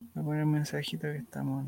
Voy a poner un mensajito que estamos.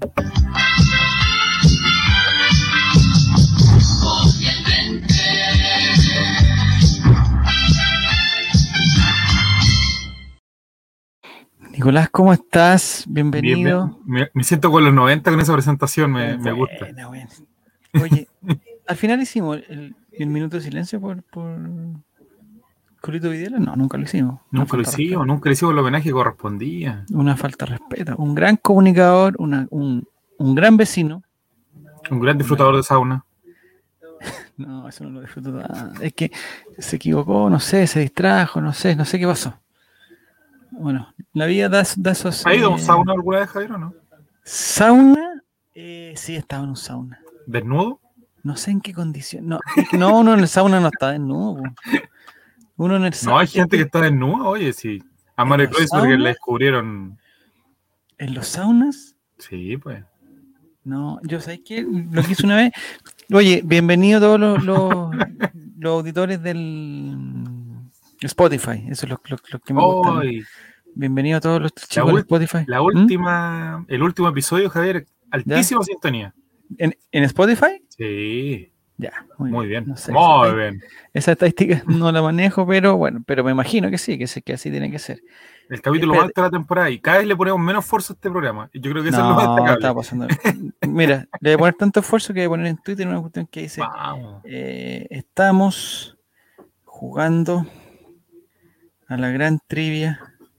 Nicolás, ¿cómo estás? Bienvenido. Bien. Me siento con los 90 con esa presentación, me gusta. Bueno. Oye, al final hicimos el minuto de silencio por Julito Videla. No, nunca lo hicimos. Nunca lo hicimos el homenaje que correspondía. Una falta de respeto. Un gran comunicador, un gran vecino. Un gran disfrutador de sauna. No, eso no lo disfruto tanto. Es que se equivocó, no sé, se distrajo, no sé qué pasó. Bueno, la vida da esos... ¿Ha ido a un sauna alguna vez, Javier, o no? ¿Sauna? Sí, estaba en un sauna. ¿Desnudo? No sé en qué condición. No, uno en el sauna no está desnudo. Uno en el sauna. No, hay gente que está desnuda, oye, sí. A Mario Kreuzberger le descubrieron... ¿En los saunas? Sí, pues. No, yo sé que lo que hice una vez. Oye, bienvenido a todos los auditores del Spotify. Eso es lo que me gusta. Bienvenido a todos los chicos de Spotify. El último episodio, Javier, altísima sintonía. ¿En Spotify? Sí. Ya, muy bien. No sé, muy bien. Esa estadística no la manejo, pero bueno, pero me imagino que sí, que así tiene que ser. El capítulo más alto de la temporada y cada vez le ponemos menos esfuerzo a este programa. Yo creo que eso es lo más destacable. Está pasando. Mira, le voy a poner tanto esfuerzo que voy a poner en Twitter una cuestión que dice: estamos jugando a la gran trivia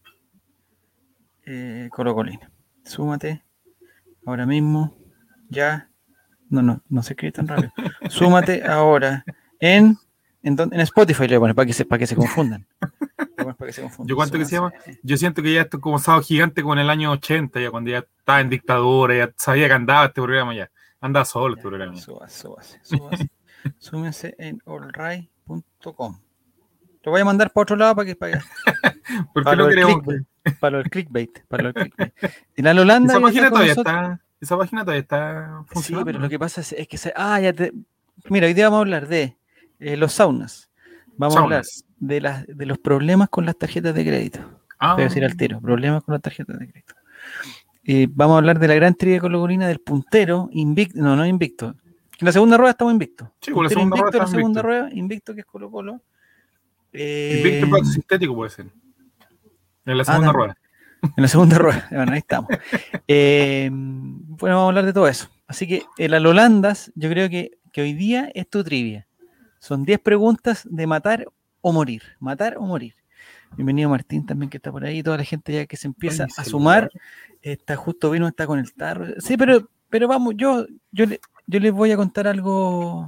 colocolina. Súmate ahora mismo, ya. No se escribe tan rápido. Súmate ahora en Spotify, le voy a poner para que se confundan. ¿Yo cuánto que se llama? Yo siento que ya esto es como Sábado Gigante con el año 80, ya cuando ya estaba en dictadura, ya sabía que andaba este programa ya. Andaba solo este programa. Súbase. Súmense en allright.com. Lo voy a mandar para otro lado para que ¿Por qué no queremos? Para el clickbait. Y la Holanda. Esa página todavía está funcionando. Sí, pero lo que pasa es que mira, hoy día vamos a hablar de los saunas. Vamos a hablar de los problemas con las tarjetas de crédito. Voy a decir al tiro, problemas con las tarjetas de crédito. Vamos a hablar de la gran trivia colocolina del puntero, invicto. No invicto. En la segunda rueda estamos invictos. Sí, con la segunda rueda, invicto que es Colo-Colo. Invicto plato sintético puede ser. En la segunda rueda. En la segunda rueda. Bueno, ahí estamos. Bueno, vamos a hablar de todo eso. Así que el Alolandas, yo creo que hoy día es tu trivia. Son 10 preguntas de matar o morir. Matar o morir. Bienvenido Martín también, que está por ahí. Toda la gente ya que se empieza a sumar. Está justo vino, está con el tarro. Sí, pero vamos, yo les voy a contar algo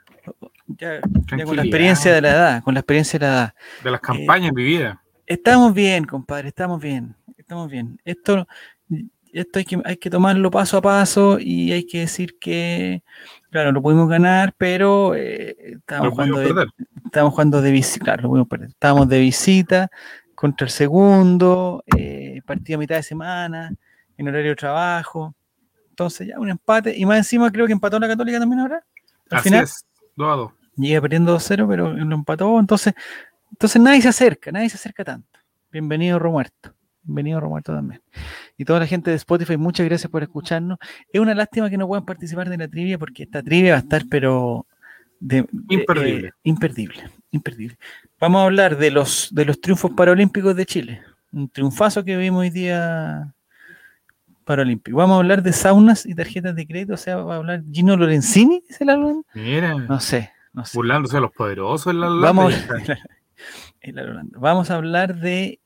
ya con la experiencia de la edad. De las campañas vividas. Estamos bien, compadre, estamos bien. Esto hay que tomarlo paso a paso y hay que decir que, claro, lo pudimos ganar, pero estábamos jugando de visita. Claro, lo pudimos perder. Estábamos de visita contra el segundo, partido a mitad de semana, en horario de trabajo. Entonces ya un empate, y más encima creo que empató la Católica también ahora. Al final, es, 2-2. Llega perdiendo 2-0, pero lo empató, entonces nadie se acerca tanto. Bienvenido Romuerto también. Y toda la gente de Spotify, muchas gracias por escucharnos. Es una lástima que no puedan participar de la trivia, porque esta trivia va a estar, pero imperdible. Vamos a hablar de los triunfos paralímpicos de Chile. Un triunfazo que vimos hoy día paralímpico. Vamos a hablar de saunas y tarjetas de crédito, o sea, va a hablar Gino Lorenzini, ¿es el Holanda? Mira. No sé. Burlándose de los poderosos en la Holanda. Vamos a hablar de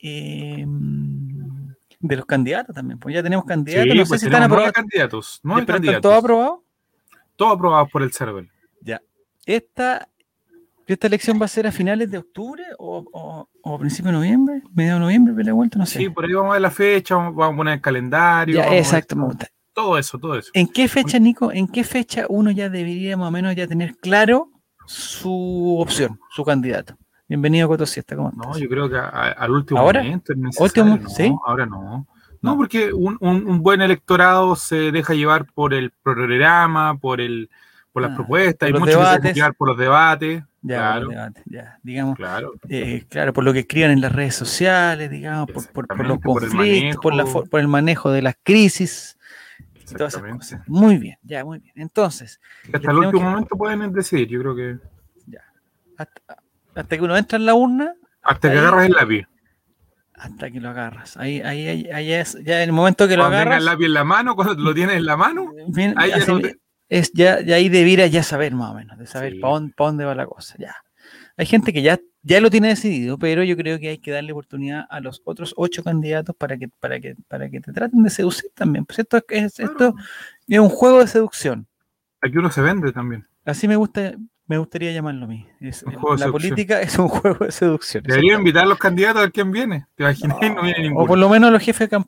los candidatos también, pues ya tenemos candidatos. Sí, no sé si están aprobados. ¿Nueve candidatos? ¿Están todos aprobados? Todos aprobados por el CERVEL. Ya. ¿Esta elección va a ser a finales de octubre o a principios de noviembre? ¿Mediados de noviembre? ¿Pelea vuelta? No sé. Sí, por ahí vamos a ver la fecha, vamos a poner el calendario. Ya, exacto, me gusta. Todo eso. ¿En qué fecha, Nico? ¿En qué fecha uno ya debería más o menos ya tener claro su opción, su candidato? Bienvenido a Coto Siesta, ¿cómo estás? No, yo creo que al último ¿Ahora? momento es necesario. ¿Sí? Ahora no. No, porque un buen electorado se deja llevar por el programa, por las propuestas, hay muchos que se dejan llevar por los debates. Ya, por los Claro, debates, ya, digamos, claro. claro, por lo que escriban en las redes sociales, digamos, por los Exactamente, por el conflictos, manejo. por el manejo de las crisis y todas esas Exactamente. cosas. Muy bien, ya, muy bien. Entonces, Que hasta les el tenemos último que, momento pueden decidir, yo creo que. ya, hasta que uno entra en la urna, Hasta hasta que ahí, agarras el lápiz. hasta que lo agarras. Ahí es, ya en el momento que lo Cuando tengas el agarras, lápiz en la mano, cuando lo tienes en la mano, bien, ahí ya no te. ya ahí debieras ya saber más o menos, de saber Sí, para dónde va la cosa, ya. Hay gente que ya lo tiene decidido, pero yo creo que hay que darle oportunidad a los otros 8 candidatos para que te traten de seducir también. Pues esto claro. es un juego de seducción. Aquí uno se vende también. Así me gustaría llamarlo a mí. Un juego de La seducción. política es un juego de seducción, Debería exactamente. invitar a los candidatos a ver quién viene. ¿Te imaginas? No viene O por ninguno. lo menos a los jefes de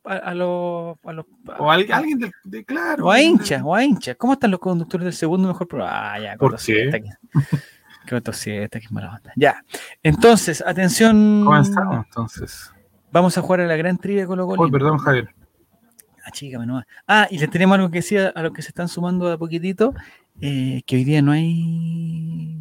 O alguien claro, o a alguien hinchas, o a hinchas. ¿Cómo están los conductores del segundo mejor programa? Ah, ya, ¿Por Coto qué? Siesta, Coto Siesta, que es mala onda. Ya. Entonces, atención. Comenzamos entonces. Vamos a jugar a la gran trivia de Colo Uy, Colino. perdón, Javier. Ah, chígame nomás. Ah, y les tenemos algo que decir a los que se están sumando de a poquitito, que hoy día no hay.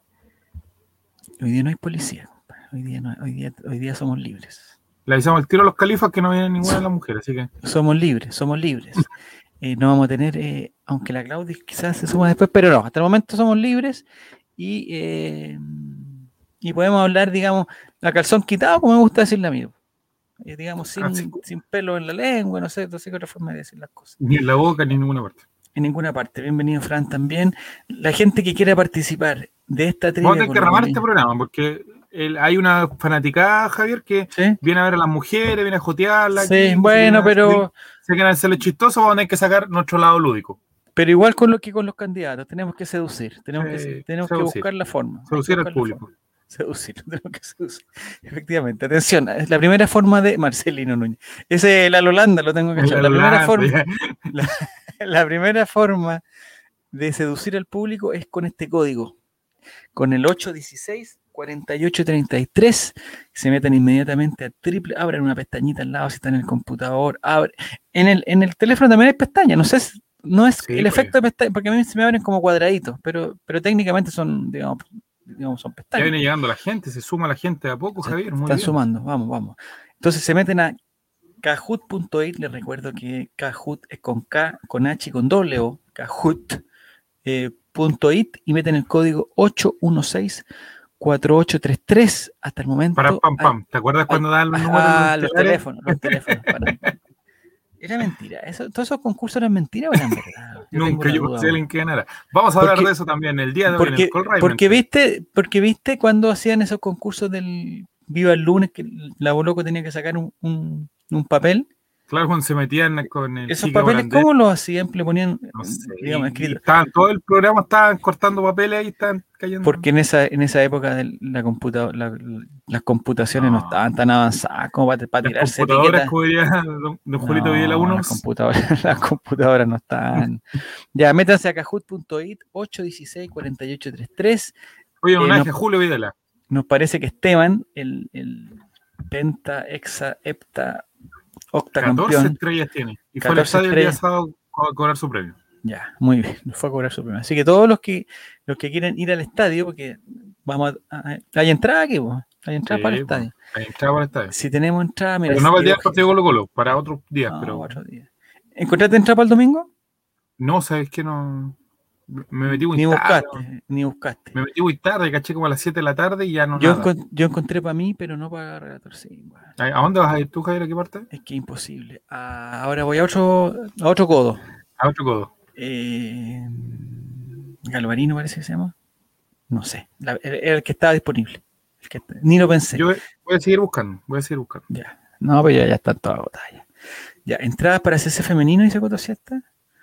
Hoy día no hay policía, compadre. Hoy día somos libres. Le avisamos el tiro a los califas que no viene ninguna de las mujeres, así que. Somos libres, somos libres. No vamos a tener, aunque la Claudia quizás se suma después, pero no, hasta el momento somos libres y, y podemos hablar, digamos, a calzón quitado, como me gusta decirle a mí. Digamos, Así, sin pelo en la lengua, no sé qué otra forma de decir las cosas. ni en la boca ni en ninguna parte. En ninguna parte. Bienvenido, Fran, también. La gente que quiera participar de esta Vamos a trivia tener con que los remar este bolinos. programa porque hay una fanaticada, Javier, que ¿Sí? viene a ver a las mujeres, viene a jotearla Sí, aquí, que bueno, se quieren hacerle chistoso, vamos a tener que sacar nuestro lado lúdico. pero igual con lo que con los candidatos, tenemos que seducir, tenemos que Seducir. buscar la forma. Hay que Seducir al buscar la público. forma. Seducir, tenemos que seducir. Efectivamente, atención, es la primera forma de Marcelino Núñez. Ese es la Holanda, lo tengo que echar. La primera forma, la, la primera forma de seducir al público es con este código. Con el 816-4833 se meten inmediatamente a abren una pestañita al lado si está en el computador, en el teléfono también hay pestañas, no es Sí, el pues. efecto de pestañas, porque a mí se me abren como cuadraditos, pero técnicamente son, digamos, son Ya pestañas. viene llegando la gente, se suma la gente de a poco, Se Javier, muy están bien. sumando, vamos. Entonces se meten a kahoot.it, les recuerdo que Kahoot es con K, con H y con doble O, Kahoot. .it y meten el código 816-4833 hasta el momento. Pam. ¿Te acuerdas cuando daban los números en los estelares? Los teléfonos. Era mentira. Todos esos concursos eran mentiras o eran verdad. Yo tengo Nunca la yo duda conocí a ahora. alguien que ganara. Vamos a hablar de eso también el día de hoy en el Call Porque viste cuando hacían esos concursos del Viva el Lunes que la Boloco tenía que sacar un papel. Claro, cuando se metían con el ¿Esos chico papeles holandés. cómo los hacían? Le ponían, No sé. digamos, Y escrito. todo el programa estaban cortando papeles ahí, estaban cayendo. Porque en esa época de las computaciones no estaban tan avanzadas como para Las tirarse computadoras, etiquetas. como diría don Julito Videla No, 1. las computadoras no están. Ya, métanse a kahoot.it 816-4833. Oye, homenaje a Julio Videla. Nos parece que Esteban, el penta, hexa, hepta, octa 14 campeón. estrellas tiene. Y fue al estadio el día sábado a cobrar su premio. Ya, muy bien, nos fue a cobrar su premio. Así que todos los que quieren ir al estadio, porque hay entrada aquí, pues. Hay entrada para el estadio. Hay entrada para el estadio. Si tenemos entrada, mira. Pero no para el día del partido Colo-Colo, para otros días. Pero... otro día. ¿Encontraste entrada para el domingo? No, sabes que no. Me metí muy tarde. Ni buscaste. Me metí muy tarde, caché como a las 7 de la tarde y ya no yo nada. Yo encontré para mí, pero no para Relator. Sí, bueno. ¿A dónde vas a ir tú, Javier? ¿A qué parte? Es que imposible. Ahora voy a otro codo. A otro codo. Galvarino parece que se llama. No sé. El que estaba disponible. Ni lo pensé. Yo voy a seguir buscando. Ya. No, pues ya están todas agotadas. Ya, entradas para CC femenino y Coto Siesta.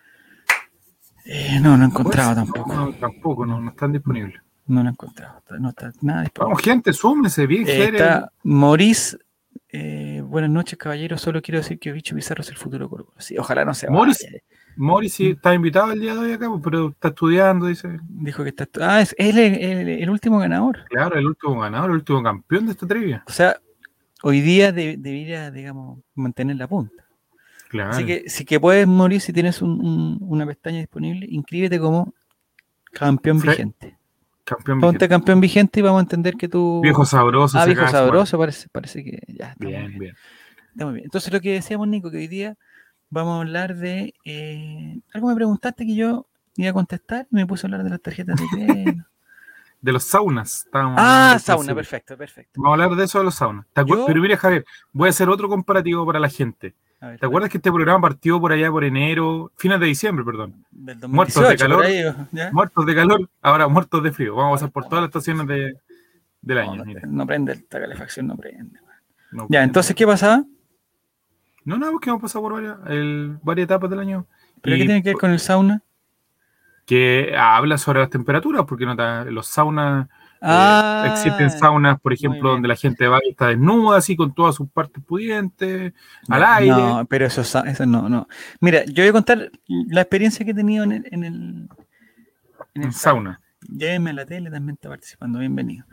No he encontrado tampoco. No están disponibles. No lo he encontrado. No está nada disponible. Vamos, gente, súmense bien, está Maurice. Buenas noches, caballeros. Solo quiero decir que Bicho Pizarro es el futuro Colo. Sí, ojalá no se vaya. Morris sí está invitado el día de hoy acá, pero está estudiando, dice. Dijo que está. Es el último ganador. Claro, el último ganador, el último campeón de esta trivia. O sea, hoy día debería, digamos, mantener la punta. Claro. Así que si que puedes morir, si tienes una pestaña disponible, inscríbete como campeón vigente. Campeón Ponte vigente. campeón vigente y vamos a entender que tú... Viejo sabroso. Viejo sabroso, parece que ya está bien, muy bien. bien. Está muy bien. Entonces lo que decíamos, Nico, que hoy día vamos a hablar de... algo me preguntaste que yo iba a contestar y me puse a hablar de las tarjetas de crédito. De los saunas. Estábamos hablando sauna, perfecto. Vamos a hablar de eso de los saunas. Pero mira, Javier, voy a hacer otro comparativo para la gente. Ver, ¿te acuerdas que este programa partió por allá por enero, fines de diciembre, perdón? Del 2018, muertos de calor, ¿ya? Muertos de calor, ahora muertos de frío. Vamos a pasar por todas las estaciones del año. No prende, esta calefacción no prende. No ya, prende. Entonces, ¿qué pasaba? No, porque hemos pasado por varias etapas del año. ¿Pero qué tiene que ver con el sauna? Que habla sobre las temperaturas, porque los saunas... existen saunas, por ejemplo, donde la gente va y está desnuda, así con todas sus partes pudientes, al aire. No, pero eso no. Mira, yo voy a contar la experiencia que he tenido en el sauna. Llévenme a la tele, también está participando, bienvenido.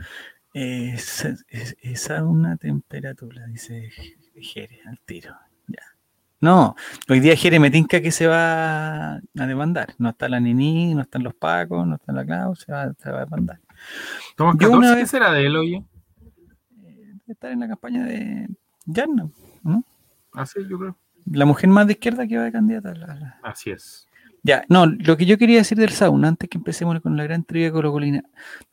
Sauna temperatura, dice Jere, al tiro. Ya. No, hoy día Jere me tinca que se va a demandar. No está la Nini, no están los Pacos, no está la Clau, se va a demandar. Tomás 14, ¿qué será de él, oye? Debe estar en la campaña de Yarna, ¿no? Así, yo creo. La mujer más de izquierda que va de candidata. Así es. Ya, no, lo que yo quería decir del sauna, antes que empecemos con la gran trivia colocolina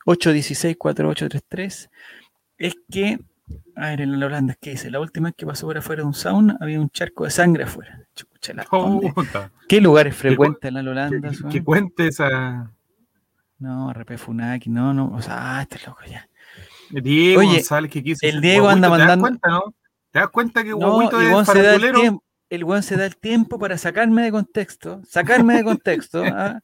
816-4833, es que, a ver, en la Holanda, ¿qué dice? La última vez que pasó por afuera de un sauna había un charco de sangre afuera. Chucha, ¿qué lugares frecuentes en la Holanda? ¿Qué cuente esa? No, RP Funaki, no, o sea, este loco ya. Diego González, que quiso el Diego anda mandando... ¿Te das cuenta, no? ¿Te das cuenta que Guaguito es farandulero? El weón se da el tiempo para sacarme de contexto, ¿ah?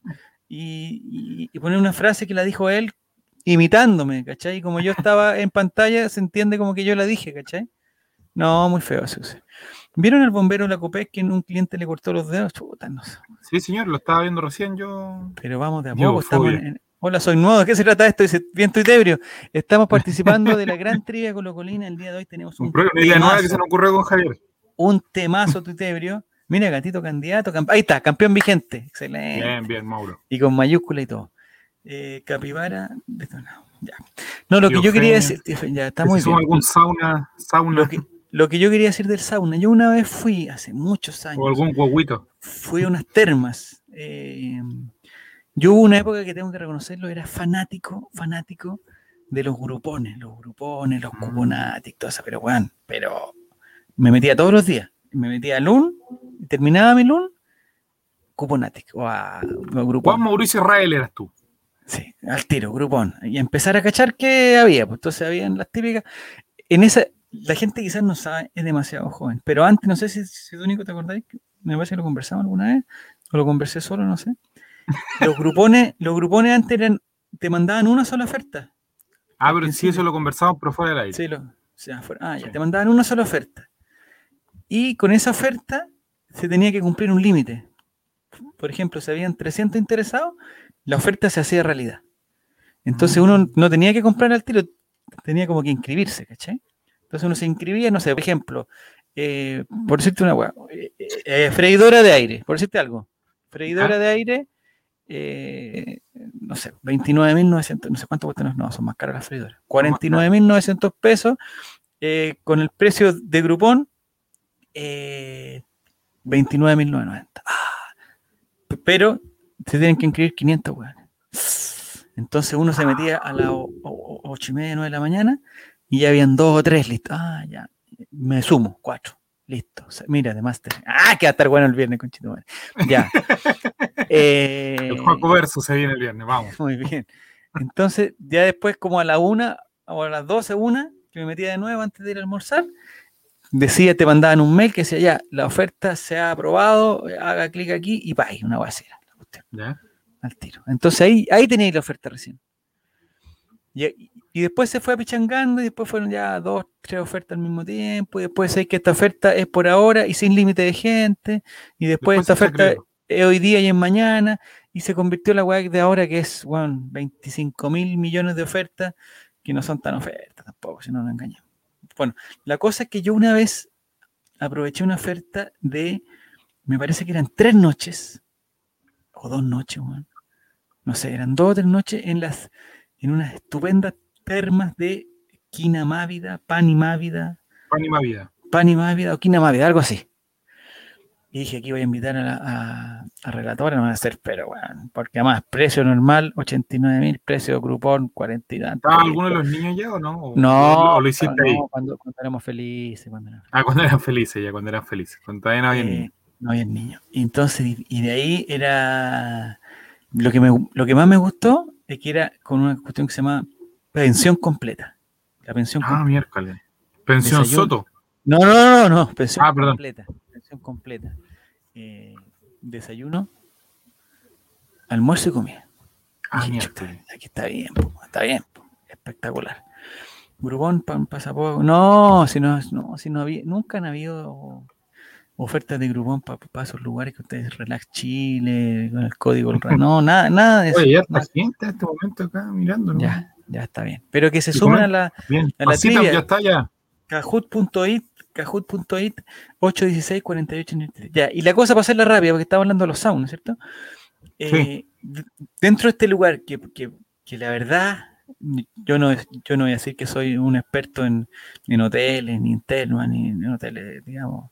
y poner una frase que la dijo él imitándome, ¿cachai? Como yo estaba en pantalla, se entiende como que yo la dije, ¿cachai? No, muy feo eso. ¿Vieron al bombero la Copec que un cliente le cortó los dedos? Chuta, no sé. Sí, señor, lo estaba viendo recién yo. Pero vamos de a poco, estamos Hola, soy nuevo, ¿de qué se trata esto? Dice, bien, estoy ebrio. Estamos participando de la gran trivia colocolina. El día de hoy tenemos una idea nueva que se nos ocurrió con Javier. Un temazo tuitebrio. Mira, gatito candidato. Ahí está, campeón vigente. Excelente. Bien, Mauro. Y con mayúscula y todo. Capibara detonado. Ya. No, lo que yo quería decir, ya está muy bien. ¿Algún sauna? Lo que yo quería decir del sauna, yo una vez fui, hace muchos años. O algún guaguito. Fui a unas termas. Yo hubo una época que tengo que reconocerlo, era fanático de los grupones, los cuponatic, todo eso, pero bueno, me metía todos los días. Me metía a LUN, terminaba mi LUN, cuponatic o a grupón. Juan Mauricio Rael eras tú. Sí, al tiro, grupón. Y empezar a cachar que había, pues entonces habían las típicas. En esa, la gente quizás no sabe, es demasiado joven, pero antes, no sé si tú, Nico, te acordáis, me parece que lo conversamos alguna vez, o lo conversé solo, no sé. Los grupones antes te mandaban una sola oferta. Pero sí, eso lo conversamos, pero fuera del aire. Sí, ya, te mandaban una sola oferta. Y con esa oferta se tenía que cumplir un límite. Por ejemplo, si habían 300 interesados, la oferta se hacía realidad. Entonces uno no tenía que comprar al tiro, tenía como que inscribirse, ¿cachai? Entonces uno se inscribía, no sé, por ejemplo, por decirte una hueá, freidora de aire, por decirte algo. Freidora de aire, no sé, 29.900, no sé cuánto cuesta, no, son más caras las freidoras. 49.900 pesos, con el precio de grupón, 29.990. Pero se tienen que inscribir 500 weones. Entonces uno se metía a las 8:30, 9 de la mañana y ya habían 2 o 3 listos. Ya. Me sumo, 4. Listo. O sea, mira, de máster. Que va a estar bueno el viernes, conchito. Ya. El Juaco Verso se viene el viernes, vamos. Muy bien. Entonces, ya después, como a la 1 o a las 12, que me metía de nuevo antes de ir a almorzar, te mandaban un mail que decía, ya, la oferta se ha aprobado, haga clic aquí y ¡pay! Una guasera. ¿Ya? Al tiro. Entonces ahí tenéis la oferta recién. Y después se fue apichangando y después fueron ya 2, 3 ofertas al mismo tiempo y después sabéis que esta oferta es por ahora y sin límite de gente y después esta oferta es hoy día y es mañana y se convirtió en la weá de ahora que es 25.000 millones de ofertas que no son tan ofertas tampoco, si no nos engañamos. Bueno, la cosa es que yo una vez aproveché una oferta me parece que eran 3 noches o 2 noches, no sé, eran 2 o 3 noches en en unas estupendas termas de quina mávida, pan y mávida, pan y mávida o quina mávida, algo así. Y dije, aquí voy a invitar a relatora, no van a hacer, pero bueno, porque además, precio normal, 89.000, precio grupón, 40 y tanto. ¿Estaba alguno de los niños ya o no? No, ¿O lo hiciste ahí? no, cuando éramos felices, cuando éramos Ah, cuando eran felices, ya, cuando eran felices. Cuando todavía no había niños. no había niños. Y entonces, y de ahí era, lo que más me gustó es que era con una cuestión que se llama pensión completa. La pensión Ah, completa. miércoles. Pensión Desayuno. Soto. No, pensión Ah, perdón. completa. Pensión completa. Desayuno, almuerzo y comida. Y Ah, dije, chuta, miércoles. aquí está bien, espectacular. Grupón, pasapoco. No, si no había, nunca han habido ofertas de Groupon para esos lugares que ustedes, Relax Chile, con el código, no, nada de eso. Oye, ya está Nada. gente en este momento acá mirando, ¿no? Ya está bien. Pero que se Y sumen comen. Bien. a la Pasita, ya trivia, está, ya. Kahoot.it 816-4893. Ya, y la cosa para hacerla rápida, porque estaba hablando de los saunas, ¿cierto? Sí. Dentro de este lugar, que la verdad, yo no voy a decir que soy un experto en hoteles, ni en termas, ni en hoteles, digamos,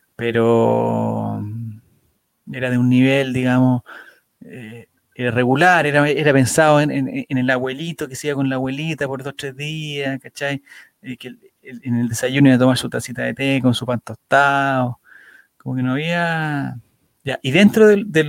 pero era de un nivel, digamos, era regular, era pensado en el abuelito que se iba con la abuelita por 2 o 3 días, ¿cachai? Que en el desayuno iba a tomar su tacita de té con su pan tostado, como que no había... Ya, y dentro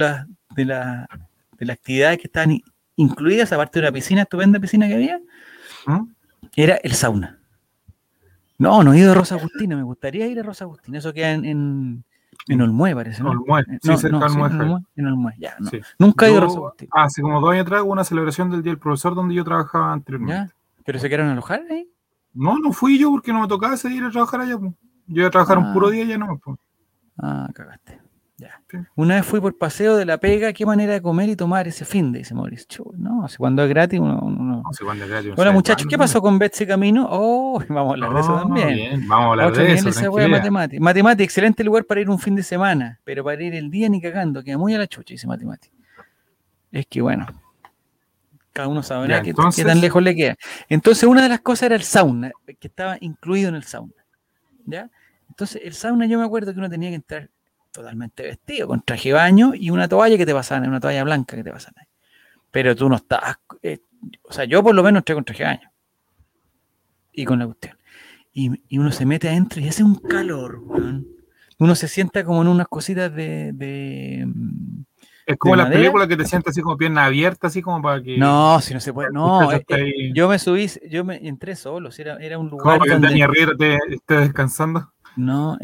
de las actividades que estaban incluidas, aparte de una piscina, estupenda piscina que había, ¿Mm? era el sauna. No he ido a Rosa Agustina, me gustaría ir a Rosa Agustina, eso queda en Olmué, parece, ¿no? Olmué, sí, cerca del Sí, Olmué. En Olmué, ya, no. Sí. Nunca he ido a Rosa Yo, Agustina, hace como 2 años atrás, hubo una celebración del Día del Profesor donde yo trabajaba ¿ya? anteriormente. ¿Pero se quedaron a alojar ahí? No, no fui yo porque no me tocaba ese día ir a trabajar allá, pues. Yo iba a trabajar un puro Ah, día y ya no, pues. cagaste. Ya. Sí. Una vez fui por paseo de la pega, qué manera de comer y tomar ese fin de, dice Mauricio. No, si cuando es gratis uno. No sé cuándo es gratis, no Hola sé muchachos, cuándo ¿qué también. pasó con Betsy Camino? Oh, vamos a hablar de eso Oh, también. bien, vamos a A hablar otro de nivel eso, esa wea de tranquilidad. matemática. Matemática, excelente lugar para ir un fin de semana, pero para ir el día ni cagando, queda muy a la chucha, dice matemática. Es que bueno, cada uno Ya, sabrá qué tan entonces, lejos le queda. Entonces, una de las cosas era el sauna, que estaba incluido en el sauna. ¿Ya? Entonces, el sauna yo me acuerdo que uno tenía que entrar totalmente vestido, con traje de baño y una toalla que te pasaban, una toalla blanca que te pasaban ahí. Pero tú no estabas, o sea, yo por lo menos entré con traje de baño y con la cuestión. Y uno se mete adentro y hace un calor, weón. Uno se sienta como en unas cositas es de como las madera. películas que te sientas así como pierna abierta, así como para que No, si no se puede, el no, muchacho esté ahí, yo me subí, yo me entré solo, si era un como lugar para que el Dani donde, Arrieta te esté descansando. no,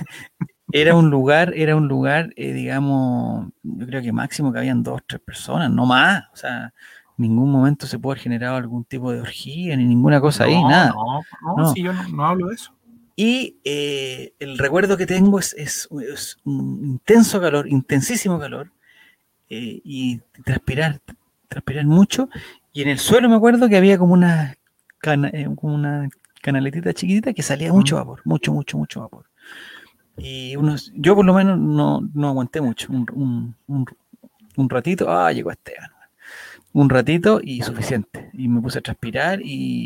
era un lugar, digamos, yo creo que máximo que habían 2 o 3 personas, no más. O sea, en ningún momento se puede haber generado algún tipo de orgía ni ninguna cosa ahí, No, nada. no, no, No. si yo no hablo de eso. Y el recuerdo que tengo es un intenso calor, intensísimo calor, y transpirar mucho. Y en el suelo me acuerdo que había como una canaletita chiquitita que salía mucho ¿Mm? vapor, mucho vapor. Y yo por lo menos no aguanté mucho, un ratito, llegó Esteban, un ratito y suficiente. Y me puse a transpirar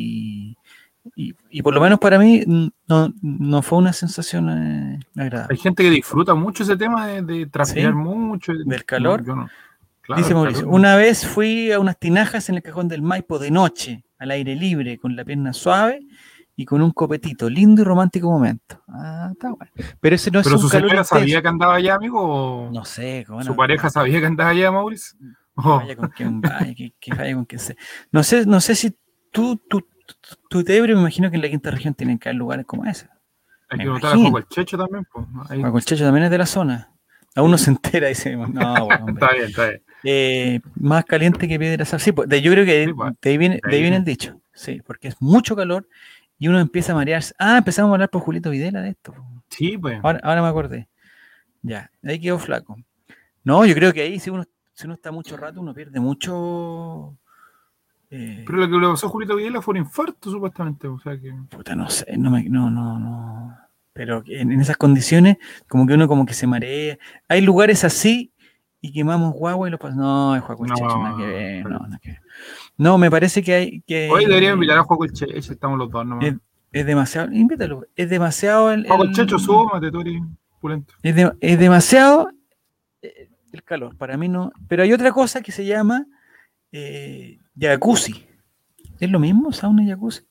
y por lo menos para mí no fue una sensación Hay agradable. gente que disfruta mucho ese tema de transpirar ¿Sí? mucho. Del No, calor. yo no. Claro, Dice el calor Mauricio, no. una vez fui a unas tinajas en el cajón del Maipo de noche, al aire libre, con la pierna suave y con un copetito. Lindo y romántico momento. Está bueno. Pero ese no es Pero un su calor señora intenso. sabía que andaba allá, amigo, o No sé, su pareja sabía que andaba allá, Maurice. que Oh, vaya con quien vaya, que vaya con quien sea. No sé si tú te ebrio, me imagino que en la quinta región tienen que haber lugares como ese. hay Me que notar a Juego imagino. el Checho también, pues. Ahí, Guacolchecho también es de la zona. A uno sí. se entera y dice, no, bueno, hombre. Está bien, está bien. Más caliente que piedra sal. Sí, pues, yo creo que Sí, pues, de de ahí ahí viene el viene. dicho. Sí, porque es mucho calor y uno empieza a marearse. Empezamos a hablar por Julito Videla de esto. Sí, pues. Ahora me acordé. Ya, ahí quedó flaco. No, yo creo que ahí si uno está mucho rato, uno pierde mucho. Pero lo que le pasó a Julito Videla fue un infarto, supuestamente. O sea que. Puta, no sé, no. Pero en esas condiciones, como que uno como que se marea. Hay lugares así y quemamos guagua y los pasamos. No, es Juaco el Checho, nada que ver, pero- no, nada que ver. No, me parece que hay Hoy deberíamos invitar a que Juego el Checho, estamos los dos es, nomás. es demasiado, invítalo, es demasiado Juego el Checho, súmate, tú eres pulento. es demasiado el calor, para mí no. Pero hay otra cosa que se llama jacuzzi. ¿Es lo mismo, sauna y jacuzzi?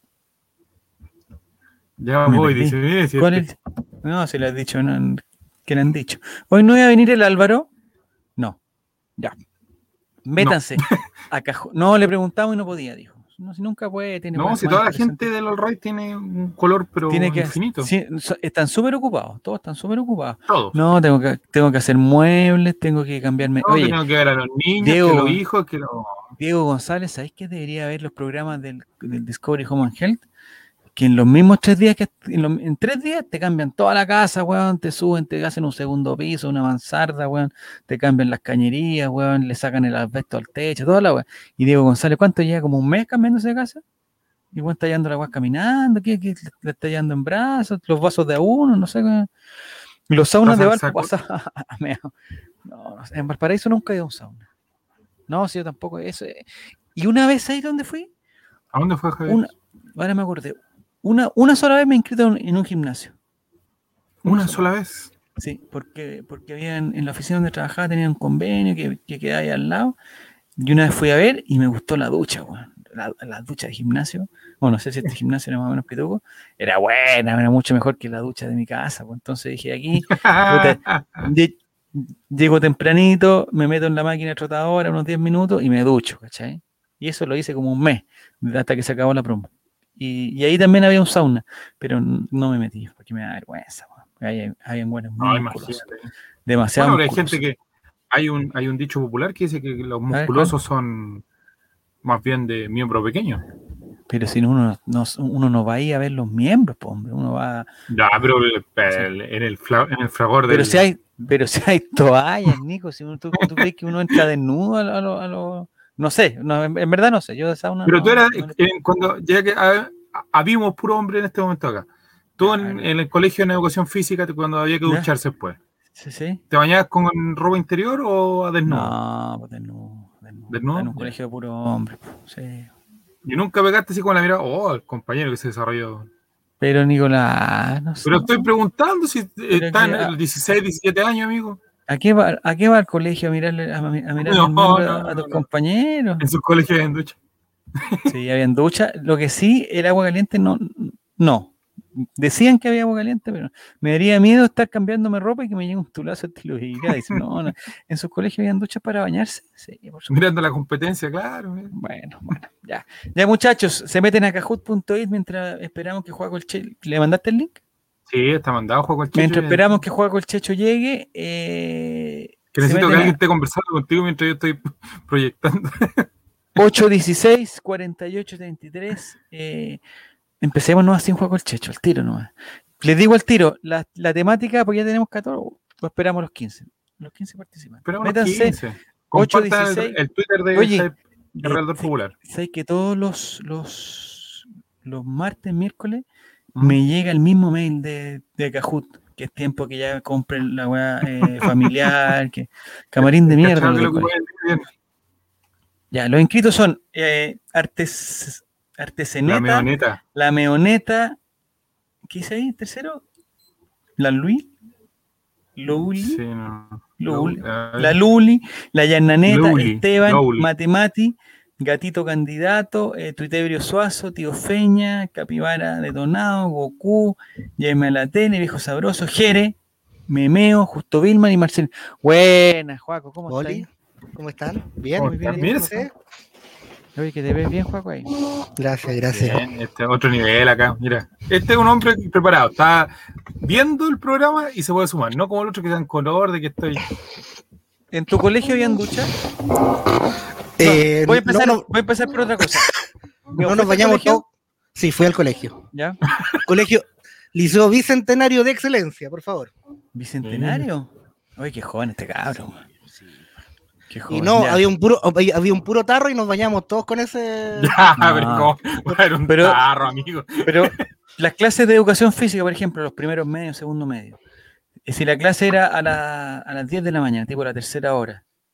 Ya Me voy, perdí. dice, mire, si ¿Cuál es? No, se le ha dicho, no, ¿qué le han dicho? Hoy no iba a venir el Álvaro. No, ya. Métanse a cajón. No, le preguntamos y no podía, dijo. No, si nunca puede, tiene No, si más toda la interesante. gente del All Right tiene un color, Tiene pero que, infinito. sí, están súper ocupados, todos están súper ocupados. Todos. No, tengo que hacer muebles, tengo que cambiarme. No, que Oye, tengo que ver a los niños, que los Diego, hijos, que los... Diego González, ¿sabéis que debería ver los programas del Discovery Home and Health? Que en los mismos 3 días, en 3 días te cambian toda la casa, weón, te suben, te hacen un segundo piso, una mansarda, weón, te cambian las cañerías, weón, le sacan el asbesto al techo, toda la weón. Y Diego González, ¿cuánto lleva? ¿Como un mes cambiándose de casa? Y weón está llevando la weón caminando, ¿qué le está llevando en brazos? Los vasos de a uno, no sé, weón. Los saunas de pasan Valpo saco. pasan no, no sé, en Valparaíso nunca he ido a un sauna. No, sí, yo tampoco. Eso, y una vez ahí donde fui, ¿A dónde fue Javier? ahora me acordé, una sola vez me he inscrito en un gimnasio. Una sola vez. Sí, porque había en la oficina donde trabajaba tenía un convenio que quedaba ahí al lado. Y una vez fui a ver y me gustó la ducha, weón. La ducha de gimnasio. Bueno, no sé si este gimnasio era más o menos pituco. Era buena, era mucho mejor que la ducha de mi casa. Pues. Entonces dije aquí, puta, llego tempranito, me meto en la máquina trotadora unos 10 minutos y me ducho, ¿cachai? Y eso lo hice como un mes, hasta que se acabó la promo. Y ahí también había un sauna, pero no me metí, porque me da vergüenza, weón. Había buenos muy No, musculosos. imagínate. Demasiado Bueno, pero hay gente musculosos. que... Hay un dicho popular que dice que los A ver, ¿cuál? musculosos son más bien de miembro pequeño. Pero si uno no va ahí a ver los miembros, po, hombre, uno va. Ya, pero Sí. en el fragor Pero si del... hay, pero si hay toallas, Nico, si tú crees que uno entra desnudo no sé, no, en verdad no sé, yo de sauna Pero tú eras, no cuando ya que habíamos puro hombre en este momento acá. Tú claro, en el colegio de educación física, cuando había que ¿ya? ducharse después, Sí, sí. ¿te bañabas con ropa interior o a desnudo? No, pues desnudo, desnudo. Está en Desnudo, un ya. colegio de puro hombre, po, sí. Y nunca pegaste así con la mirada, oh, el compañero que se desarrolló. Pero Nicolás, no sé, Pero estoy preguntando si pero están en los 16, 17 años, amigo. ¿a qué va al colegio a mirarle, a mirarle No, el no, miembro no, a tus no. compañeros? En sus colegios en ducha. Sí, habían ducha. Lo que sí, el agua caliente no. Decían que había agua caliente, pero me daría miedo estar cambiándome ropa y que me llegue un tulazo estilo Giga. Dicen, no, no. ¿En sus colegios habían duchas para bañarse? Sí, por supuesto. Mirando la competencia, claro. Bueno, ya. Ya, muchachos, se meten a kahoot.it mientras esperamos que Juaco el Checho. ¿Le mandaste el link? Sí, está mandado juego al Checho. Mientras esperamos que Juaco el Checho llegue, Que se necesito que meten alguien a esté conversando contigo mientras yo estoy proyectando. 816 4833. Empecémonos así en Juaco el Checho, al tiro nomás. Les digo al tiro, la temática, porque ya tenemos 14, o esperamos los 15. Los 15 participantes. Esperamos los Métanse 15. Compartan 816. el Twitter de Oye, Hype Realtor Popular. ¿sabes que todos los martes, miércoles, ¿Mm? me llega el mismo mail de Kahoot, que es tiempo que ya compren la weá familiar, que camarín de mierda ¿Cachado los que del lo que colegio. pueden bien? Ya, los inscritos son La Arteseneta, meoneta. La Meoneta, ¿qué dice ahí? ¿Tercero? La Luis, Luli, Sí, no. La Luli, la Yananeta, Lowly. Esteban, Lowly. Matemati, Gatito Candidato, Tuitebrio Suazo, Tío Feña, Capibara Detonado, Goku, Jaime la Tele, Viejo Sabroso, Jere, Memeo, Justo Vilman y Marcel. Buenas, Juaco, ¿cómo estás ahí? Oli, ¿cómo están? Bien, Muy bien, ¿y Mira, tú? Oye, que te ves bien, Juaco, ahí. gracias, gracias. bien, este otro nivel acá. Mira, este es un hombre preparado. Está viendo el programa y se puede sumar. No como el otro que está en color de que estoy. ¿En tu colegio habían ducha? Voy a empezar por otra cosa. No nos bañamos todos. Sí, fui al colegio. ¿Ya? Colegio Liceo Bicentenario de Excelencia, por favor. ¿Bicentenario? Oye, qué joven este cabrón. Qué joven. Y no, Ya. había un puro tarro y nos bañamos todos con ese. Ya, No. pero ¿cómo? Era un Pero- tarro, amigo. Pero las clases de educación física, por ejemplo, los primeros medios, segundo medio, si la clase era a las 10 de la mañana, tipo la tercera hora,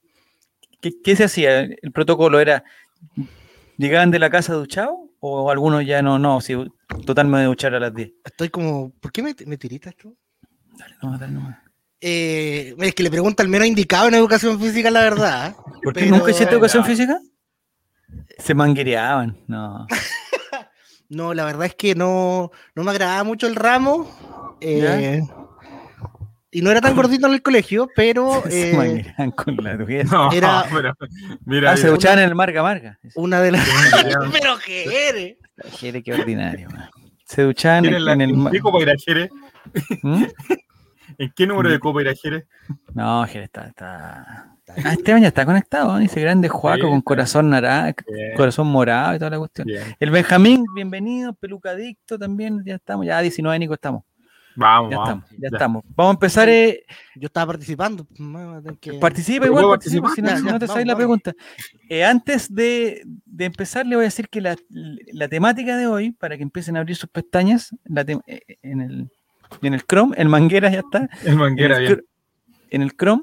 ¿Qué se hacía? ¿El protocolo era, llegaban de la casa duchados o algunos ya no, si total me voy a duchar a las 10? Estoy como, ¿por qué me tirita esto? Dale nomás. Es que le pregunta al menos indicado en educación física, la verdad. ¿Por qué nunca hiciste educación física? Se manguereaban, no. No, la verdad es que no me agradaba mucho el ramo. Y no era tan gordito en el colegio, pero... Se manguereaban con la tuya. No, era... pero, mira, se duchaban en el marga. Una de las... ¿Pero qué eres? Jere, qué ordinario, man. Se duchaban en el... ¿En qué copa irá Jere? ¿Mm? ¿En qué número de copa irá Jere? No, Jere está... Esteban ya está conectado, ¿no? Dice grande Juaco con corazón naranja, corazón morado y toda la cuestión. Bien. El Benjamín, bienvenido, peluca adicto también, ya estamos, ya 19 Nico estamos. Vamos, ya estamos. Vamos a empezar. Yo estaba participando. Participa, si no te sabes la pregunta. Antes de empezar, le voy a decir que la temática de hoy, para que empiecen a abrir sus pestañas, en el Chrome, el Manguera ya está. El Manguera, bien. En el Chrome,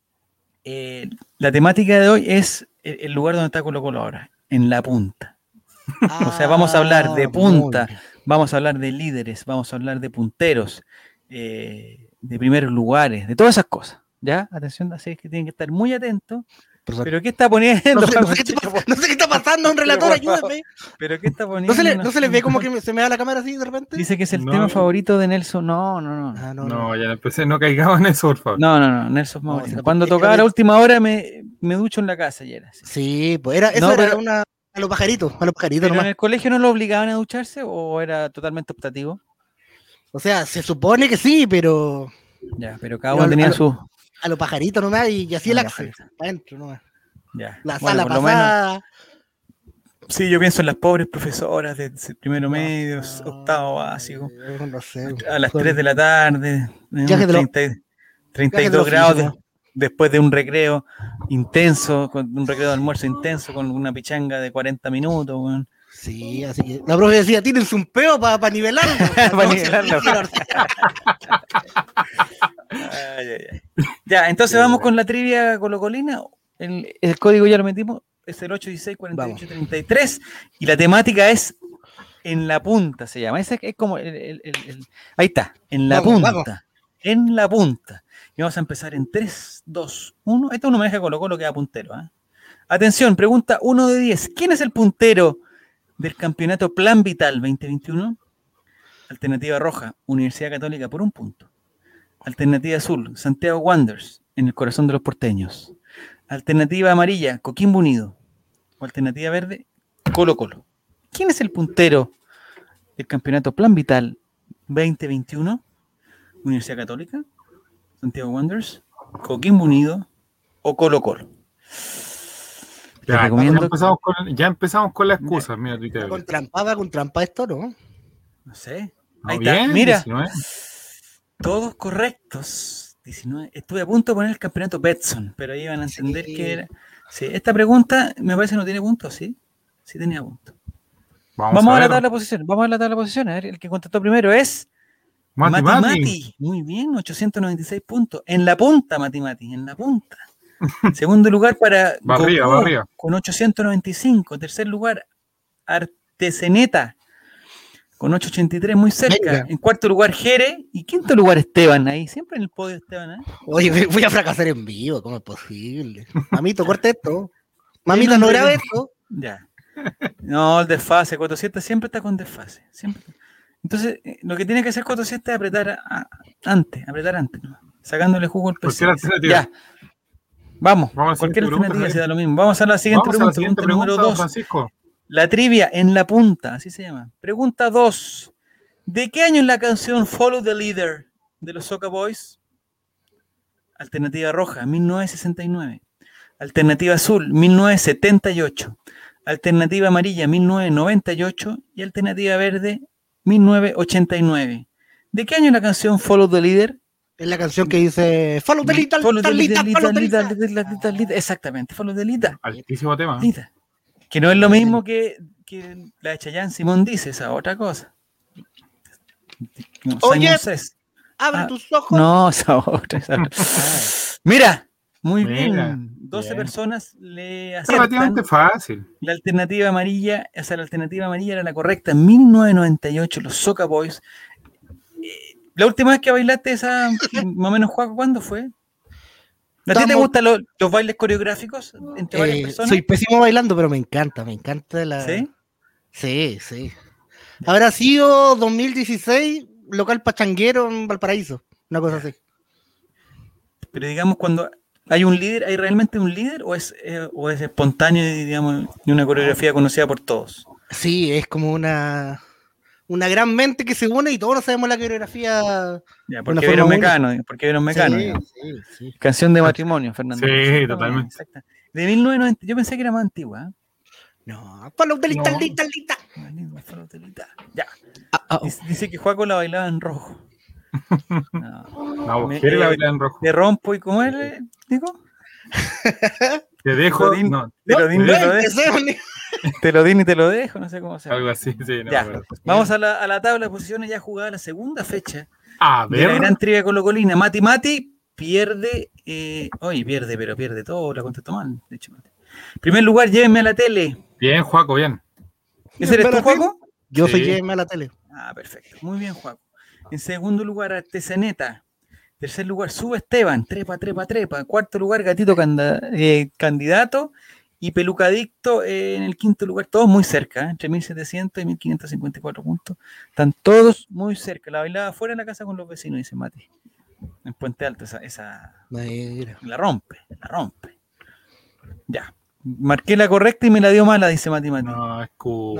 la temática de hoy es el lugar donde está Colo Colo ahora, en la punta. O sea, vamos a hablar de punta, vamos a hablar de líderes, vamos a hablar de punteros, de primeros lugares, de todas esas cosas. ¿Ya? Atención, así es que tienen que estar muy atentos. ¿Pero qué está poniendo? No sé qué está pasando, un relator, ayúdame. ¿Pero qué está poniendo? ¿No se les ve como que se me da la cámara así de repente? Dice que es el tema favorito de Nelson. No. No, ya empecé, no caigamos en eso, por favor. No, Nelson Mauricio. Cuando tocaba la última hora me ducho en la casa y era así. Sí, pues era una... A los pajaritos ¿Pero nomás. en el colegio no lo obligaban a ducharse o era totalmente optativo? O sea, se supone que sí, pero... Ya, pero cada uno tenía su... A los pajaritos nomás y así el acceso. Adentro nomás. Ya. La sala pasada... Sí, yo pienso en las pobres profesoras de primero medio, octavo básico. No sé. A las 3 de la tarde, 32 grados después de un recreo intenso, con un recreo de almuerzo intenso, con una pichanga de 40 minutos. Bueno. Sí, así que la profe decía, tienes un peo para nivelarlo. Para nivelarlo. Ya, entonces vamos con la trivia colocolina. El código ya lo metimos, es el 816-4833 y la temática es en la punta, se llama. Ese es como ahí está, en la punta. Vamos. En la punta. Y vamos a empezar en 3, 2, 1. Esto uno me deja Colo Colo, queda puntero. Atención, pregunta 1 de 10. ¿Quién es el puntero del campeonato Plan Vital 2021? Alternativa roja, Universidad Católica por 1 punto. Alternativa azul, Santiago Wanderers, en el corazón de los porteños. Alternativa amarilla, Coquimbo Unido. O alternativa verde, Colo Colo. ¿Quién es el puntero del campeonato Plan Vital 2021? Universidad Católica, Santiago Wanderers, Coquimbo Unido o Colo Colo. Ya empezamos con las excusas. Mira, con trampa esto, ¿no? No sé. No, ahí bien, está, mira. 19. Todos correctos. 19. Estuve a punto de poner el campeonato Betson, pero ahí iban a entender que era. Sí, esta pregunta me parece no tiene puntos, ¿sí? Sí tenía puntos. Vamos a la tabla de posición. Vamos a la tabla de posición. A ver, el que contestó primero es Mati. Muy bien, 896 puntos. En la punta, Mati, en la punta. Segundo lugar para Barriga. Con 895. Tercer lugar, Arteseneta con 883, muy cerca. Venga. En cuarto lugar, Jere. Y quinto lugar, Esteban. Ahí, siempre en el podio, Esteban. Oye, voy a fracasar en vivo. ¿Cómo es posible? Mamito, corta esto. Mamita, no grabe esto. Ya. No, el desfase. 400 siempre está con desfase. Siempre. Entonces, lo que tiene que hacer 400 es apretar antes, ¿no? Sacándole jugo al PC. Ya. Vamos cualquier alternativa se da lo mismo. Vamos a la siguiente pregunta número 2. Francisco. La trivia en la punta, así se llama. Pregunta 2. ¿De qué año es la canción Follow the Leader de los Soca Boys? Alternativa roja, 1969. Alternativa azul, 1978. Alternativa amarilla, 1998. Y alternativa verde, 1989. ¿De qué año es la canción Follow the Leader? Es la canción que dice Follow the Leader. Exactamente, Follow the Leader. Altísimo tema. Que no es lo mismo que la de Chayanne Simón dice, esa otra cosa. Oye, abre tus ojos. No, esa otra. Mira, Muy Mira, bien. 12 bien. personas le Relativamente aciertan. fácil. La alternativa amarilla era la correcta. En 1998, los Soca Boys. La última vez que bailaste esa, más o menos, Juaco, ¿cuándo fue? ¿A ti te gustan los bailes coreográficos entre varias personas? Soy pésimo bailando, pero me encanta la... ¿Sí? Sí, sí. Habrá sido 2016, local pachanguero en Valparaíso, una cosa así. Pero digamos, cuando hay un líder, ¿hay realmente un líder o es espontáneo, digamos, y una coreografía conocida por todos? Sí, es como una gran mente que se une y todos sabemos la coreografía. Ya, porque vieron Mecano, Sí, sí. Canción de matrimonio, Fernando. Sí, totalmente. Exacto. De 1990, yo pensé que era más antigua. No, palotelita, lita. Ya. Dice que Juaco la bailaba en rojo. No, mujer la bailaba en rojo. Te rompo y ¿cómo es, digo? Te dejo. Te lo di y te lo dejo, no sé cómo se llama. Algo así, sí. No, ya. Vamos a la tabla de posiciones ya jugada la segunda fecha. A ver. De la gran trivia colocolina. Mati pierde. Pero pierde todo. La contestó mal. De hecho, primer lugar, llévenme a la tele. Bien, Juaco, bien. ¿Ese eres tú, Juaco? Yo soy llévenme a la tele. Ah, perfecto. Muy bien, Juaco. En segundo lugar, Artesaneta. Tercer lugar, Sube Esteban. Trepa. Cuarto lugar, Gatito Candidato. Y Pelucadicto en el quinto lugar, todos muy cerca, entre 1700 y 1554 puntos. Están todos muy cerca. La bailaba fuera de la casa con los vecinos, dice Mati. En Puente Alto, esa la rompe. Ya. Marqué la correcta y me la dio mala, dice Mati. No, es cool.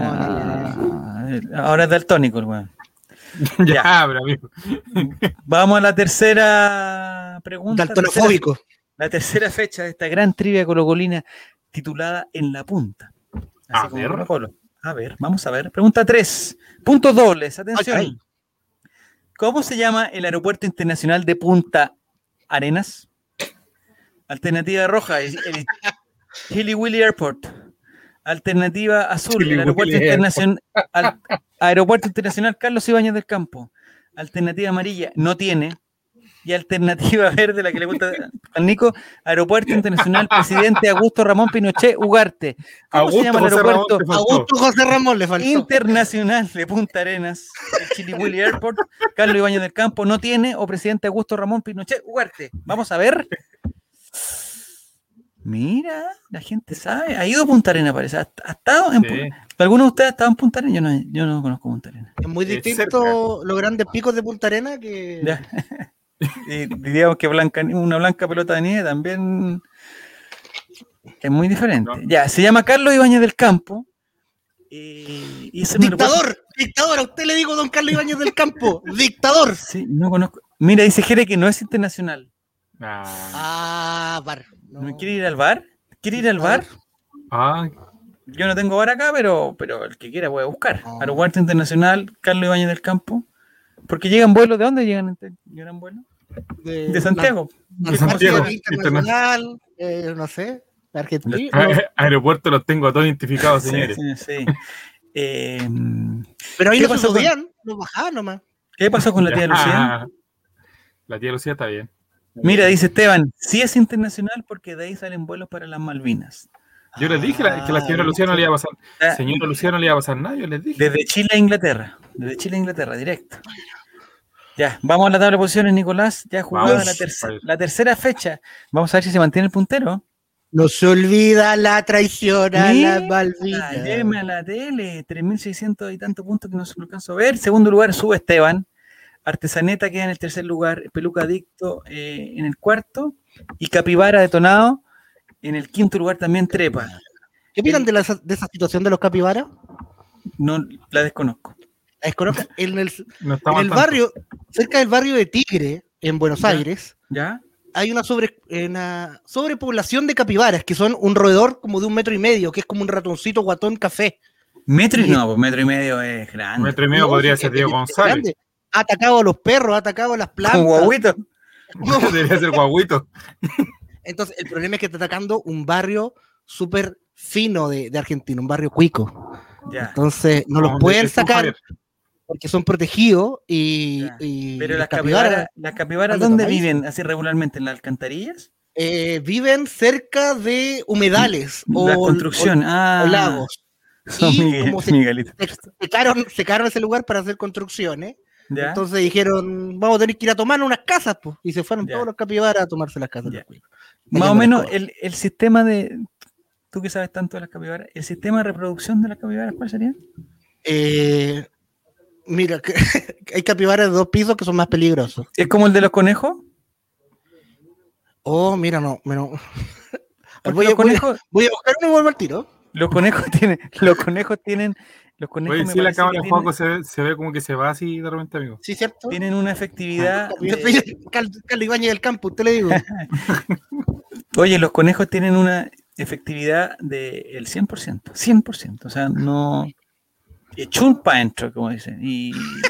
Ahora es daltónico el weón. Ya, pero amigo. Vamos a la tercera pregunta. Daltonofóbico. La tercera fecha de esta gran trivia colocolina titulada En la Punta. Así como Colo Colo. A ver, vamos a ver. Pregunta 3. Puntos dobles. Atención. Okay. ¿Cómo se llama el aeropuerto internacional de Punta Arenas? Alternativa roja, el Hilly Willy Airport. Alternativa azul, el Aeropuerto Internacional Carlos Ibáñez del Campo. Alternativa amarilla, no tiene. Y alternativa verde, la que le gusta al Nico, Aeropuerto Internacional Presidente Augusto Ramón Pinochet Ugarte. ¿Cómo se llama el aeropuerto? Augusto José Ramón le faltó. Internacional de Punta Arenas, el Chili Willy Airport, Carlos Ibáñez del Campo, no tiene, o Presidente Augusto Ramón Pinochet Ugarte. Vamos a ver. Mira, la gente sabe. Ha ido a Punta Arenas, parece. ¿Ha estado en ¿Alguno de ustedes ha estado en Punta Arenas? Yo no conozco Punta Arenas. Es muy distinto los grandes picos de Punta Arenas que... Ya. Y diríamos que una blanca pelota de nieve también es muy diferente. No. Ya, se llama Carlos Ibáñez del Campo. Dictador, a usted le digo don Carlos Ibáñez del Campo, dictador. Sí, no conozco. Mira, dice Jere que no es internacional. Bar. No. ¿Quiere ir al bar? ¿Quiere ir al bar? Yo no tengo bar acá, pero el que quiera puede buscar. Aeropuerto Internacional, Carlos Ibáñez del Campo. Porque llegan vuelos, ¿de dónde llegan vuelos? De Santiago. De Santiago Internacional, no sé, de Argentina. Aeropuertos los tengo todos identificados, señores. Sí. Pero ahí no se subían, los bajaban nomás. ¿Qué pasó con la tía Lucía? La tía Lucía está bien. Mira, dice Esteban, sí es internacional porque de ahí salen vuelos para las Malvinas. Yo les dije que la señora Lucía no le iba a pasar. Señora Lucía no le iba a pasar nada, yo les dije. Desde Chile a Inglaterra, directo. Ya, vamos a la tabla de posiciones, Nicolás. Ya jugada la tercera fecha. Vamos a ver si se mantiene el puntero. No se olvida la traición a las Malvinas. Lléveme a la tele, 3.600 y tantos puntos que no se lo alcanzo a ver. Segundo lugar, Sube Esteban. Artesaneta queda en el tercer lugar. Peluca Adicto en el cuarto. Y Capibara Detonado en el quinto lugar también trepa. ¿Qué opinan de esa situación de los capibaras? No, la desconozco. En el barrio, cerca del barrio de Tigre, en Buenos Aires, hay una sobrepoblación de capibaras, que son un roedor como de 1,5 metros, que es como un ratoncito guatón café. ¿Metro y no? Pues 1,5 metros es grande. 1,5 metros podría ser Diego González. Ha atacado a los perros, ha atacado a las plantas. ¿Un guaguito? No, debería ser guaguito. Entonces, el problema es que está atacando un barrio súper fino de Argentina, un barrio cuico. Entonces, no los pueden sacar porque son protegidos y pero las capibaras ¿dónde viven así regularmente? ¿En las alcantarillas? viven cerca de humedales la construcción, o lagos. Y como secaron ese lugar para hacer construcciones, ¿ya? Entonces dijeron, vamos a tener que ir a tomar unas casas, pues, y se fueron todos los capibaras a tomarse las casas. Más o menos el sistema de, tú que sabes tanto de las capibaras, el sistema de reproducción de las capibaras, ¿cuál sería? Mira, hay capibaras de 2 pisos que son más peligrosos. ¿Es como el de los conejos? Oh, mira, no. Voy a buscar uno y vuelvo al tiro. Los conejos tienen. Oye, sí, la cámara de Juaco se ve como que se va así de repente, amigo. Sí, ¿cierto? Tienen una efectividad. Yo soy Carlos Ibáñez del campo, usted le digo. Oye, los conejos tienen una efectividad del 100%. 100%. O sea, no. Chumpa adentro, como dicen. Y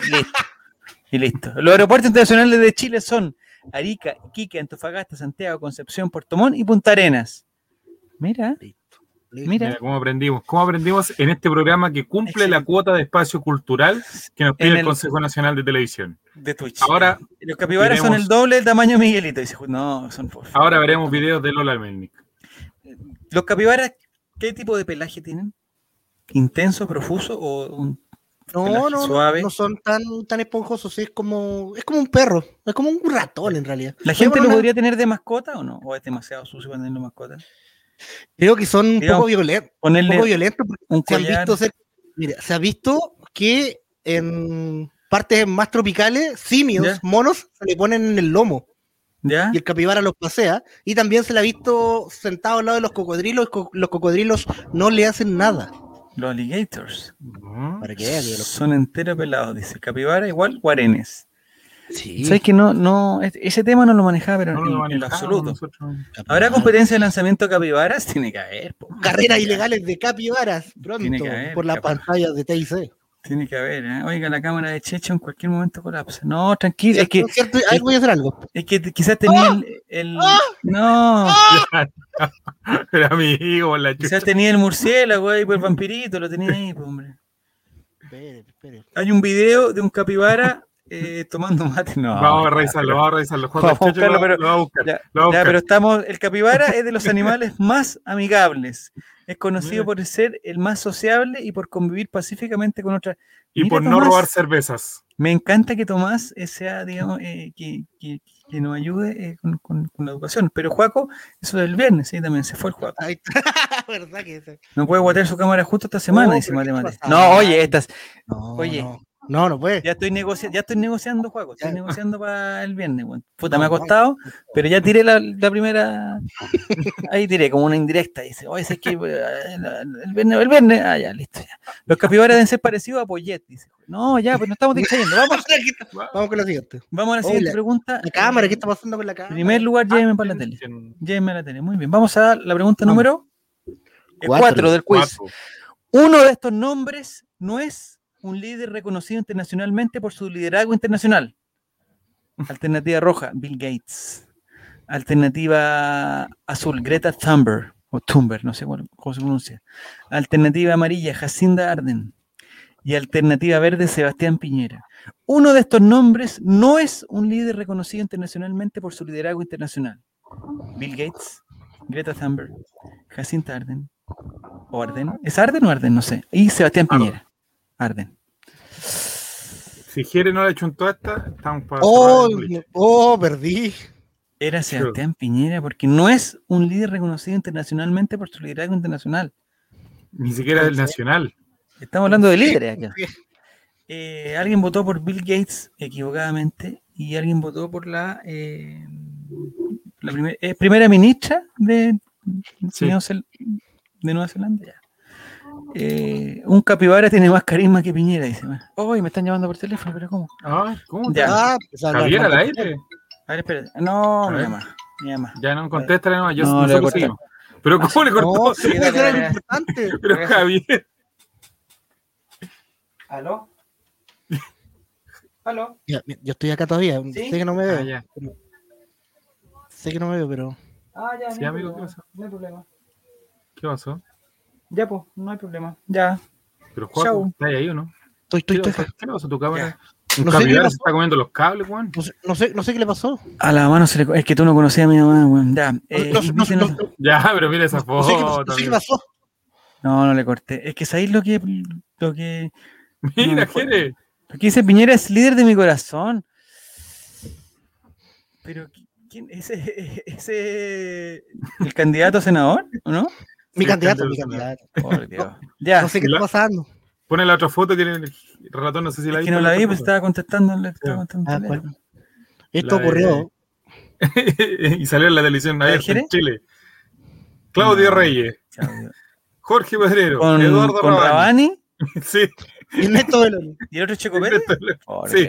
listo. Los aeropuertos internacionales de Chile son Arica, Iquique, Antofagasta, Santiago, Concepción, Puerto Montt y Punta Arenas. Mira. Mira cómo aprendimos en este programa que cumple la cuota de espacio cultural que nos pide el Consejo Nacional de Televisión. De Twitch. Ahora los capibaras son el doble del tamaño de Miguelito. Dice, no, son ahora veremos videos de Lola Melnik. Los capibaras, ¿qué tipo de pelaje tienen? ¿Intenso, profuso o un suave? No son tan esponjosos, es como un perro, es como un ratón en realidad. ¿La gente lo podría tener de mascota o no? ¿O es demasiado sucio para tenerlo mascota? Creo que son un poco violentos porque se ha visto que en partes más tropicales, simios, monos, se le ponen en el lomo. ¿Ya? Y el capibara los pasea. Y también se le ha visto sentado al lado de los cocodrilos. Los cocodrilos no le hacen nada. Los alligators. ¿Para qué? Son enteros pelados, dice. Capibara igual guarenes. Sí. ¿Sabes que no? Ese tema no lo manejaba, pero en lo absoluto. ¿Habrá competencia de lanzamiento de capibaras? Tiene que haber. Carreras ilegales de capibaras pronto por las pantallas de TIC. Tiene que haber, ¿eh? Oiga, la cámara de Checho en cualquier momento colapsa. No, tranquilo. Es que, voy a hacer algo. Es que quizás tenía No. Pero amigo, quizás tenía el murciélago ahí, pues el vampirito, lo tenía ahí, pues, hombre. Espere. Hay un video de un capibara tomando mate. No, vamos a revisarlo. Vamos a buscarlo, pero el capibara es de los animales más amigables. Es conocido por ser el más sociable y por convivir pacíficamente con otras. Y por no robar cervezas. Me encanta que Tomás sea, digamos, que nos ayude con la educación. Pero Juaco, eso del viernes, sí, también se fue el Juaco. ¿Verdad que no puede guardar su cámara justo esta semana, dice matemáticas. No, oye, No puede. Ya estoy negociando, Juaco. Estoy negociando para el viernes, güey. Puta, me ha costado, pero ya tiré la primera. Ahí tiré como una indirecta. Dice, oye, es que el viernes. Ah, ya, listo. Ya. Los capibaras deben ser parecidos a Poyet, dice. No, ya, pues no estamos distrayendo. Vamos con la siguiente. Vamos a la siguiente pregunta. La cámara, ¿qué está pasando con la cámara? En primer lugar, llévenme para la tele. Llévenme a la tele. Muy bien. Vamos a la pregunta número 4 del quiz. Uno de estos nombres no es un líder reconocido internacionalmente por su liderazgo internacional. Alternativa roja, Bill Gates. Alternativa azul, Greta Thunberg, o Thunberg, no sé cómo se pronuncia. Alternativa amarilla, Jacinda Ardern. Y alternativa verde, Sebastián Piñera. Uno de estos nombres no es un líder reconocido internacionalmente por su liderazgo internacional. Bill Gates, Greta Thunberg, Jacinda Ardern, o Ardern. ¿Es Ardern o Ardern? No sé. Y Sebastián Piñera. Ardern. Si Jere no la chuntó esta, estamos para. Perdí. Era Sebastián Piñera, porque no es un líder reconocido internacionalmente por su liderazgo internacional. Ni siquiera del nacional. Estamos hablando de líderes acá. Alguien votó por Bill Gates equivocadamente y alguien votó por la primera ministra de Nueva Zelanda. Ya. Un capibara tiene más carisma que Piñera, dice. Hoy me están llamando por teléfono, pero ¿cómo? ¿Cómo? Ya. ¿Javier al aire? A ver, espérate. No, mi mamá. Ya no contesta, no, yo no lo seguimos. Pero ¿cómo le cortó? No, sí, era lo importante. Pero Javier. ¿Aló? Yo estoy acá todavía. ¿Sí? Sé que no me veo. Sé que no me veo, pero. Ya, sí, amigo, ¿qué pasó? No hay problema. ¿Qué pasó? Ya, pues, no hay problema. Ya. Pero Juan, ¿estás ahí o no? Estoy. ¿Qué le pasó a tu cámara? Un capibara se está comiendo los cables, Juan. No sé qué le pasó. A la mamá es que tú no conocías a mi mamá, Juan. Ya, ya, pero mira esa foto. No sé qué pasó. No le corté. Es que sabéis lo que Mira, Jere. Aquí dice Piñera es líder de mi corazón. Pero ¿quién? ¿Ese el candidato a senador, o no? Mi candidato. Por Dios. Ya. No sé qué está pasando. Pone la otra foto que tiene el ratón, no sé si la vi. Que no la vi, pues estaba contestando. Esto ocurrió. Y salió en la televisión abierta en Chile. Claudio Reyes. Jorge Pedrero. Eduardo Rabani. Sí. Y Ernesto Beloni. ¿Y el otro Checo Pérez? Sí.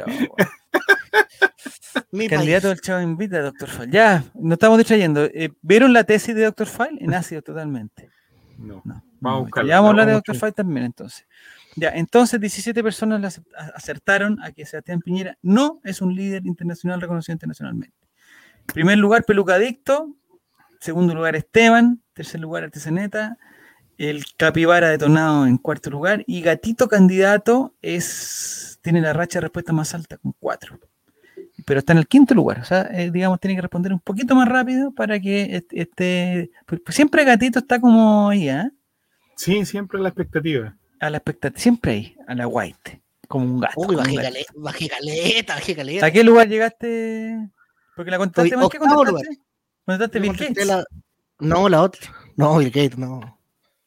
Candidato del Chavo Invita, Dr. Fall. Ya, nos estamos distrayendo. ¿Vieron la tesis de Dr. Fall? En ácido totalmente. No. Vamos a buscarla. Ya vamos a hablar de Dr. Fall también, entonces. Ya, entonces 17 personas acertaron a que Sebastián Piñera no es un líder internacional reconocido internacionalmente. En primer lugar, Pelucadicto. Segundo lugar, Esteban. Tercer lugar, Artesaneta. El Capibara detonado en cuarto lugar. Y Gatito candidato tiene la racha de respuesta más alta, con 4. Pero está en el quinto lugar. O sea, digamos, tiene que responder un poquito más rápido para que pues siempre Gatito está como ahí, ¿eh? Sí, siempre a la expectativa. A la expectativa, siempre ahí, a la white, como un gato. Uy, bajé caleta. ¿A qué lugar llegaste? Porque la contestaste más que contestaste. ¿Contestaste Bill Gates? No, la otra. No, Bill Gates, no.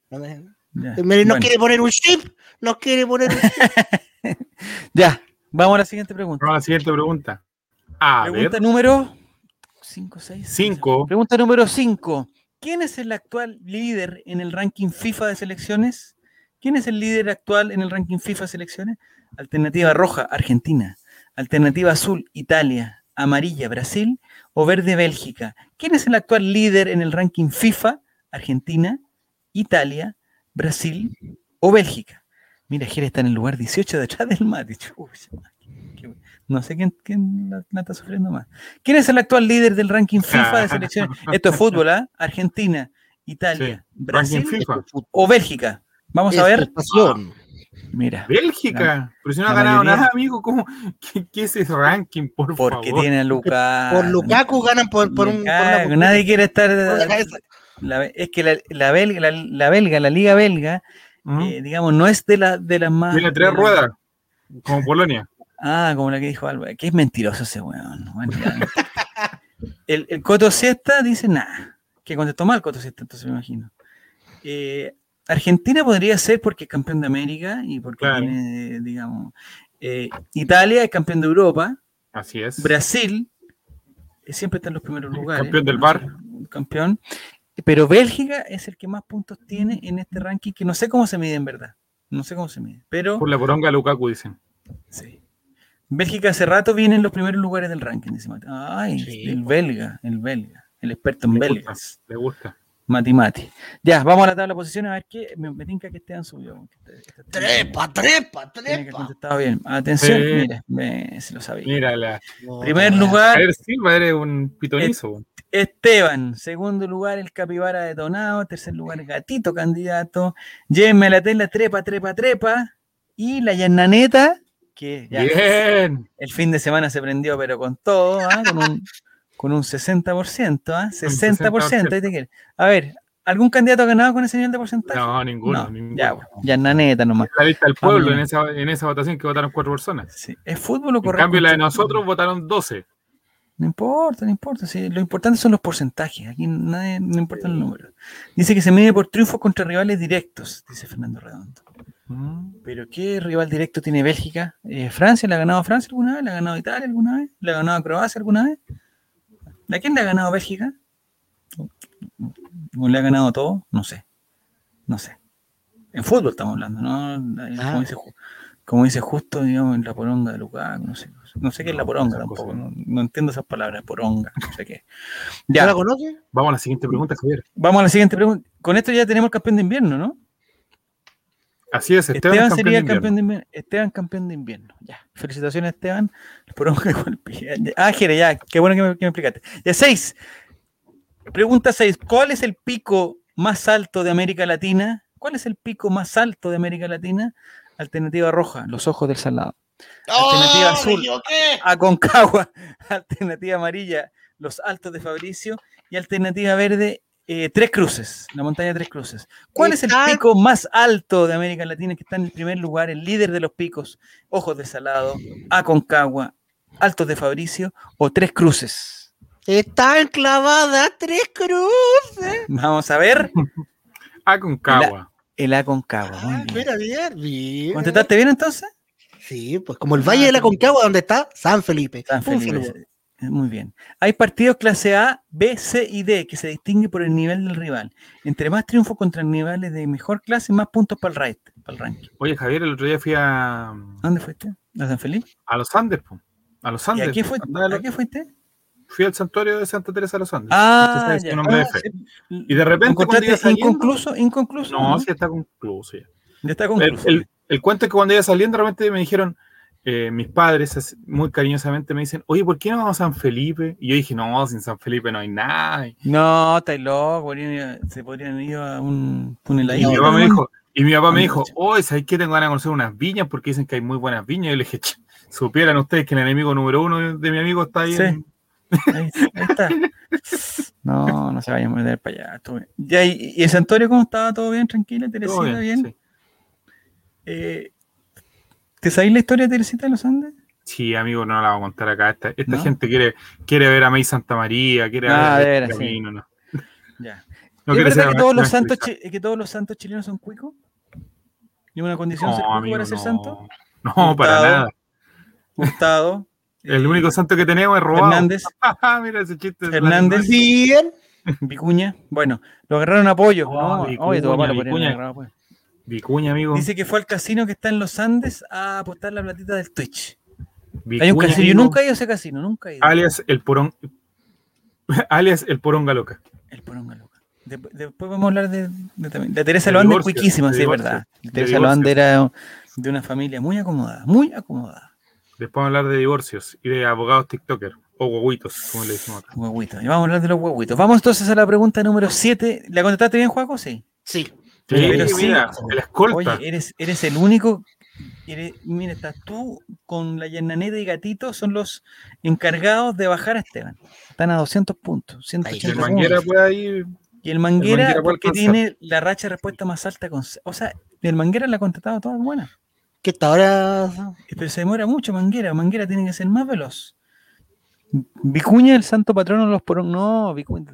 No quiere poner un chip. No quiere poner un chip. Ya, vamos a la siguiente pregunta. Vamos a la siguiente pregunta. Pregunta número 5. Pregunta número 5. ¿Quién es el actual líder en el ranking FIFA de selecciones? ¿Quién es el líder actual en el ranking FIFA de selecciones? Alternativa roja, Argentina. Alternativa azul, Italia. Amarilla, Brasil. O verde, Bélgica. ¿Quién es el actual líder en el ranking FIFA? Argentina, Italia, Brasil o Bélgica. Mira, Jere está en el lugar 18 detrás del Mati. No sé quién la está sufriendo más. ¿Quién es el actual líder del ranking FIFA de selecciones? Esto es fútbol, ¿eh? Argentina, Italia, Brasil o Bélgica. Vamos a ver. Mira. Bélgica. Pero si no ha ganado nada, amigo. ¿Cómo? ¿Qué es ese ranking, por favor? Porque tiene a Lukaku. Por Lukaku ganan por nadie quiere estar. Es que la belga, la liga belga, digamos, no es de las más. Tiene 3 ruedas, como Polonia. Como la que dijo Alba, que es mentiroso ese weón. El Coto Siesta dice nada, que contestó mal Coto Siesta, entonces me imagino. Argentina podría ser porque es campeón de América y porque tiene, digamos, Italia es campeón de Europa. Así es. Brasil siempre está en los primeros lugares. Campeón del VAR. Campeón. Pero Bélgica es el que más puntos tiene en este ranking, que no sé cómo se mide en verdad. No sé cómo se mide. Pero, por la poronga Lukaku, dicen. Sí. Bélgica hace rato viene en los primeros lugares del ranking, dice Mati. Sí. el belga, el experto en belgas. Le gusta. Mati. Ya, vamos a la tabla de posiciones a ver qué. Me tinca que Esteban subió. Trepa. Tiene que contestar bien. Atención, mira, se lo sabía. Mírala. Primer lugar. A ver, Silva, eres un pitonizo. Esteban, segundo lugar el Capibara detonado, tercer lugar Gatito candidato, llévenme a la tela, trepa, y la Yananeta, que ya bien. El fin de semana se prendió, pero con todo, con un 60%, 60%. A ver, ¿algún candidato ha ganado con ese nivel de porcentaje? No, ninguno. Ya, Yananeta nomás. La lista del pueblo en esa votación que votaron 4 personas. Sí. ¿Es fútbol o correcto? En cambio, la de nosotros votaron 12. No importa. Sí, lo importante son los porcentajes. Aquí no importan los números. Dice que se mide por triunfos contra rivales directos, dice Fernando Redondo. ¿Pero qué rival directo tiene Bélgica? ¿Francia? ¿Le ha ganado a Francia alguna vez? ¿Le ha ganado a Italia alguna vez? ¿Le ha ganado a Croacia alguna vez? ¿A quién le ha ganado a Bélgica? ¿O le ha ganado a todo? No sé. En fútbol estamos hablando, ¿no? Como dice justo, digamos, en la poronga de Lukaku, no sé qué es la poronga tampoco, no entiendo esas palabras, poronga, no sé qué. ¿Ya la conoces? Vamos a la siguiente pregunta, Javier. Vamos a la siguiente pregunta. Con esto ya tenemos el campeón de invierno, ¿no? Así es, Esteban sería el campeón de invierno. Esteban campeón de invierno. Ya. Felicitaciones, Esteban. Poronga Jere, ya, qué bueno que me explicaste. Ya, 6. Pregunta 6. ¿Cuál es el pico más alto de América Latina? ¿Cuál es el pico más alto de América Latina? Alternativa roja, los ojos del Salado. Alternativa azul, Aconcagua. Alternativa amarilla, los Altos de Fabricio. Y alternativa verde, Tres Cruces, la montaña Tres Cruces. ¿Cuál es el pico más alto de América Latina que está en el primer lugar, el líder de los picos? Ojos de Salado, Aconcagua, Altos de Fabricio o Tres Cruces. Está enclavada Tres Cruces. Vamos a ver. Aconcagua. El Aconcagua. Mira, bien. ¿Contestaste bien entonces? Sí, pues como el Valle de la Aconcagua, donde está San Felipe. Muy bien. Hay partidos clase A, B, C y D que se distinguen por el nivel del rival. Entre más triunfos contra rivales de mejor clase, más puntos para el ranking. Oye, Javier, el otro día fui a... ¿Dónde fuiste? ¿A San Felipe? A los Andes, po. A los Andes. ¿Y a qué fuiste? Fui al santuario de Santa Teresa de los Andes. Ya. Y de repente... ¿Inconcluso? No, sí está concluso ya. Ya está concluso. El cuento es que cuando iba saliendo, de repente me dijeron... mis padres muy cariñosamente me dicen, oye, ¿por qué no vamos a San Felipe? Y yo dije, no, sin San Felipe no hay nada. No, estáis loco, se podrían ir a un túnel ahí. Y mi papá me dijo, oye, ¿sabes qué? Tengo ganas de conocer unas viñas porque dicen que hay muy buenas viñas. Y yo le dije, supieran ustedes que el enemigo número 1 de mi amigo está ahí. Sí. Ahí está. No se vayan a meter para allá. Ya, ¿y el santuario cómo estaba? ¿Todo bien? ¿Tranquila? ¿Teresita bien? Sí. ¿Te sabéis la historia de Teresita de los Andes? Sí, amigo, no la voy a contar acá. Esta ¿no? Gente quiere ver a May Santa María, quiere ver el camino, ¿no? Ya. No ¿Es verdad que todos los santos chilenos son cuicos? ¿Y una condición ser cuico para ser santo? No, Gustavo, para nada. Gustavo. El único santo que tenemos es robado. Hernández. Mira ese chiste. Hernández. Bien. Vicuña. Bueno, lo agarraron a apoyo. Oye, tu papá lo Vicuña. agarrado a apoyo. Vicuña, amigo. Dice que fue al casino que está en los Andes a apostar la platita del Twitch. Vicuña, hay un casino. Amigo, yo nunca he ido a ese casino, nunca he ido. Alias el Poronga Loca. El Poronga Loca. Después vamos a hablar de Teresa Loande, es cuiquísima, sí, es verdad. Teresa Loande era de una familia muy acomodada, muy acomodada. Después vamos a hablar de divorcios y de abogados TikTokers, o huevitos, como le decimos acá. Huevitos, y vamos a hablar de los huevitos. Vamos entonces a la pregunta número 7. ¿La contestaste bien, Juaco? Sí. Sí. Pero mira, el escolta. Oye, eres el único. Mira, estás tú con la Yananeta y Gatito, son los encargados de bajar a Esteban. Están a 200 puntos. 180 el Manguera puede ir. Y el Manguera porque tiene la racha de respuesta más alta. O sea, el Manguera la ha contestado todas buenas. Que está ahora. Pero se demora mucho, Manguera. Manguera tiene que ser más veloz. Vicuña, el santo patrono de los porongas. No, Vicuña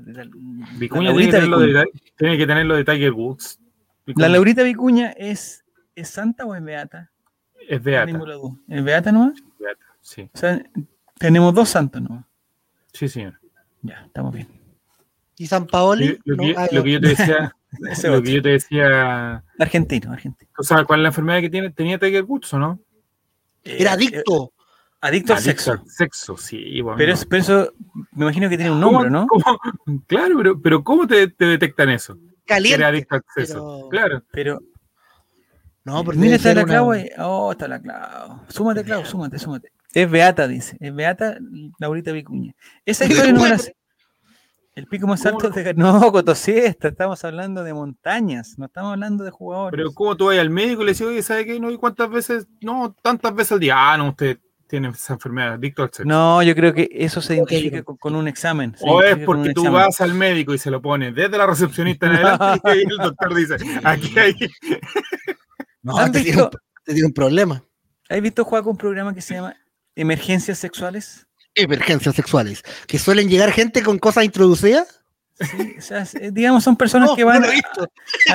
tiene que tener lo de Tiger Woods. ¿La Laurita Vicuña es santa o es beata? Es beata. ¿Es beata nomás? Beata, sí. O sea, tenemos 2 santos nomás. Sí, señor. Ya, estamos bien. ¿Y San Paoli? Lo que yo te decía... lo que yo te decía... Argentino. ¿Tú sabes cuál es la enfermedad que tenía Tiger Woods o no? Era adicto. Adicto al sexo. Al sexo, sí. Bueno, pero eso me imagino que tiene un nombre, ¿no? Claro, pero ¿cómo te detectan eso? Caliente. Era adicto al sexo. Claro. Pero... No, porque mira, está la Clau. Está la Clau. Súmate, Clau, súmate. Es beata, dice. Es beata Laurita Vicuña. Esa historia no me la sé. El pico más alto de... No, Cotosiesta, estamos hablando de montañas, no estamos hablando de jugadores. Pero ¿cómo tú vas al médico y le dices, oye, ¿sabe qué? No, ¿y cuántas veces? No, tantas veces al día. No, usted tiene esa enfermedad, adicto al sexo. No, yo creo que eso se identifica con un examen. O es porque tú vas al médico y se lo pones desde la recepcionista en adelante y el doctor dice, aquí hay... No, te tiene un problema. ¿Has visto jugar con un programa que se llama Emergencias Sexuales? Emergencias sexuales. Que suelen llegar gente con cosas introducidas. Sí, o sea, digamos, son personas que van. No lo he visto.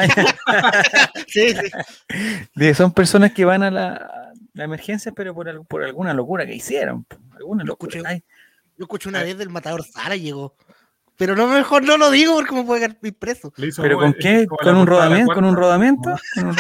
Sí. Son personas que van a la emergencia, pero por alguna locura que hicieron. Alguna locura. Yo escuché una vez del matador Sara llegó. Pero mejor no lo digo porque me puede quedar preso. ¿Pero con qué? ¿Con un rodamiento? ¿Con un rodamiento?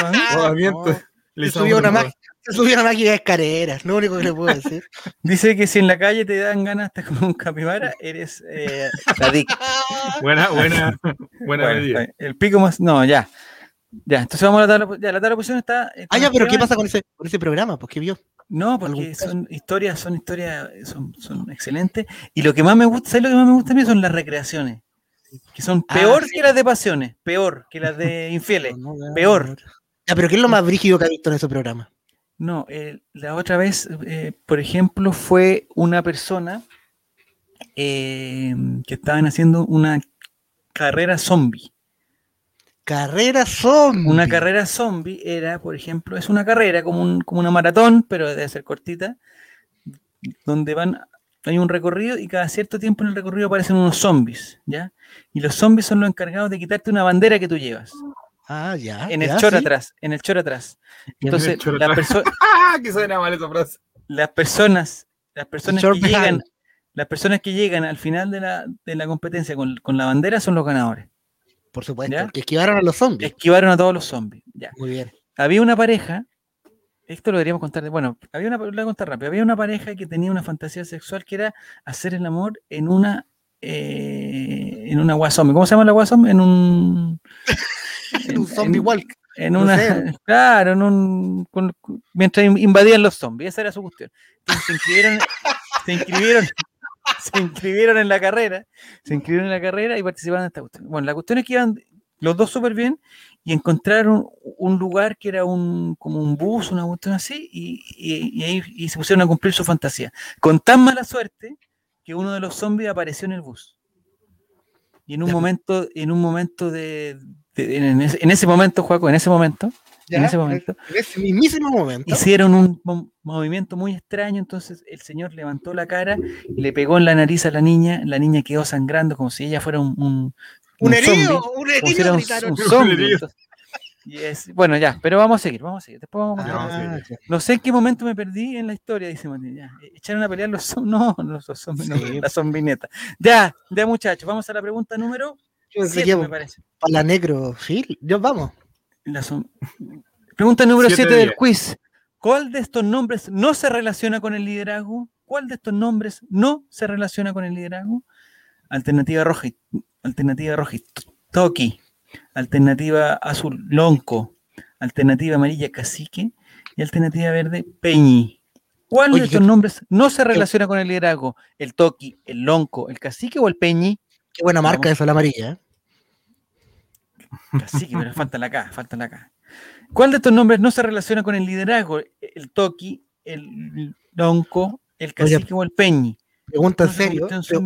Se subió una máquina de escaleras, lo único que le puedo decir. Dice que si en la calle te dan ganas hasta con un capibara, eres adicto. Buena medida. El pico más... No, ya. Entonces vamos a la tabla. Ya, la tabla de posición está... pero ¿qué pasa con ese programa? Pues, ¿qué vio? No, porque son historias excelentes. Y lo que más me gusta, ¿sabes lo que más me gusta a mí? Son las recreaciones. Que son peor que las de pasiones, peor que las de infieles, peor. Ya, pero ¿qué es lo más brígido que ha visto en ese programa? No, la otra vez, por ejemplo, fue una persona que estaban haciendo una carrera zombie. Carrera zombie. Una carrera zombie era, por ejemplo, es una carrera como una maratón, pero debe ser cortita, donde hay un recorrido y cada cierto tiempo en el recorrido aparecen unos zombies, ¿ya? Y los zombies son los encargados de quitarte una bandera que tú llevas. Ah, ya. En el chor atrás, en el chor atrás. Entonces, que suena mal esa frase. Las personas que llegan al final de la competencia con la bandera son los ganadores. Por supuesto, ¿ya? Que esquivaron a los zombies. Esquivaron a todos los zombies. Ya. Muy bien. Había una pareja, esto lo deberíamos contar, bueno, lo voy a contar rápido. Había una pareja que tenía una fantasía sexual que era hacer el amor en una guasome. ¿Cómo se llama la guasome? En un zombie walk. Claro, mientras invadían los zombies. Esa era su cuestión. Entonces se inscribieron en la carrera, y participaron en esta cuestión. Bueno, la cuestión es que iban los dos súper bien y encontraron un lugar que era como un bus, una cuestión así, y ahí se pusieron a cumplir su fantasía. Con tan mala suerte que uno de los zombies apareció en el bus. Y en ese momento, Joaco, en ese mismísimo momento, hicieron un movimiento muy extraño. Entonces el señor levantó la cara y le pegó en la nariz a la niña quedó sangrando como si ella fuera un herido, un zombie. Bueno, ya, pero vamos a seguir. Después vamos a seguir. No sé en qué momento me perdí en la historia, dice Martín. Ya, echaron a pelear los zombies. No, los zombies, sí. No, la zombineta. Ya, muchachos, vamos a la pregunta número 7, me parece. Para la negro, sí, vamos. Pregunta número 7 del quiz. ¿Cuál de estos nombres no se relaciona con el liderazgo? Alternativa roja, Toki. Alternativa azul, Lonco. Alternativa amarilla, Cacique. Y alternativa verde, Peñi. ¿Cuál de estos nombres no se relaciona con el liderazgo? ¿El Toki, el Lonco, el Cacique o el Peñi? Qué buena marca esa, la amarilla. Cacique, pero falta la K. ¿Cuál de estos nombres no se relaciona con el liderazgo? ¿El Toki, el Lonco, el Cacique o el Peñi? Pregunta en serio.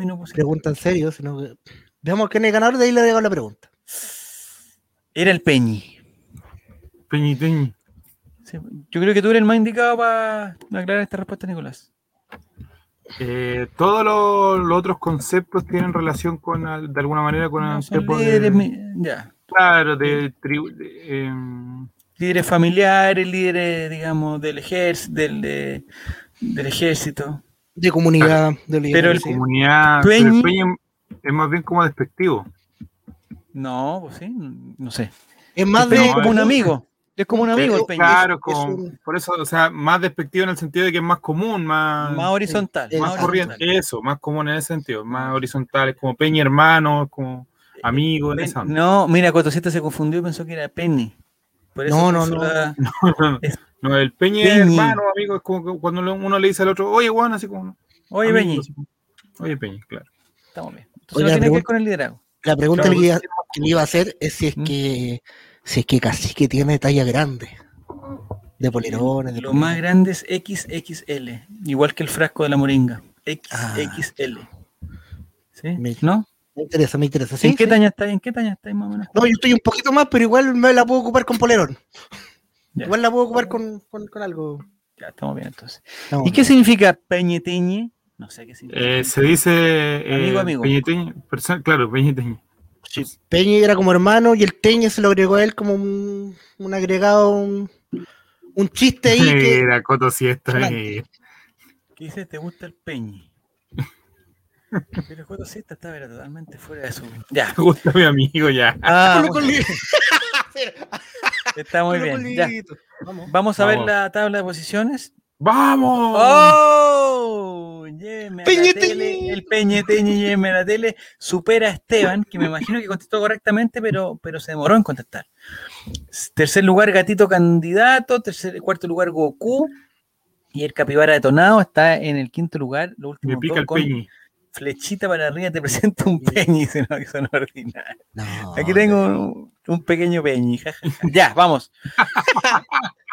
Veamos quién es el ganador, de ahí le dejo la pregunta. Era el Peñi. Peñi. Sí, yo creo que tú eres el más indicado para aclarar esta respuesta, Nicolás. Todos los otros conceptos tienen relación de alguna manera con el tipo ya. Claro, de tribu. Líderes familiares, líderes, digamos, del ejército. De comunidad. Pero el comunidad. Pero el Peñi es más bien como despectivo. No, pues sí, no sé. Es más como un amigo. Es como un amigo el Peñi. Claro, por eso, o sea, más despectivo en el sentido de que es más común, más horizontal. Más corriente. Eso, más común en ese sentido, más horizontal. Es como Peñi hermano, como amigo. En esa. No, mira, Cotoseta se confundió y pensó que era Penny. Por eso no, el Peñi es hermano, amigo, es como cuando uno le dice al otro, oye, Juan, así como. Oye, Peñi. Oye, Peñi, claro. Estamos bien. Entonces no tiene que ver con el liderazgo. La pregunta que le iba a hacer es si es que Cacique tiene talla grande. De polerones. Lo más grande es XXL. Igual que el frasco de la moringa. XXL. ¿Sí? ¿No? Me interesa. ¿Sí? ¿En qué talla estáis más o menos? No, yo estoy un poquito más, pero igual me la puedo ocupar con polerón. Ya. Igual la puedo ocupar con algo. Ya, estamos bien entonces. ¿Y qué significa peñeteñe? No sé qué significa. Se dice amigo. Peñeteñe, claro, Peñeteñe. Sí, Peñi era como hermano y el Teñe se lo agregó a él como un agregado, un chiste ahí. Mira, Coto Siesta. ¿Qué dice? ¿Te gusta el Peñi? Pero Coto Siesta está totalmente fuera de su. Ya. Me gusta mi amigo ya. Está muy bien. Ya. Vamos a ver la tabla de posiciones. ¡Vamos! ¡Oh! Lléveme a la tele. El Peñeteñi, lléveme a la tele. Supera a Esteban, que me imagino que contestó correctamente, pero se demoró en contestar. Tercer lugar, Gatito Candidato. Cuarto lugar, Goku. Y el Capibara Detonado está en el quinto lugar. Lo último, me pica el Peñi. Flechita para arriba, te presento un Peñi, sino que son ordinarios. Aquí tengo un pequeño Peñi. Ya, vamos.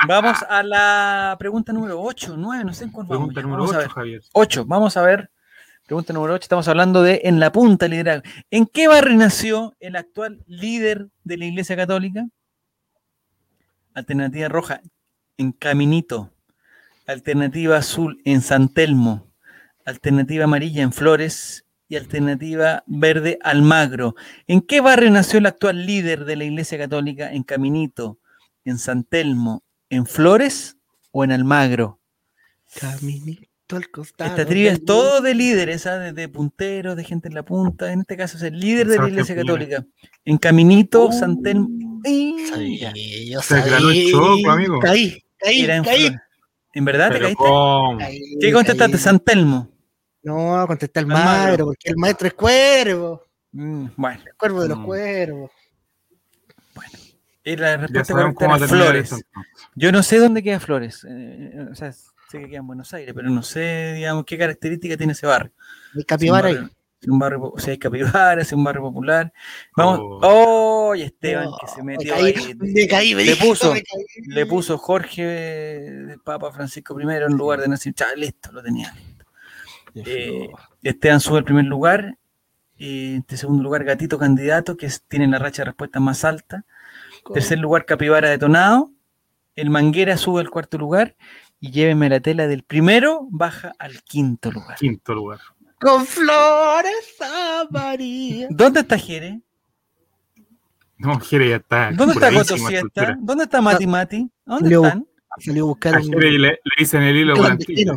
Vamos a la pregunta número 8, 9, no sé en cuál vamos. Pregunta número 8, Javier. 8, vamos a ver. Pregunta número 8, estamos hablando de En la Punta liderazgo. ¿En qué barrio nació el actual líder de la Iglesia Católica? Alternativa roja, en Caminito. Alternativa azul, en San Telmo. Alternativa amarilla, en Flores. Y alternativa verde, Almagro. ¿En qué barrio nació el actual líder de la Iglesia Católica? ¿En Caminito, en San Telmo, en Flores o en Almagro? Caminito al costado. Esta trivia es todo de líderes, ¿sabes? De punteros, de gente en la punta. En este caso es el líder de la Iglesia Católica. En Caminito, San Telmo. Se ganó el choco, amigo. Caí. ¿En verdad te caíste? ¿Qué contestaste? San Telmo. No, contesté Almagro, porque el maestro es Cuervo. Bueno. El Cuervo de los Cuervos. Bueno. Y la respuesta correcta era Flores. Yo no sé dónde queda Flores. O sea, sé que queda en Buenos Aires, pero no sé, digamos, qué característica tiene ese barrio. Hay capibara ahí. Un barrio, si hay capibara, es un barrio popular. Vamos. Esteban, que se metió ahí. Le puso Jorge de Papa Francisco I en lugar de nacer. Listo, lo tenía. Esteban sube al primer lugar. En segundo lugar, Gatito Candidato, que tiene la racha de respuesta más alta. Tercer lugar, Capibara Detonado. El Manguera sube al cuarto lugar. Y Lléveme la tela del primero, baja al quinto lugar. Con flores amarillas. ¿Dónde está Jere? No, Jere ya está. ¿Dónde está Coto Siesta? ¿Dónde está Mati? ¿Dónde están? Salió a buscar a Jere y le dicen el hilo volantino.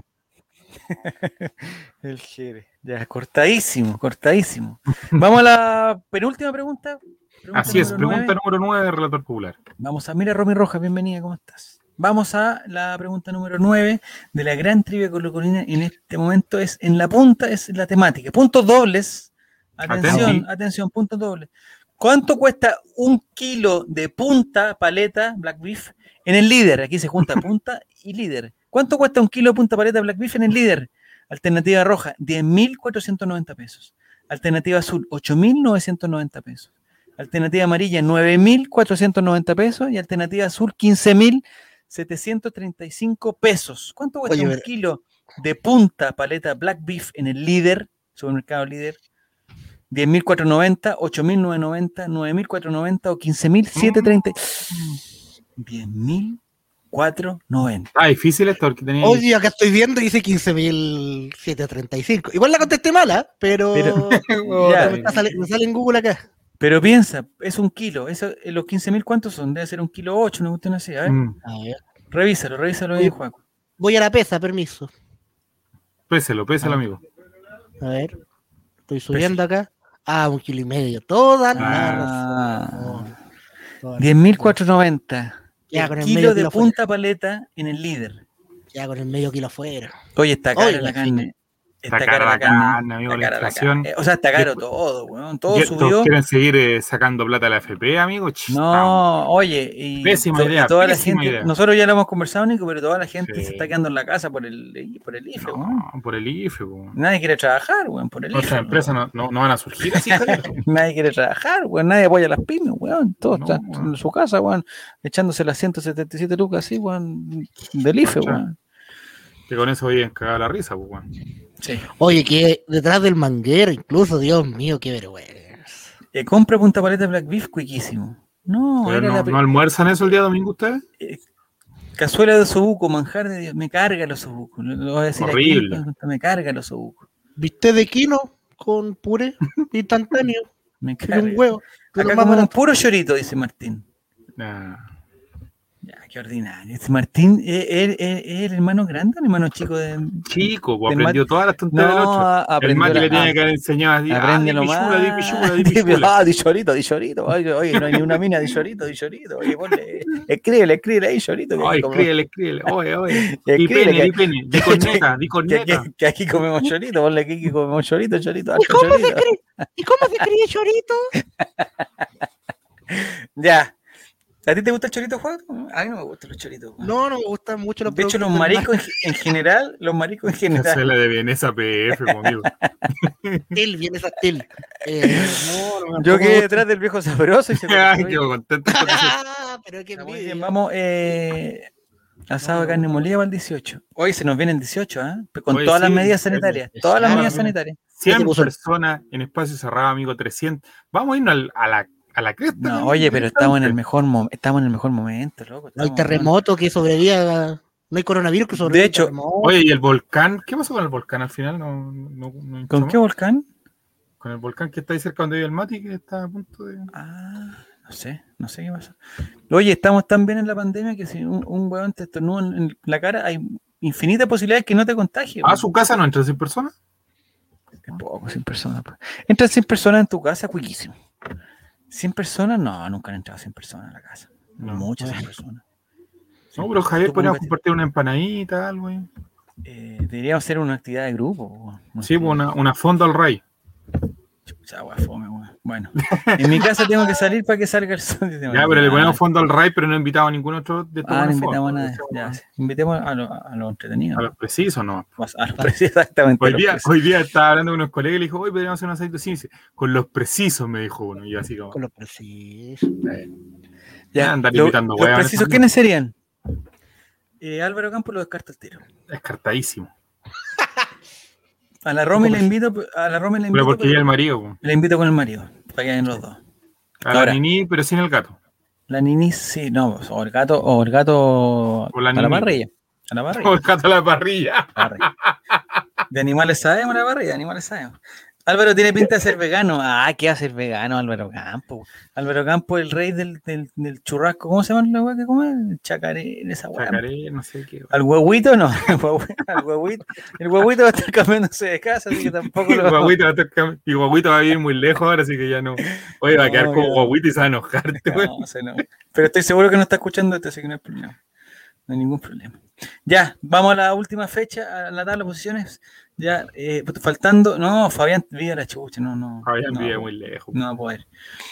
El Jere. Ya, cortadísimo. Vamos a la penúltima pregunta. Así es, pregunta número 9 de Relator Popular. Vamos a, mira, Romy Rojas, bienvenida, ¿cómo estás? Vamos a la pregunta número 9 de la gran trivia colocolina. En este momento es en la punta, es la temática. Puntos dobles. Atención, puntos dobles. ¿Cuánto cuesta 1 kilo de punta paleta Black Beef en el líder? Aquí se junta punta y líder. ¿Cuánto cuesta 1 kilo de punta paleta Black Beef en el líder? Alternativa roja, 10.490 pesos. Alternativa azul, 8.990 pesos. Alternativa amarilla, 9.490 pesos. Y alternativa azul, 15.735 pesos. ¿Cuánto cuesta un kilo de punta paleta Black Beef en el líder, supermercado líder? 10.490, 8.990, 9.490 o 15.730. 10.490. Difícil esto porque tenía. Oye, acá estoy viendo y dice 15.735. Igual la contesté mala, pero me sale en Google acá. Pero piensa, es 1 kilo. Eso, los 15.000, ¿cuántos son? Debe ser 1,8 kilos, una cuestión así. A ver. Revísalo ahí, Juaco. Voy a la pesa, permiso. Péselo, amigo. A ver. Estoy subiendo acá. 1,5 kilos. Toda la 10.490. Ya con el kilo de punta paleta en el líder. Ya con el medio kilo afuera. Oye, está cara la carne. Está cara la carne, amigo, la inflación. O sea, está caro todo, weón. Todo subió. ¿Quieren seguir sacando plata a la FP, amigo? No, oye, y pésima idea, toda la gente, idea. Nosotros ya lo hemos conversado, Nico, pero toda la gente se está quedando en la casa por el IFE, weón. No, por el IFE, weón. Nadie quiere trabajar, weón, por el IFE. Nuestras empresas no van a surgir así. Nadie quiere trabajar, weón. Nadie apoya a las pymes, weón. Todos están en su casa, weón, echándose las 177 lucas así, weón, del IFE, weón. Que con eso vienen cagado la risa, weón. Sí. Oye, que detrás del Manguero, incluso, Dios mío, qué vergüenza. Compra punta paleta Black Beef, cuiquísimo. No, ¿No almuerzan eso el día domingo ustedes? Cazuela de osobuco, manjar de Dios, me carga los osobucos. Lo voy a decir horrible. Aquí, me carga los osobucos. ¿Viste de quino con puré instantáneo? Me carga. Un huevo. Acá como un puro chorito, dice Martín. Ya, qué ordinario. Martín, ¿es el hermano grande o el hermano chico? Chico, aprendió todas las tonterías del otro. El Mati le tiene que haber enseñado así. Aprende nomás. Di chorito. Oye, no hay ni una mina de chorito. Oye, ponle, escríbele ahí, chorito. Escríbele. Oye. Di pene. Di corneta. Que aquí comemos chorito. Ponle que aquí comemos chorito. ¿Y cómo se escribe chorito? Ya. ¿A ti te gusta el chorito, Juan? A mí no me gustan los choritos. No me gustan mucho los productos. De hecho, los mariscos en general. Esa es la de Vienesa PF, conmigo. Vienesa Tel. Yo quedé detrás del viejo sabroso y se quedo contento. Pero qué bien, vamos. Asado de carne molida para el 18. Hoy se nos viene el 18, con todas las medidas sanitarias. Todas las medidas sanitarias. 100 personas en espacio cerrado, amigo, 300. Vamos a irnos a la cresta. No, oye, pero estamos en el mejor momento, loco. No hay terremoto que sobreviva. No hay coronavirus que sobreviva. De hecho, oye, ¿y el volcán? ¿Qué pasó con el volcán al final? ¿Con qué volcán? Con el volcán que está ahí cerca donde vive el Mati, que está a punto de... No sé qué pasa. Oye, estamos tan bien en la pandemia que si un huevón te estornuda en la cara, hay infinitas posibilidades que no te contagie. ¿A su casa no entran 100 personas? Es poco, 100 personas. Entran 100 personas en tu casa, cuiquísimo. 100 personas, no, nunca han entrado 100 personas a la casa. No. Muchas 100 personas. No, pero Javier, podríamos compartir una empanadita, algo. Deberíamos hacer una actividad de grupo. Sí, una fonda al rey. Bueno, en mi casa tengo que salir para que salga el sol. Ya, pero le ponemos fondo al Ray, pero no invitamos a ningún otro de todos. No invitamos a nadie. Ya, invitemos a los entretenidos. A los precisos, ¿no? A los precisos, exactamente. Hoy día estaba hablando con unos colegas y le dijo, hoy podríamos hacer un aceite así. Con los precisos, me dijo uno. Y así como. Con los precisos. Ya, andar invitando ¿Los precisos quiénes serían? Álvaro Campos lo descarta el tiro. Descartadísimo. A la Romy le invito. Pero porque ya el marido. Le invito con el marido, para que vayan los dos. La Nini, pero sin el gato. La Nini, sí, no, o el gato a la parrilla. O el gato a la parrilla. De animales sabemos la parrilla, de animales sabemos. Álvaro tiene pinta de ser vegano. ¿Qué va a ser vegano Álvaro Campos? Álvaro Campos, el rey del churrasco. ¿Cómo se llama la hueá que come? El chacaré, esa hueá. Chacaré, no sé qué. ¿Al huevuito? No, el huevuito va a estar cambiándose de casa, así que tampoco lo... El huevuito va a vivir muy lejos ahora, así que ya no. Oye, va a quedar como huevuito y se va a enojar. No. Pero estoy seguro que no está escuchando esto, así que no hay problema. No hay ningún problema. Ya, vamos a la última fecha, a la tabla de posiciones. Ya, faltando. No, Fabián vive la chucha. No. Fabián vive muy lejos. No va a poder.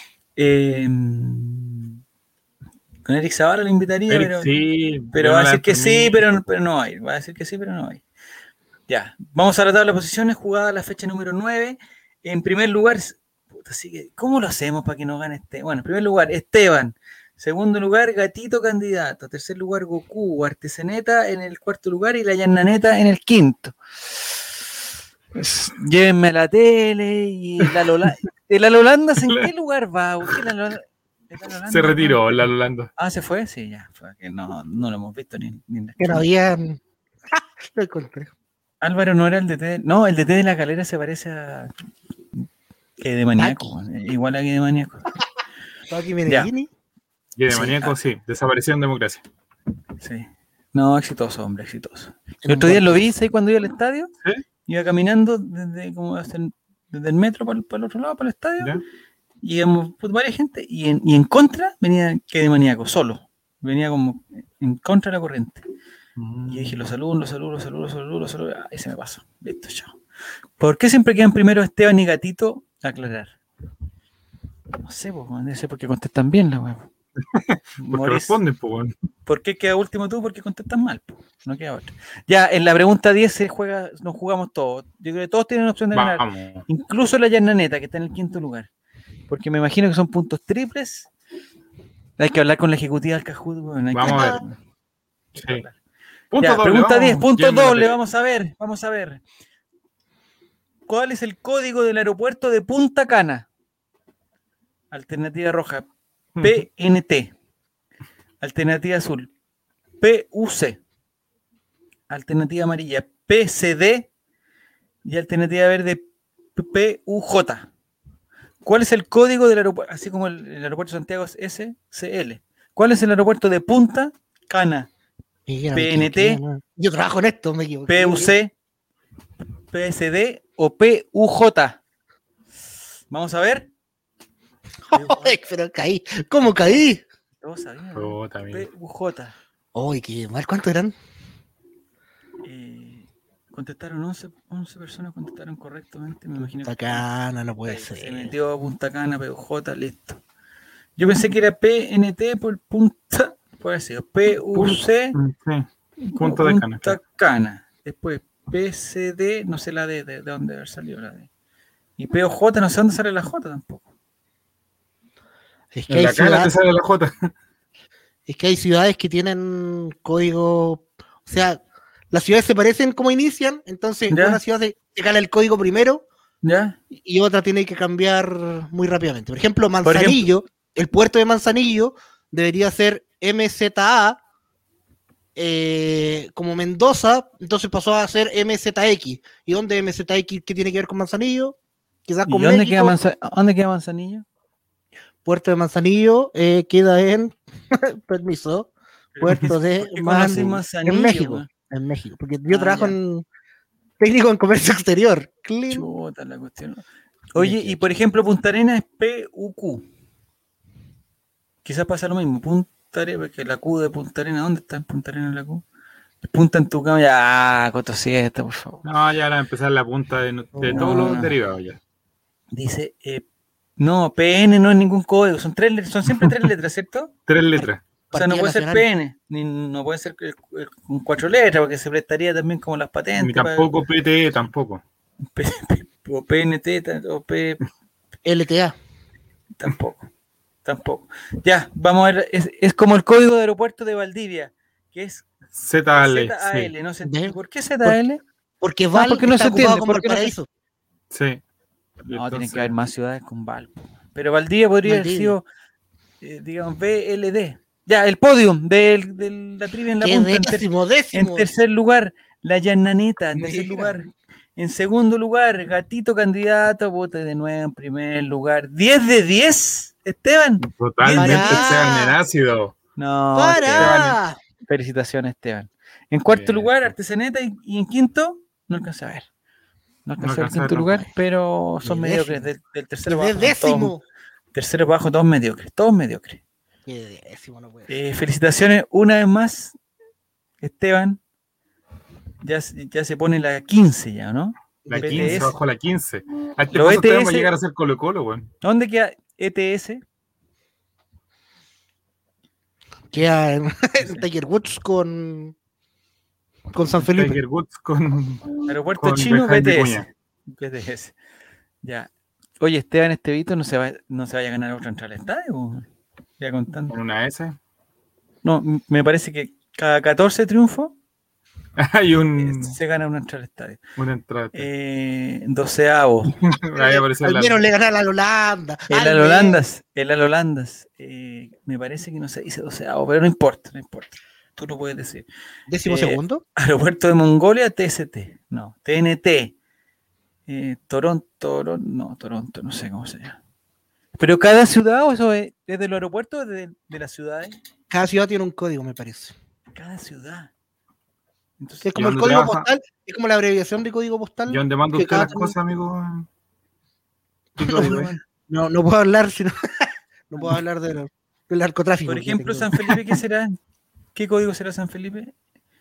Con Eric Zavala lo invitaría, pero va a decir que sí, pero no va a ir. Va a decir que sí, pero no va a ir. Ya, vamos a la tabla de posiciones. Jugada la fecha número 9. En primer lugar, ¿cómo lo hacemos para que no gane este? Bueno, en primer lugar, Esteban. Segundo lugar, Gatito candidato. Tercer lugar, Goku. Artesaneta en el cuarto lugar y la Yananeta en el quinto. Llévenme a la tele y la Lolanda. ¿La Lolanda en qué lugar va? Se retiró la Lolanda. ¿Se fue? Sí, ya. Fue que no lo hemos visto ni en la que no había. Lo encontré. Álvaro no era el DT. No, el DT de la Calera se parece a. De maníaco. Igual a que de maníaco. Aquí Medellín. Y de maníaco, sí. Desapareció en democracia. Sí. No, exitoso, hombre, exitoso. El otro día lo vi, ¿sabes? Cuando iba al estadio. ¿Sí? Iba caminando desde el metro para el otro lado, para el estadio. ¿Ya? Y íbamos varias gente. Y en contra venía que de maníaco, solo. Venía como en contra de la corriente. Y dije, lo saludo. Ahí se me pasó. Listo, chao. ¿Por qué siempre quedan primero Esteban y Gatito? Aclarar. No sé, debe ser porque contestan bien la web. Porque responden, pues. ¿Por qué queda último tú? Porque contestas mal, no queda otra. Ya, en la pregunta 10 nos jugamos todos. Yo creo que todos tienen opción de ganar. Incluso la Yananeta, que está en el quinto lugar. Porque me imagino que son puntos triples. Hay que hablar con la ejecutiva del Cajut. Vamos a ver. Sí. Ya, pregunta 10, punto doble. Vamos a ver. ¿Cuál es el código del aeropuerto de Punta Cana? Alternativa roja, PNT. Alternativa azul, PUC. Alternativa amarilla, PCD. Y alternativa verde, PUJ. ¿Cuál es el código del aeropuerto? Así como el aeropuerto de Santiago es SCL. ¿Cuál es el aeropuerto de Punta Cana? PNT. Yo trabajo en esto, me equivoqué. PUC, PSD o PUJ. Vamos a ver. Pero caí. ¿Cómo caí? Todos sabían. PUJ. Uy, qué mal. ¿Cuántos eran? Contestaron 11 personas, contestaron correctamente. Me imagino. Punta Cana, no puede ser. Se metió Punta Cana, PUJ, listo. Yo pensé que era PNT por Punta. Puede ser PUC. Punta de Cana. Punta Cana. Después PCD, no sé la de dónde haber salido la D. Y POJ, no sé dónde sale la J tampoco. Es que en la cara te sale la J. Es que hay ciudades que tienen código, o sea, las ciudades se parecen como inician, entonces una ciudad se cala el código primero y otra tiene que cambiar muy rápidamente. Por ejemplo, Manzanillo, el puerto de Manzanillo debería ser MZA, como Mendoza, entonces pasó a ser MZX. ¿Y dónde MZX qué tiene que ver con Manzanillo? Quizás con ¿Dónde queda Manzanillo? Puerto de Manzanillo queda en permiso, Puerto de Manzanillo en México. En México, porque yo trabajo en técnico en comercio exterior. Chuta la cuestión. Oye, y por ejemplo, Punta Arenas es PUQ. Quizás pasa lo mismo. Punta Arenas, porque la Q de Punta Arenas, ¿dónde está en Punta Arenas la Q? Punta en tu cama, ya, Coto Siesta, por favor. No, ya va a empezar la punta de todos los derivados ya. Dice, no, PN no es ningún código, son siempre 3 letras, ¿cierto? 3 letras. O sea, no puede ser PN, ni no puede ser con 4 letras, porque se prestaría también como las patentes. Ni tampoco PTE, tampoco. O PNT, o LTA. Tampoco. Ya, vamos a ver, es como el código de aeropuerto de Valdivia, que es ZAL. ZAL, no sé. ¿Por qué ZAL? Porque Val porque no se entiende, como el paraíso. Sí. No, tienen que haber más ciudades con Val. Pero Valdivia podría haber sido, digamos, BLD. Ya, el podium de la trivia en la punta. Décimo. En tercer lugar, la Llananeta. En tercer lugar. En segundo lugar, Gatito Candidato. Vote de nuevo en primer lugar. 10 de 10, Esteban. Totalmente, Esteban en ácido. No, ¡Para! Felicitaciones, Esteban. En cuarto lugar, Artesaneta. Y en quinto, no alcancé a ver. No alcancé a ver quinto lugar, pero son mediocres. Del tercero bajo. Décimo. Tercero bajo, todos mediocres. No puede. Felicitaciones una vez más, Esteban. Ya se pone la 15 ya, ¿no? La 15, bajo la 15. A este paso ETS, vamos a llegar a ser Colo-Colo, güey. ¿Dónde queda ETS? Queda en Tiger Woods con San Felipe. Tiger Woods con Aeropuerto Chino, BTS. Ya. Oye, Esteban Estevito no se vaya a ganar otra entrada al estadio. Ya contando. ¿Con una S? No, me parece que cada 14 triunfos hay se gana una entrada al estadio. Una entrada. 12avo. Al menos le gana al Holanda. El Alolandas. Me parece que no se dice 12avo, pero no importa. Tú lo puedes decir. ¿Décimo segundo? Aeropuerto de Mongolia, TST. No, TNT. Toronto, no sé cómo se llama. Pero cada ciudad, o eso es desde los aeropuertos o de las ciudades. Cada ciudad tiene un código, me parece. Cada ciudad. Entonces, es como el código postal, es como la abreviación de código postal. ¿Y dónde manda usted las cosas, amigo? No puedo hablar, no puedo hablar del narcotráfico. Por ejemplo, San Felipe, ¿qué será? ¿Qué código será San Felipe?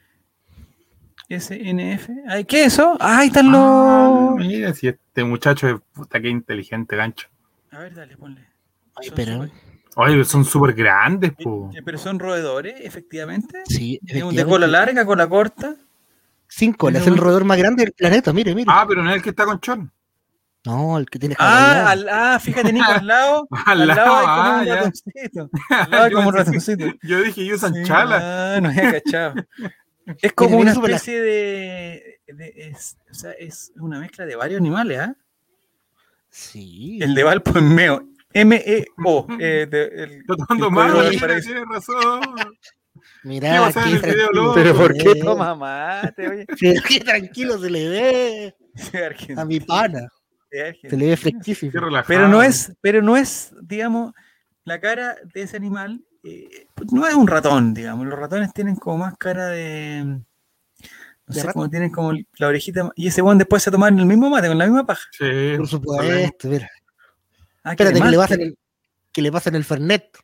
SNF. Ay, ¿qué es eso? Ahí están los. Mira, si este muchacho es puta que inteligente, gancho. A ver, dale, ponle. Oye, son súper grandes, po. Pero son roedores, efectivamente. Sí, de cola larga, cola corta. 5, es el roedor más grande del planeta, mire. Ah, pero no es el que está con Chon. No, el que tiene fíjate, Nico, al lado. Al lado hay como un ratoncito. Al lado hay como un ratoncito. Yo dije, yo usan chala. No había cachado. Es como una especie de o sea, es una mezcla de varios animales, ¿ah? Sí. El de Valpo es meo. MEO. Tomando mal, tienes razón. Mirá, pero ¿por qué toma mate? Oye? Pero qué tranquilo se le ve a mi pana. Se le ve fresquísimo. Pero no es, digamos, la cara de ese animal, no es un ratón, digamos. Los ratones tienen como más cara de... No sé, como tienen como la orejita... Y ese buen después se toman el mismo mate, con la misma paja. Sí. Por supuesto, mira. Espérate, que le pasen el Fernet.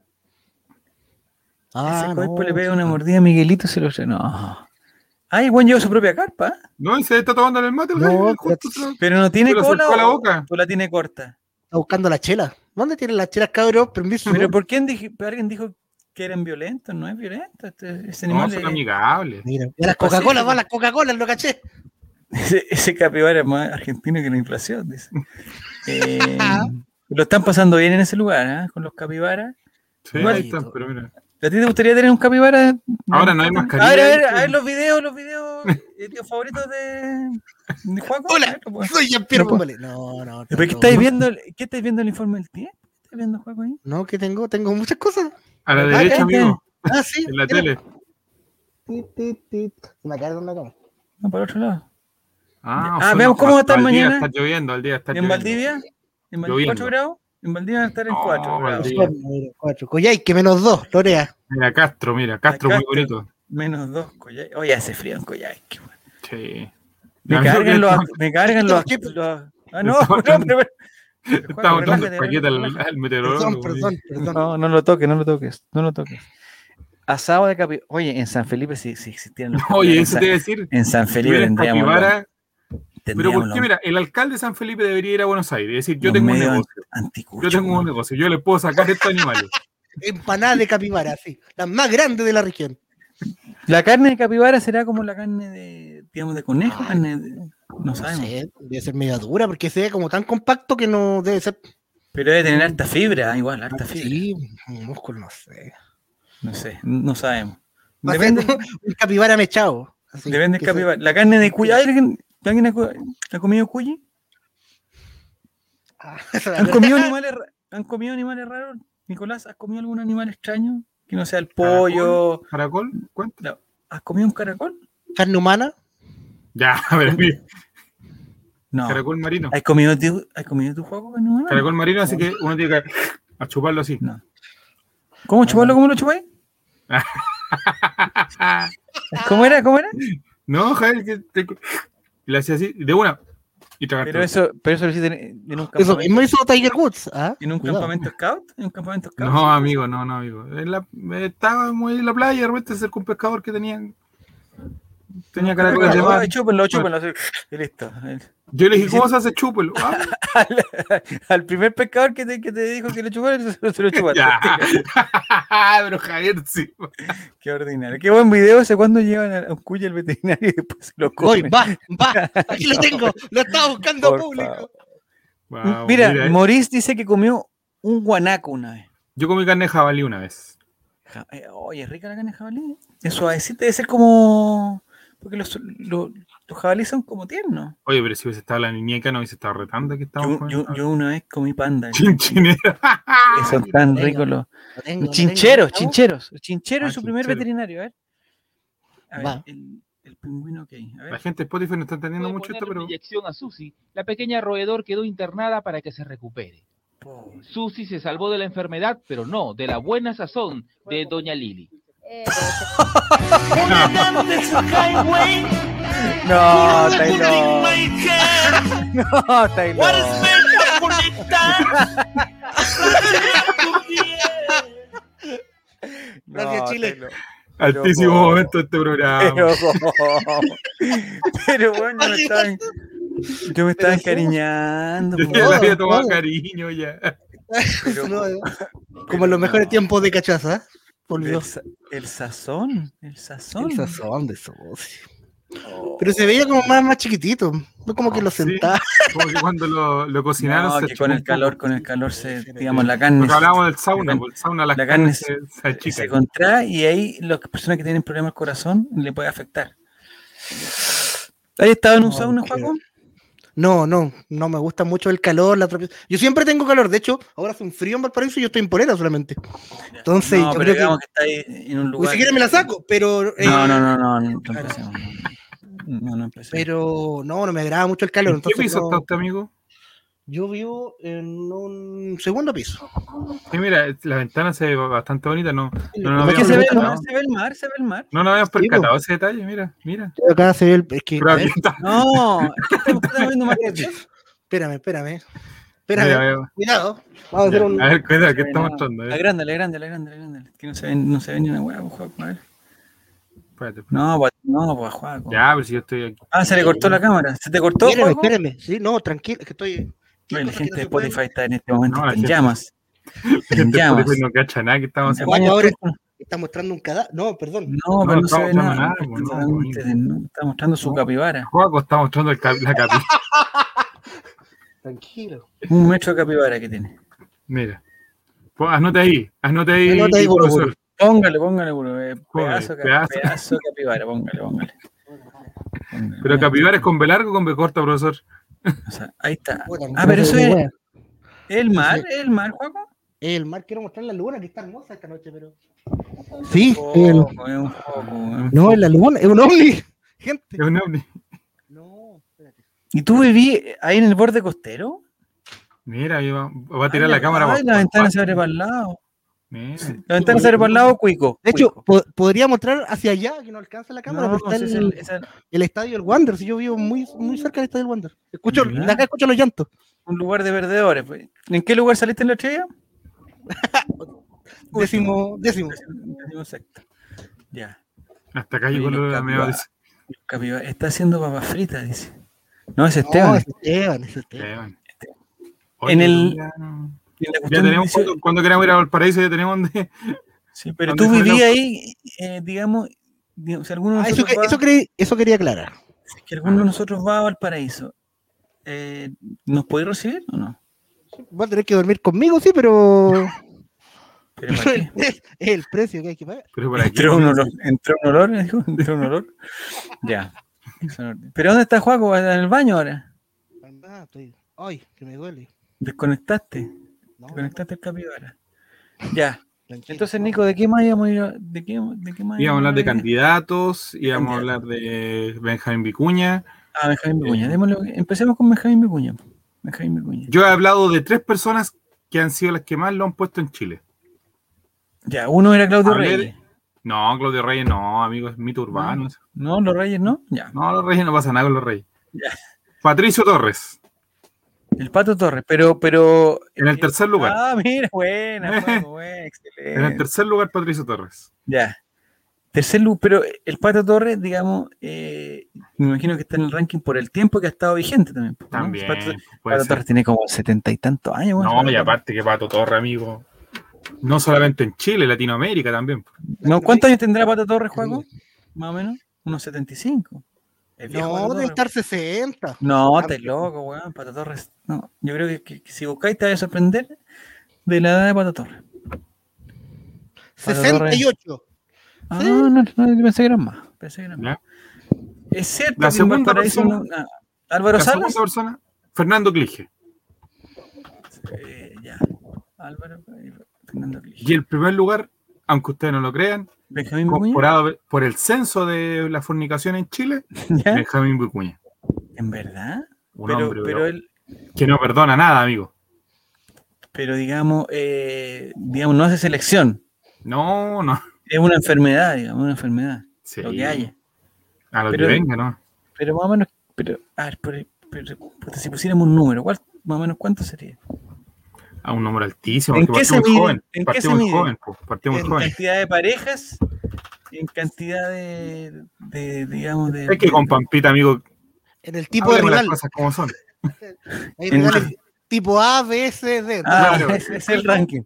Ese después le pega una mordida a Miguelito y se lo... No. Ah, igual lleva su propia carpa. No, y se está tomando el mate. No, pero no tiene cola la boca. O la tiene corta. Está buscando la chela. ¿Dónde tienen las chelas, cabrón? Permiso. Pero ¿por qué alguien dijo que eran violentos? No es violento. Ese animal son amigables. Mira, las Coca-Cola, lo caché. Ese capibara es más argentino que la inflación, dice. Lo están pasando bien en ese lugar, ¿eh? Con los capibaras. Sí, ahí están, pero mira. ¿A ti te gustaría tener un capibara? Ahora no hay mascarilla. A ver los videos favoritos de Juaco. Hola, soy Jean-Pierre Bombalé. No. ¿Pero qué estáis viendo? ¿Qué estáis viendo el informe del tiempo? ¿Qué estás viendo, Juaco, ahí? No, que tengo muchas cosas. A la derecha, amigo. Sí. En la tele. Me cae en la cama. No, para el otro lado. Veamos cómo va a estar mañana. Está lloviendo, el día está lloviendo. ¿En Valdivia? ¿En Valdivia 4 grados? En Valdivia va a estar en 4 grados. 4. Coyhaique, -2, Lorea. Mira, Castro muy bonito. -2, Coyhaique. Oye, hace frío en Coyhaique. Sí. Me cargan los... no, pero... Estamos dando el paquete al meteorólogo. Perdón. No lo toques. Asado de capibara. Oye, en San Felipe sí existían los capibaras. Oye, eso te iba a decir. En San Felipe tendríamos... Pero ¿por qué? Mira, el alcalde de San Felipe debería ir a Buenos Aires. Es decir, yo tengo un negocio. Yo le puedo sacar estos animales. Empanadas de capibara, sí. Las más grandes de la región. ¿La carne de capibara será como la carne de, digamos, de conejo? No sabemos. Debe ser medio dura porque se ve como tan compacto que no debe ser. Pero debe tener harta fibra, igual, harta fibra. Sí, un músculo, no sé. No sabemos. Depende un capibara mechado. Depende del capibara. La carne de cuya. ¿Alguien ha comido cuyi? ¿Han comido animales raros? Nicolás, ¿has comido algún animal extraño? Que no sea el pollo. ¿Caracol? Cuenta. ¿Has comido un caracol? ¿Carne humana? Ya, a ver, mira. No. Caracol marino. ¿Has comido tu juego carne humana? Caracol marino, así que uno tiene que chuparlo así. No. ¿Cómo chuparlo? ¿Cómo lo chupáis? ¿Cómo era? No, Javier, que le hacía así, de una. Y pero eso lo hiciste en un campamento. Eso mismo hizo Tiger Woods. ¿En un campamento scout? No, amigo, amigo. Estábamos en la playa y de repente se acercó un pescador que tenía caracoles de mar. Chúpenlo, y listo. Yo le dije, ¿cómo se hace chúpelo? Al primer pescador que te dijo que lo chupara, se lo chupaste. Pero Javier, sí. Qué ordinario. Qué buen video ese cuando llevan a un cuya al veterinario y después se lo comen. Va. Aquí lo tengo. Lo estaba buscando público. Wow, mira, Maurice dice que comió un guanaco una vez. Yo comí carne de jabalí una vez. Oye, es rica la carne de jabalí. Eso debe ser como... Porque los jabalíes son como tiernos. Oye, pero si hubiese estado la niñeca, no hubiese estado retando que estábamos comiendo. Yo una vez comí panda. Chinchera. Son tan ricos los chincheros. Chincheros y su primer veterinario. A ver, el pingüino que hay. La gente de Spotify no está entendiendo mucho esto, pero... Inyección a Susi, la pequeña roedor quedó internada para que se recupere. Susi se salvó de la enfermedad, pero no de la buena sazón de Doña Lili. No, Taylor. No, Taylor. Gracias, Chile. Altísimo momento de este programa. Pero bueno, yo me estaba encariñando. Yo ya le había tomado cariño ya. Como en los mejores tiempos de cachaza. El sazón de Susi. Pero se veía como más chiquitito, no como que lo sentaba. Sí, como que cuando lo cocinaron que con el calor se, digamos, la carne. Porque hablábamos del sauna, el sauna la carne se contrae y ahí las personas que tienen problemas del corazón le puede afectar. ¿Has estado en un sauna, Juaco? No me gusta mucho el calor. Yo siempre tengo calor, de hecho, ahora hace un frío en Valparaíso y yo estoy en polera solamente. Entonces, yo creo digamos que está ahí en un lugar. Ni siquiera me la saco, pero. No empecé. Pero no me agrada mucho el calor. ¿En qué piso está usted, amigo? Yo vivo en un segundo piso. Sí, mira, la ventana se ve bastante bonita, ¿no? Se ve el mar. No nos habíamos percatado ese detalle, mira. Acá se ve el... Es que, no, es que estamos viendo más que Espérame. Cuidado. Vamos a hacer un... A ver, cuidado, ¿qué está mostrando? La grande. Que no se ve ni una hueá, Juaco, a ver. Espérate. No, pues, Juaco. Ya, pero si yo estoy aquí. Se le cortó la cámara. ¿Se te cortó, Espérame. Sí, no, tranquilo, es que estoy... La gente de Spotify está en este momento en llamas. En llamas. No cacha nada que estamos haciendo. Ahora está mostrando un cadáver. No, perdón. No, pero no se ve nada. Está mostrando su capibara. Juaco está mostrando la capibara. Tranquilo. 1 metro de capibara que tiene. Mira. Pues anote ahí, profesor. Póngale, pedazo capibara, póngale. Pero capibara es con B largo o con B corta, profesor. O sea, ahí está. Pero eso es el mar, Juaco. El mar, quiero mostrar la luna, que está hermosa esta noche, pero... Sí, no, es la luna, es un ovni, gente. Es un ovni. No, espérate. ¿Y tú viví ahí en el borde costero? Mira, ahí va a tirar la cámara. Ay, la ventana se abre para el lado. La ventana se abre para el lado, cuico. De hecho, podría mostrar hacia allá, que no alcanza la cámara, pero está el estadio del Wander. Si yo vivo muy cerca del estadio del Wander. De acá escucho los llantos. Un lugar de perdedores. ¿En qué lugar saliste en la estrella? Décimo sexto. Ya. Hasta acá llegó la media, dice. Está haciendo papas fritas, dice. No, es Esteban. Es Esteban. Oye, ya tenemos, cuando queramos ir a Valparaíso, ya tenemos donde. Sí, pero tú vivías ahí, digamos, si alguno de nosotros eso quería aclarar. Si que alguno de nosotros va a Valparaíso, ¿nos puede recibir o no? Va a tener que dormir conmigo, sí, pero... ¿Pero para qué? Es el precio que hay que pagar. ¿Entró un olor? ¿Entró un olor? Ya. ¿Pero dónde está Juaco? ¿En el baño ahora? Estoy... Ay, que me duele. ¿Desconectaste? ¿Desconectaste el capibara? Ya. Entonces, Nico, ¿de qué más íbamos a ir? Íbamos a hablar de candidatos, íbamos a hablar de Benjamín Vicuña. Benjamín Vicuña. Empecemos con Benjamín Vicuña. Yo he hablado de 3 personas que han sido las que más lo han puesto en Chile. Ya, uno era Claudio Reyes. No, Claudio Reyes no, amigo, es mito urbano. No, los Reyes no. Ya. No, los Reyes no pasa nada con los Reyes. Ya. Patricio Torres. El Pato Torres, pero... En el tercer lugar. Mira, buena, excelente. En el tercer lugar, Patricio Torres. Ya. Tercer lugar, pero el Pato Torres, digamos, me imagino que está en el ranking por el tiempo que ha estado vigente también. ¿No? También. Pato Torres tiene como 70 y tantos años. No, y aparte que Pato Torres, amigo. No solamente en Chile, Latinoamérica también. No, ¿cuántos años tendrá Pato Torres, Juaco? Más o menos. Unos 75. No, debe estar 60. No, estás loco, weón. Pato Torres. No, yo creo que si buscáis te vas a sorprender de la edad de Pato Torres. 68. ¿Sí? No, pensé que eran más. Es cierto la segunda persona, Álvaro Salas. La segunda persona, Fernando Clige. Ya. Álvaro Fernando Clige. Y el primer lugar, aunque ustedes no lo crean, Benjamín Vicuña, por el censo de la fornicación en Chile, ¿ya? Benjamín Vicuña. ¿En verdad? Un hombre él... que no perdona nada, amigo. Pero digamos, no hace selección. No. Es una enfermedad, digamos, una enfermedad. Sí. Lo que haya. A lo que venga, ¿no? Pero más o menos, a ver, si pusiéramos un número, más o menos cuánto sería? A un número altísimo. ¿En qué se mide? Partió muy joven. ¿En cantidad de parejas? ¿En cantidad de digamos, de... Es que con Pampita, amigo. En el tipo de rival. Las cosas como son. Hay rivales tipo A, B, C, D. Claro. Es el ranking.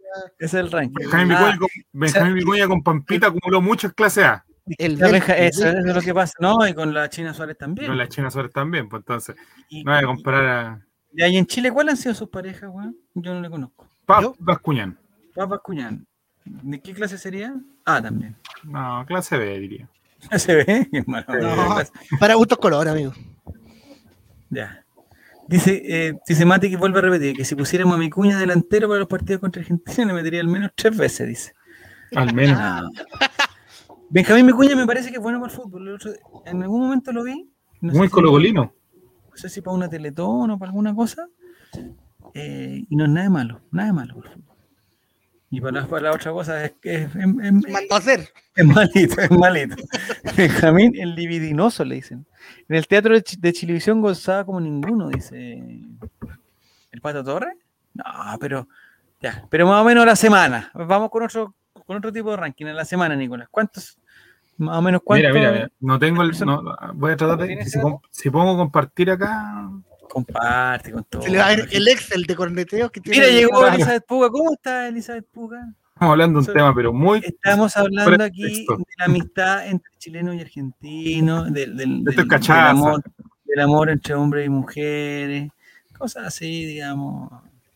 Benjamín Vicuña con Pampita acumuló muchas clases A. Eso es lo que pasa. No, y con la China Suárez también. Con la China Suárez también, pues entonces. No voy a comparar a... ¿Y ahí en Chile cuáles han sido sus parejas, weón? Yo no le conozco. Paz Bascuñán. ¿De qué clase sería? A también. No, clase B, diría. ¿Clase B? No, para gustos color, amigo. Ya. Dice Mati que vuelve a repetir que si pusiéramos a Vicuña delantero para los partidos contra Argentina le metería al menos 3 veces, dice. Al menos. Benjamín Vicuña me parece que es bueno para el fútbol. En algún momento lo vi. Muy colocolino. No sé si para una Teletón o para alguna cosa. Y no es nada de malo por el fútbol. Y para la otra cosa es que mandó a hacer. Es malito. Benjamín el libidinoso, le dicen. En el teatro de Chilevisión gozaba como ninguno, dice el Pato Torres. No, pero más o menos a la semana. Vamos con otro tipo de ranking a la semana, Nicolás. ¿Cuántos? Más o menos cuántos. Mira. No tengo voy a tratar de. Si pongo compartir acá. Comparte con todo. Se le va a ver el Excel de corneteos que tiene. Mira, llegó Elizabeth Puga. ¿Cómo está Elizabeth Puga? Estamos hablando de un tema, pero muy... Estamos hablando aquí de la amistad entre chilenos y argentinos, del amor entre hombres y mujeres, cosas así, digamos.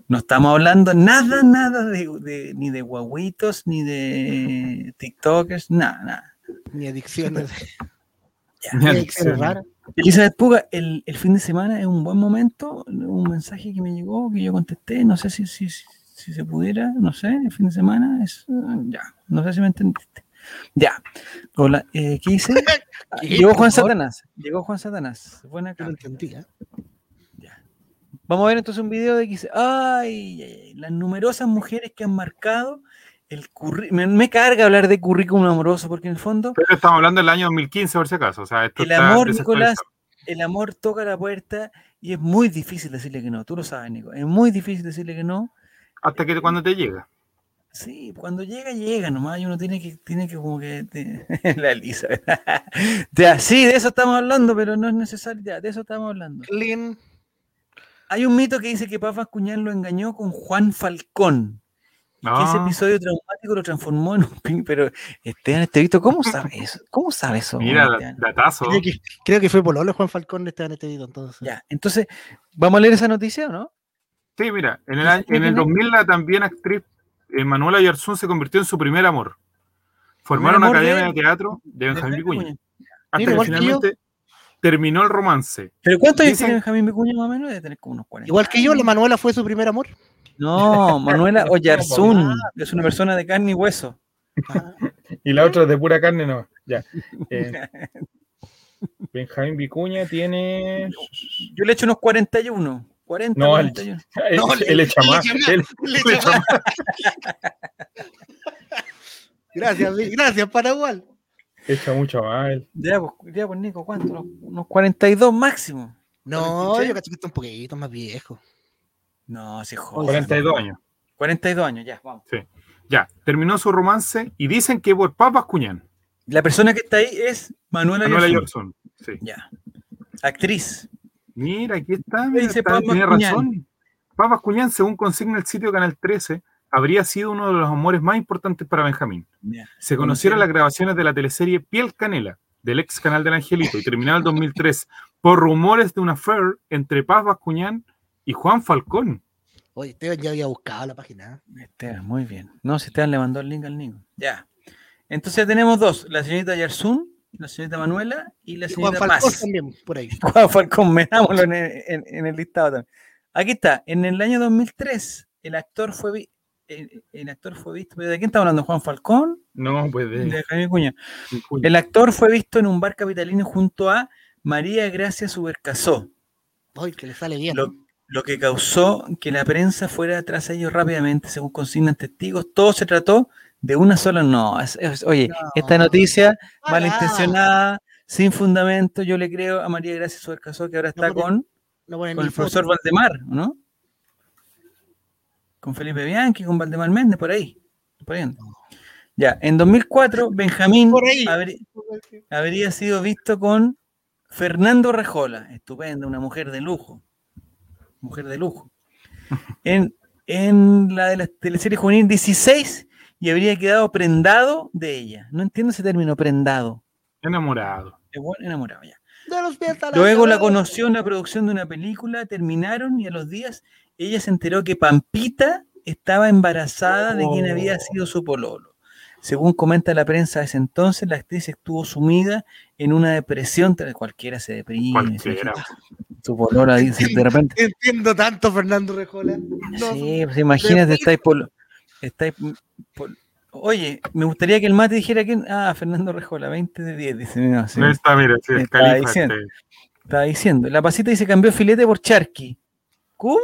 No estamos hablando nada ni de guaguitos, ni de TikTokers, nada. Ni adicciones. Ni adicciones raras. Elizabeth Puga, el fin de semana es un buen momento. Un mensaje que me llegó, que yo contesté, no sé si se pudiera, no sé, el fin de semana es. Ya, no sé si me entendiste. Ya. Hola, ¿qué dice? Llegó Juan Satanás. Buena cara. Ya. Vamos a ver entonces un video de que dice, las numerosas mujeres que han marcado el currículum. Me carga hablar de currículum amoroso, porque en el fondo. Pero estamos hablando del año 2015, por si acaso. O sea, esto el amor, Nicolás, el amor toca la puerta y es muy difícil decirle que no. Tú lo sabes, Nico. Es muy difícil decirle que no. Hasta que cuando te llega. Sí, cuando llega nomás, y uno tiene que como que la Elisa. Ya, sí, de eso estamos hablando, pero no es necesario, ya, de eso estamos hablando. Clean. Hay un mito que dice que Paz Bascuñán lo engañó con Juan Falcón. Y que ese episodio traumático lo transformó en un pero Esteban Estevito, ¿cómo sabe eso? ¿Cómo sabe eso? Mira, datazo. Creo que fue Pololo Juan Falcón de Esteban Estevito, entonces. Ya, entonces, ¿vamos a leer esa noticia o no? Sí, mira, en el 2000 la también actriz Manuela Yarzún se convirtió en su primer amor. Formaron una academia de teatro de Benjamín Vicuña. Hasta que finalmente terminó el romance. ¿Pero cuántos años tiene Benjamín Vicuña más o menos? Debe tener como unos 40. Igual que yo, la Manuela fue su primer amor. No, Manuela Oyarzún es una persona de carne y hueso. Y la otra de pura carne, no. Ya. Benjamín Vicuña tiene. Yo le echo unos 41. 40, no, 41. Él echa más. Gracias, Paraguay. Echa mucho más él. Ya, pues, Nico, ¿cuánto? Unos 42 máximo. No, 46. Yo caché que está un poquito más viejo. No, sí, joder. 42 años. 42 años, ya, vamos. Sí. Ya, terminó su romance y dicen que por Paz Bascuñán. La persona que está ahí es Manuela Yarzún. Sí. Ya. Actriz. Mira, aquí está. Tiene razón. Paz Bascuñán, según consigna el sitio Canal 13, habría sido uno de los amores más importantes para Benjamín. Yeah. Se conocieron las grabaciones de la teleserie Piel Canela, del ex canal del Angelito, y terminado el 2003 por rumores de una affair entre Paz Bascuñán y Juan Falcón. Oye, Esteban ya había buscado la página. Esteban, muy bien. No, si Esteban le mandó el link al Nico. Ya. Entonces tenemos dos, la señorita Yarzún, la señorita Manuela y la señorita Juan Paz. Falcón también, por ahí. Juan Falcón, metámoslo en el listado también. Aquí está, en el año 2003, el actor fue visto, ¿de quién estamos hablando? ¿Juan Falcón? No, pues de Jaime Vicuña. El actor fue visto en un bar capitalino junto a María Gracia Subercasó. Ay, que le sale bien. Lo que causó que la prensa fuera tras ellos rápidamente, según consignan testigos. Todo se trató de una sola. Oye, esta noticia malintencionada, sin fundamento, yo le creo a María Gracia Subercasó, que ahora está con el profesor Valdemar, ¿no? Con Felipe Bianchi, con Valdemar Méndez, por ahí. Ya, en 2004, Benjamín habría sido visto con Fernando Rejola, estupenda, una mujer de lujo. En la de la teleserie juvenil 16 y habría quedado prendado de ella. No entiendo ese término, prendado. Enamorado. Enamorado, ya. Luego la conoció en la producción de una película, terminaron y a los días ella se enteró que Pampita estaba embarazada de quien había sido su pololo. Según comenta la prensa de ese entonces, la actriz estuvo sumida en una depresión, cualquiera se deprime. Cualquiera. Su pololo dice de repente. Entiendo tanto, Fernando Rejola. No, sí, pues imagínate, Oye, me gustaría que el mate dijera quién. Fernando Rejola, 20 de 10. Dice, no, sí. No está, mira, sí, estaba diciendo. La pasita dice cambió filete por charqui. ¿Cómo?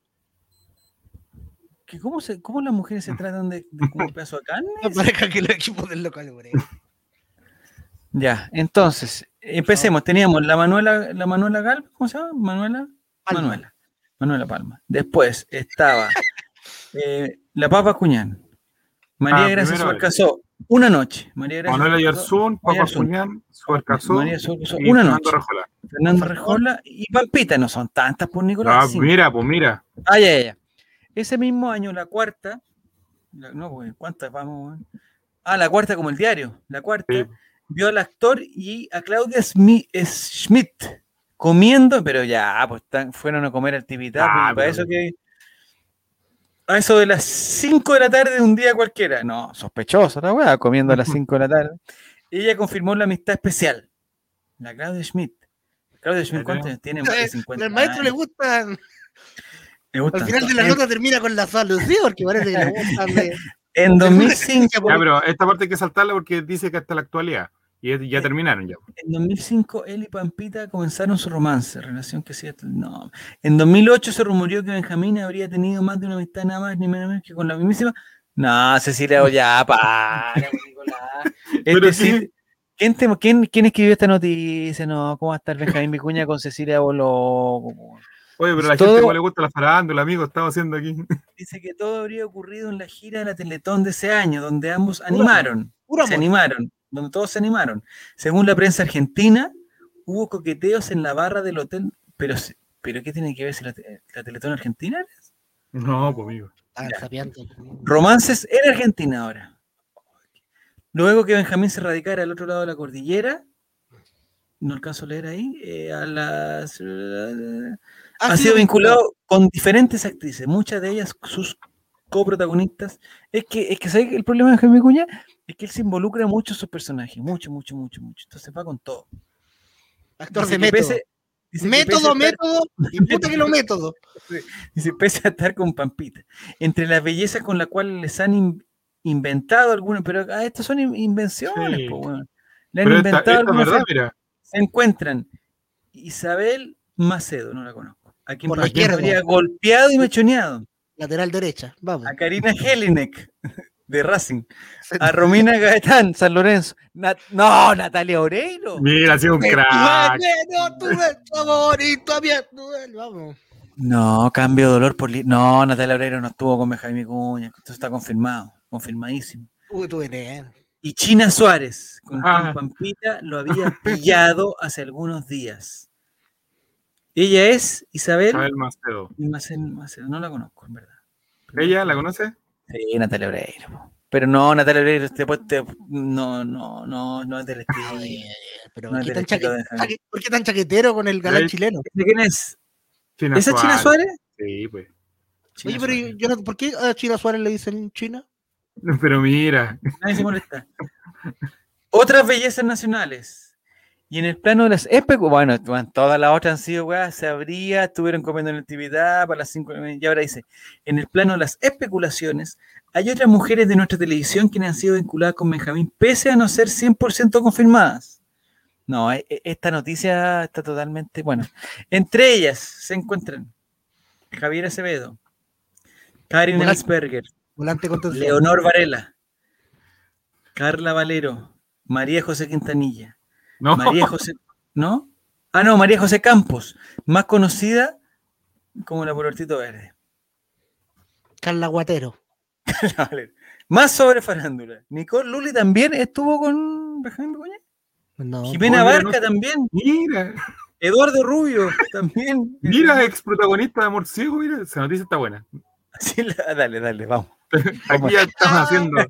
¿Cómo las mujeres se tratan de como un pedazo de carne? No parezca que los equipos del local, por ahí. Ya, entonces, empecemos. Teníamos la Manuela Gal, ¿cómo se llama? Manuela Palma. Después estaba la Paz Bascuñán. María Gracia Subercasó, una noche. Manuela Yarzún, Paz Bascuñán, Subercasó, una noche. Fernando Rejola y Pampita, no son tantas por Nicolás. Mira. Ya. Ese mismo año, la cuarta, ¿cuántas vamos? La cuarta como el diario, la cuarta, sí. Vio al actor y a Claudia Schmidt comiendo, pero ya, pues fueron a comer al Tipitap, y para eso que... a eso de las 5 de la tarde de un día cualquiera. No, sospechoso la weá, comiendo a las 5 de la tarde. Ella confirmó la amistad especial. La Claudia Schmidt. Claudia Schmidt, ¿cuántos años tiene? Más de 50 Al maestro le gustan. Al final de la nota termina con la salud, ¿sí? Porque parece que le gustan. En 2005. Ya, pero esta parte hay que saltarla porque dice que hasta la actualidad. Y ya terminaron ya. En 2005, él y Pampita comenzaron su romance, relación que sí. No. En 2008 se rumoreó que Benjamín habría tenido más de una amistad nada más ni menos que con la mismísima. No, Cecilia, ya, para, Nicolás. ¿Quién escribió esta noticia? No, ¿cómo va a estar Benjamín Vicuña con Cecilia Boló? Oye, pero a la gente no le gusta la farándula, amigo, estaba haciendo aquí. Dice que todo habría ocurrido en la gira de la Teletón de ese año, donde ambos se animaron, donde todos se animaron. Según la prensa argentina, hubo coqueteos en la barra del hotel. ¿Pero qué tiene que ver si la Teletón argentina? No, pues amigo. Romances en Argentina ahora. Luego que Benjamín se radicara al otro lado de la cordillera, no alcanzo a leer ahí, ha sido vinculado con diferentes actrices, muchas de ellas sus coprotagonistas. Es que ¿sabes? El problema de Benjamín Vicuña es que él se involucra mucho en sus personajes, mucho. Entonces va con todo. Actor de método. Método, y puta que lo método. Dice, pese a estar con Pampita. Entre las bellezas con las cuales les han inventado algunas, pero estas son invenciones, sí. Bueno. Le han inventado algunas. Verdad, mira. Se encuentran Isabel Macedo, no la conozco, a quien por la habría golpeado y mechoneado. Lateral derecha, vamos. A Karina Jelinek, de Racing. A Romina Gaetán, San Lorenzo. No, Natalia Oreiro. Mira, ha sido un crack. Vamos. No, cambio de dolor por... No, Natalia Oreiro no estuvo con Benjamín Vicuña. Esto está confirmado, confirmadísimo. Y China Suárez, con quien Pampita lo había pillado hace algunos días. Ella es Isabel Macedo. Macedo. No la conozco, en verdad. ¿Ella la conoce? Sí, Natalia Oreiro. Pero no, Natalia Oreiro, no es del estilo. Pero no ¿por qué tan chaquetero con el galán chileno? ¿De quién es? ¿Esa es China Suárez? Sí, pues. Oye, pero ¿por qué a China Suárez le dicen China? Pero mira. Nadie se molesta. Otras bellezas nacionales. Y en el plano de las especulaciones, bueno, todas las otras han sido, estuvieron comiendo en la actividad para las 5, y ahora dice, en el plano de las especulaciones, hay otras mujeres de nuestra televisión quienes han sido vinculadas con Benjamín, pese a no ser 100% confirmadas. No, esta noticia está totalmente, entre ellas se encuentran Javier Acevedo, Karin Ellsberger, Leonor Varela, Carla Valero, María José Quintanilla, no. María José, ¿no? María José Campos, más conocida como la Polortito Verde. Carla Guatero. Más sobre farándula. Nicole Luli también estuvo con Benjamín Vicuña. No. Jimena Barca también. Mira. Eduardo Rubio también. Mira, ex protagonista de Amor Ciego, mira, esa noticia está buena. Sí, dale, vamos. Aquí ya estamos haciendo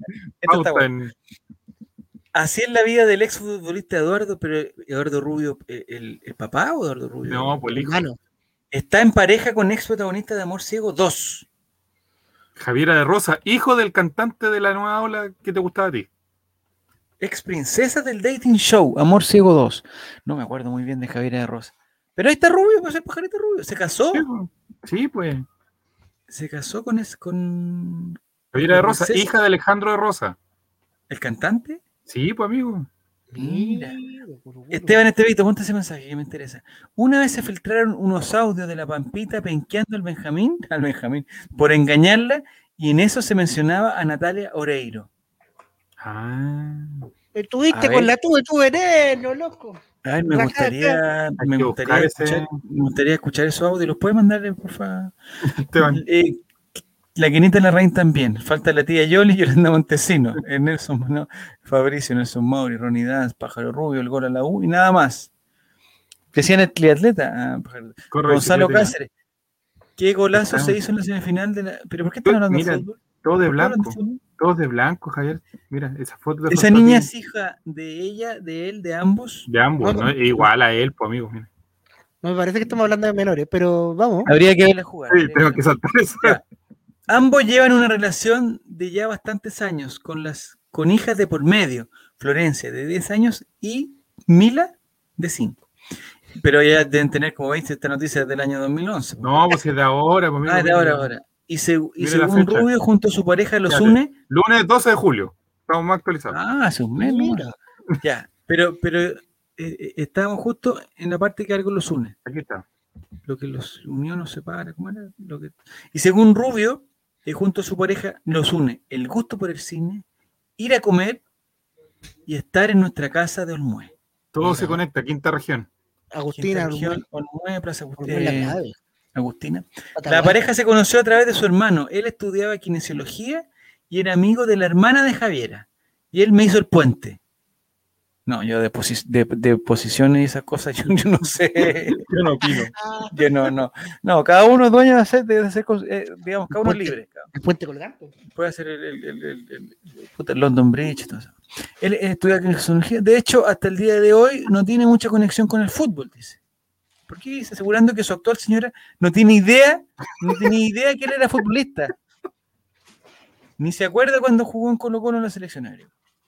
Así es la vida del ex futbolista Eduardo, pero Eduardo Rubio, ¿el papá o Eduardo Rubio? No, pues el hijo. Está en pareja con ex protagonista de Amor Ciego 2. Javiera de Rosa, hijo del cantante de la nueva ola que te gustaba a ti. Ex princesa del dating show, Amor Ciego 2. No me acuerdo muy bien de Javiera de Rosa. Pero ahí está Rubio, pues el pajarito Rubio. ¿Se casó? Sí, pues. Se casó con Javiera de Rosa, hija de Alejandro de Rosa. ¿El cantante? Sí, pues amigo. Mira. Esteban Estevito, ponte ese mensaje que me interesa. Una vez se filtraron unos audios de la Pampita penqueando al Benjamín, por engañarla, y en eso se mencionaba a Natalia Oreiro. Estuviste con la tu veneno, loco. Ay, me gustaría escuchar esos audios. ¿Los puedes mandar, por favor? Esteban. La Quinita Larraín también. Falta la tía Yoli y Yolanda Montesino. Fabricio, Nelson Mauri, Ronnie Dance, Pájaro Rubio, el gol a la U y nada más. Que hacían el triatleta. Gonzalo Cáceres. ¿Qué golazo se hizo en la semifinal de la... ¿Pero por qué están hablando de fútbol? Todo de blanco. Todos de blanco, Javier. Mira, esa foto de esa niña es hija de ella, de él, de ambos. De ambos, ¿no? Igual a él, pues amigo. Mira. No me parece que estamos hablando de menores, pero vamos. Habría que verla jugar. Sí, tengo que saltar eso. Ambos llevan una relación de ya bastantes años con hijas de por medio, Florencia de 10 años y Mila de 5. Pero ya deben tener, como veis, esta noticia del año 2011. No, pues es de ahora. Pues, de ahora. Y según Rubio, junto a su pareja, los une. Lunes 12 de julio. Estamos más actualizados. Hace un mes, mira. Ya, pero estábamos justo en la parte que algo los une. Aquí está. Lo que los unió nos separa. ¿Cómo era? Y según Rubio, junto a su pareja, los une el gusto por el cine, ir a comer y estar en nuestra casa de Olmué. Todo se conecta, quinta región. Agustina, Olmué, Plaza Agustina. La pareja se conoció a través de su hermano. Él estudiaba kinesiología y era amigo de la hermana de Javiera. Y él me hizo el puente. No, yo de posiciones y esas cosas, yo no sé. Yo no opino. Yo no, cada uno es dueño de hacer digamos, cada uno es libre. El puente colgante. Puede hacer el London Bridge y todo eso. Él estudia kinesiología. De hecho, hasta el día de hoy no tiene mucha conexión con el fútbol, dice. ¿Por qué dice? Asegurando que su actual señora no tiene idea que él era futbolista. Ni se acuerda cuando jugó en Colo-Colo en la selección aérea.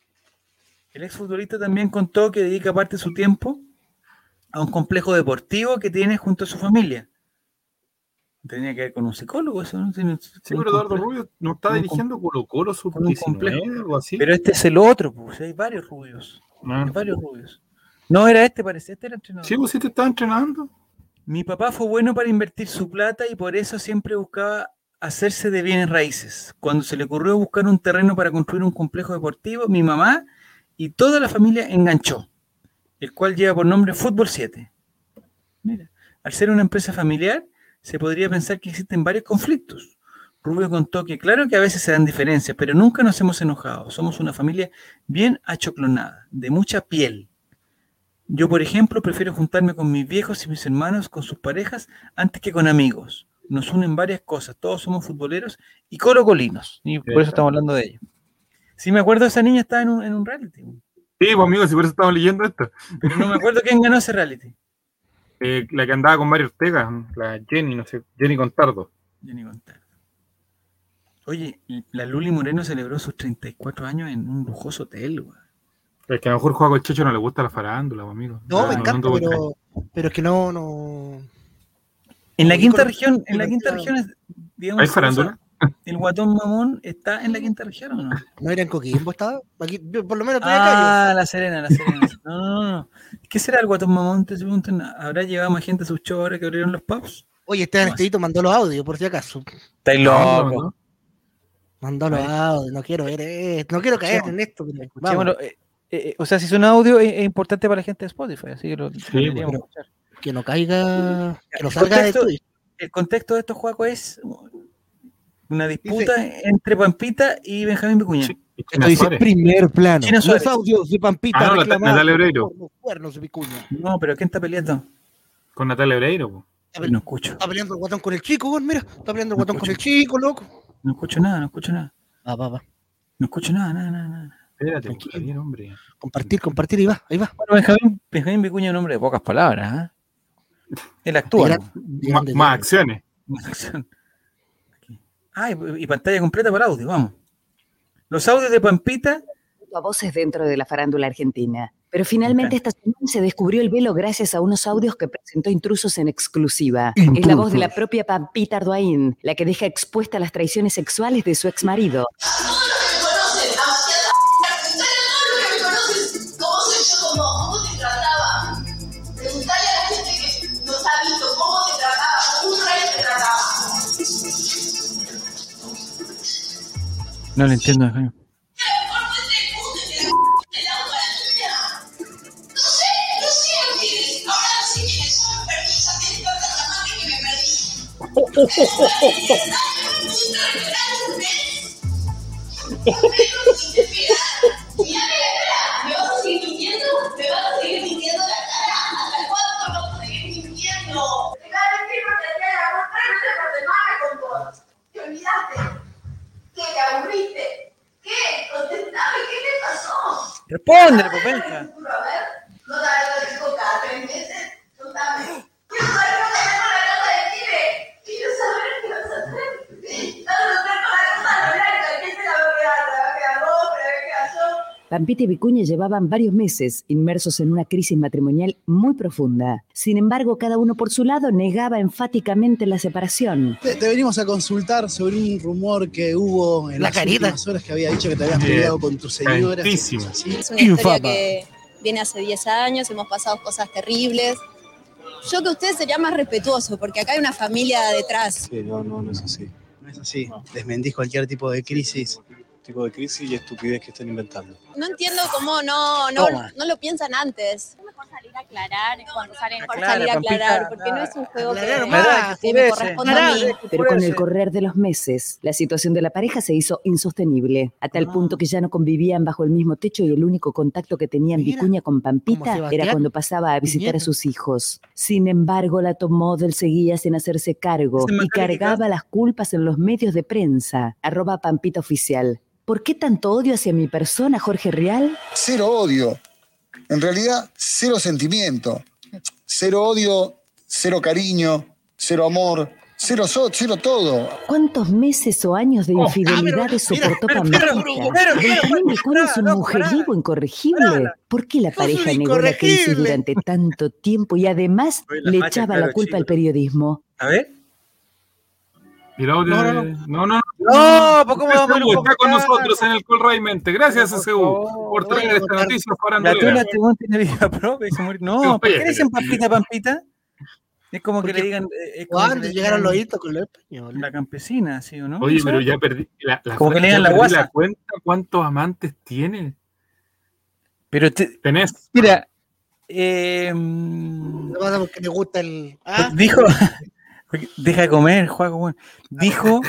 El exfutbolista también contó que dedica parte de su tiempo a un complejo deportivo que tiene junto a su familia. Tenía que ver con un psicólogo, eso, ¿no? Sí, pero Eduardo Rubio no está dirigiendo Colo-Colo sub-19 o algo así. Pero este es el otro, pues, hay varios Rubios. Hay varios Rubios. No, era parece, este era entrenador. Sí, pues sí te estaba entrenando. Mi papá fue bueno para invertir su plata y por eso siempre buscaba hacerse de bienes raíces. Cuando se le ocurrió buscar un terreno para construir un complejo deportivo, mi mamá y toda la familia enganchó, el cual lleva por nombre Fútbol 7. Mira, al ser una empresa familiar, se podría pensar que existen varios conflictos. Rubio contó que claro que a veces se dan diferencias, pero nunca nos hemos enojado. Somos una familia bien achoclonada, de mucha piel. Yo, por ejemplo, prefiero juntarme con mis viejos y mis hermanos, con sus parejas, antes que con amigos. Nos unen varias cosas. Todos somos futboleros y colocolinos. Y por eso estamos hablando de ello. Sí, me acuerdo, esa niña estaba en un reality. Sí, pues amigo, si por eso estamos leyendo esto. Pero no me acuerdo quién ganó ese reality. La que andaba con Mario Ortega, la Jenny, no sé, Jenny Contardo. Oye, la Luli Moreno celebró sus 34 años en un lujoso hotel, güey. Es que a lo mejor Juaco el Checho no le gusta la farándula, amigo. No, me encanta, pero es que no. En la quinta región, digamos. ¿Hay farándula? ¿El Guatón Mamón está en la quinta región o no? ¿No era en Coquimbo estaba? Aquí, yo por lo menos estoy acá. La Serena. No. ¿Qué será el Guatón Mamón? Te preguntan, ¿habrá llegado más gente a sus shows ahora que abrieron los pubs? Oye, Esteban Estevito mandó los audios, por si acaso. Estáis loco. ¿No? Mandó los audios, no quiero ver esto, no quiero caer en esto. Escuchémoslo. O sea, si son audio es importante para la gente de Spotify, así que lo deberíamos escuchar. Que no caiga, que no salga de Twitch. El contexto de estos juegos es una disputa entre Pampita y Benjamín Vicuña. Esto dice primer plano. Los audios de Pampita Natalia Oreiro. Cuernos de Vicuña. No, pero ¿quién está peleando? Con Natalia Oreiro. No escucho. Está peleando el Guatón con el chico, mira. Está peleando el Guatón con el chico, loco. No escucho nada. Va. No escucho nada. Espérate, bien, hombre. Compartir y va, ahí va. Bueno, Benjamín Vicuña es un hombre de pocas palabras, ¿eh? Él actúa. Más acciones. Y pantalla completa para audio, vamos. Los audios de Pampita. A voces dentro de la farándula argentina. Pero finalmente esta semana se descubrió el velo gracias a unos audios que presentó Intrusos en exclusiva. Es la voz de la propia Pampita Arduin, la que deja expuesta las traiciones sexuales de su exmarido. ¿Cómo te trataba? Preguntale a la gente que nos ha visto cómo te trataba, como un rey te trataba. No le entiendo, Jaime. Respóndele, pues, venga. No te vas a equivocar, 3 meses. Contame. Quiero saber cómo te la nota de Chile. Quiero saber qué vas a hacer. Pampita y Vicuña llevaban varios meses inmersos en una crisis matrimonial muy profunda. Sin embargo, cada uno por su lado negaba enfáticamente la separación. Te venimos a consultar sobre un rumor que hubo en las últimas horas que había dicho que te habías peleado con tu señora. Es una historia que viene hace 10 años, hemos pasado cosas terribles. Yo que usted sería más respetuoso, porque acá hay una familia detrás. Sí, no es así. No es así. Desmentís cualquier tipo de crisis y estupidez que estén inventando. No entiendo cómo no lo piensan antes. Es mejor salir a aclarar cuando salen. Mejor salir a aclarar, porque no es un juego que me corresponde a mí. Pero con el correr de los meses, la situación de la pareja se hizo insostenible, a tal punto que ya no convivían bajo el mismo techo y el único contacto que tenían Vicuña con Pampita era cuando pasaba a visitar a sus hijos. Sin embargo, la tomó del seguía sin hacerse cargo y cargaba las culpas en los medios de prensa. @PampitaOficial. ¿Por qué tanto odio hacia mi persona, Jorge Rial? Cero odio. En realidad, cero sentimiento. Cero odio, cero cariño, cero amor, cero todo. ¿Cuántos meses o años de infidelidades soportó Pampita? Benjamín Vicuña es un mujeriego incorregible. ¿Por qué la pareja negó la crisis durante tanto tiempo y además le echaba la culpa al periodismo? A ver. No, pues ¿cómo vamos a está con nosotros en el Call Raymente. Gracias, SSU, por traer esta noticia farandulera. La tula tiene vida propia y se murió. No, ¿por qué le dicen Pampita? Es como que le digan... ¿Cuándo llegaron los hitos con los españoles? La campesina, ¿sí o no? Oye, pero ya perdí como que le digan la cuenta. ¿Cuántos amantes tiene? Pero tenés... Mira, no pasa porque le gusta el... Dijo... Deja de comer, Juaco. Bueno. Dijo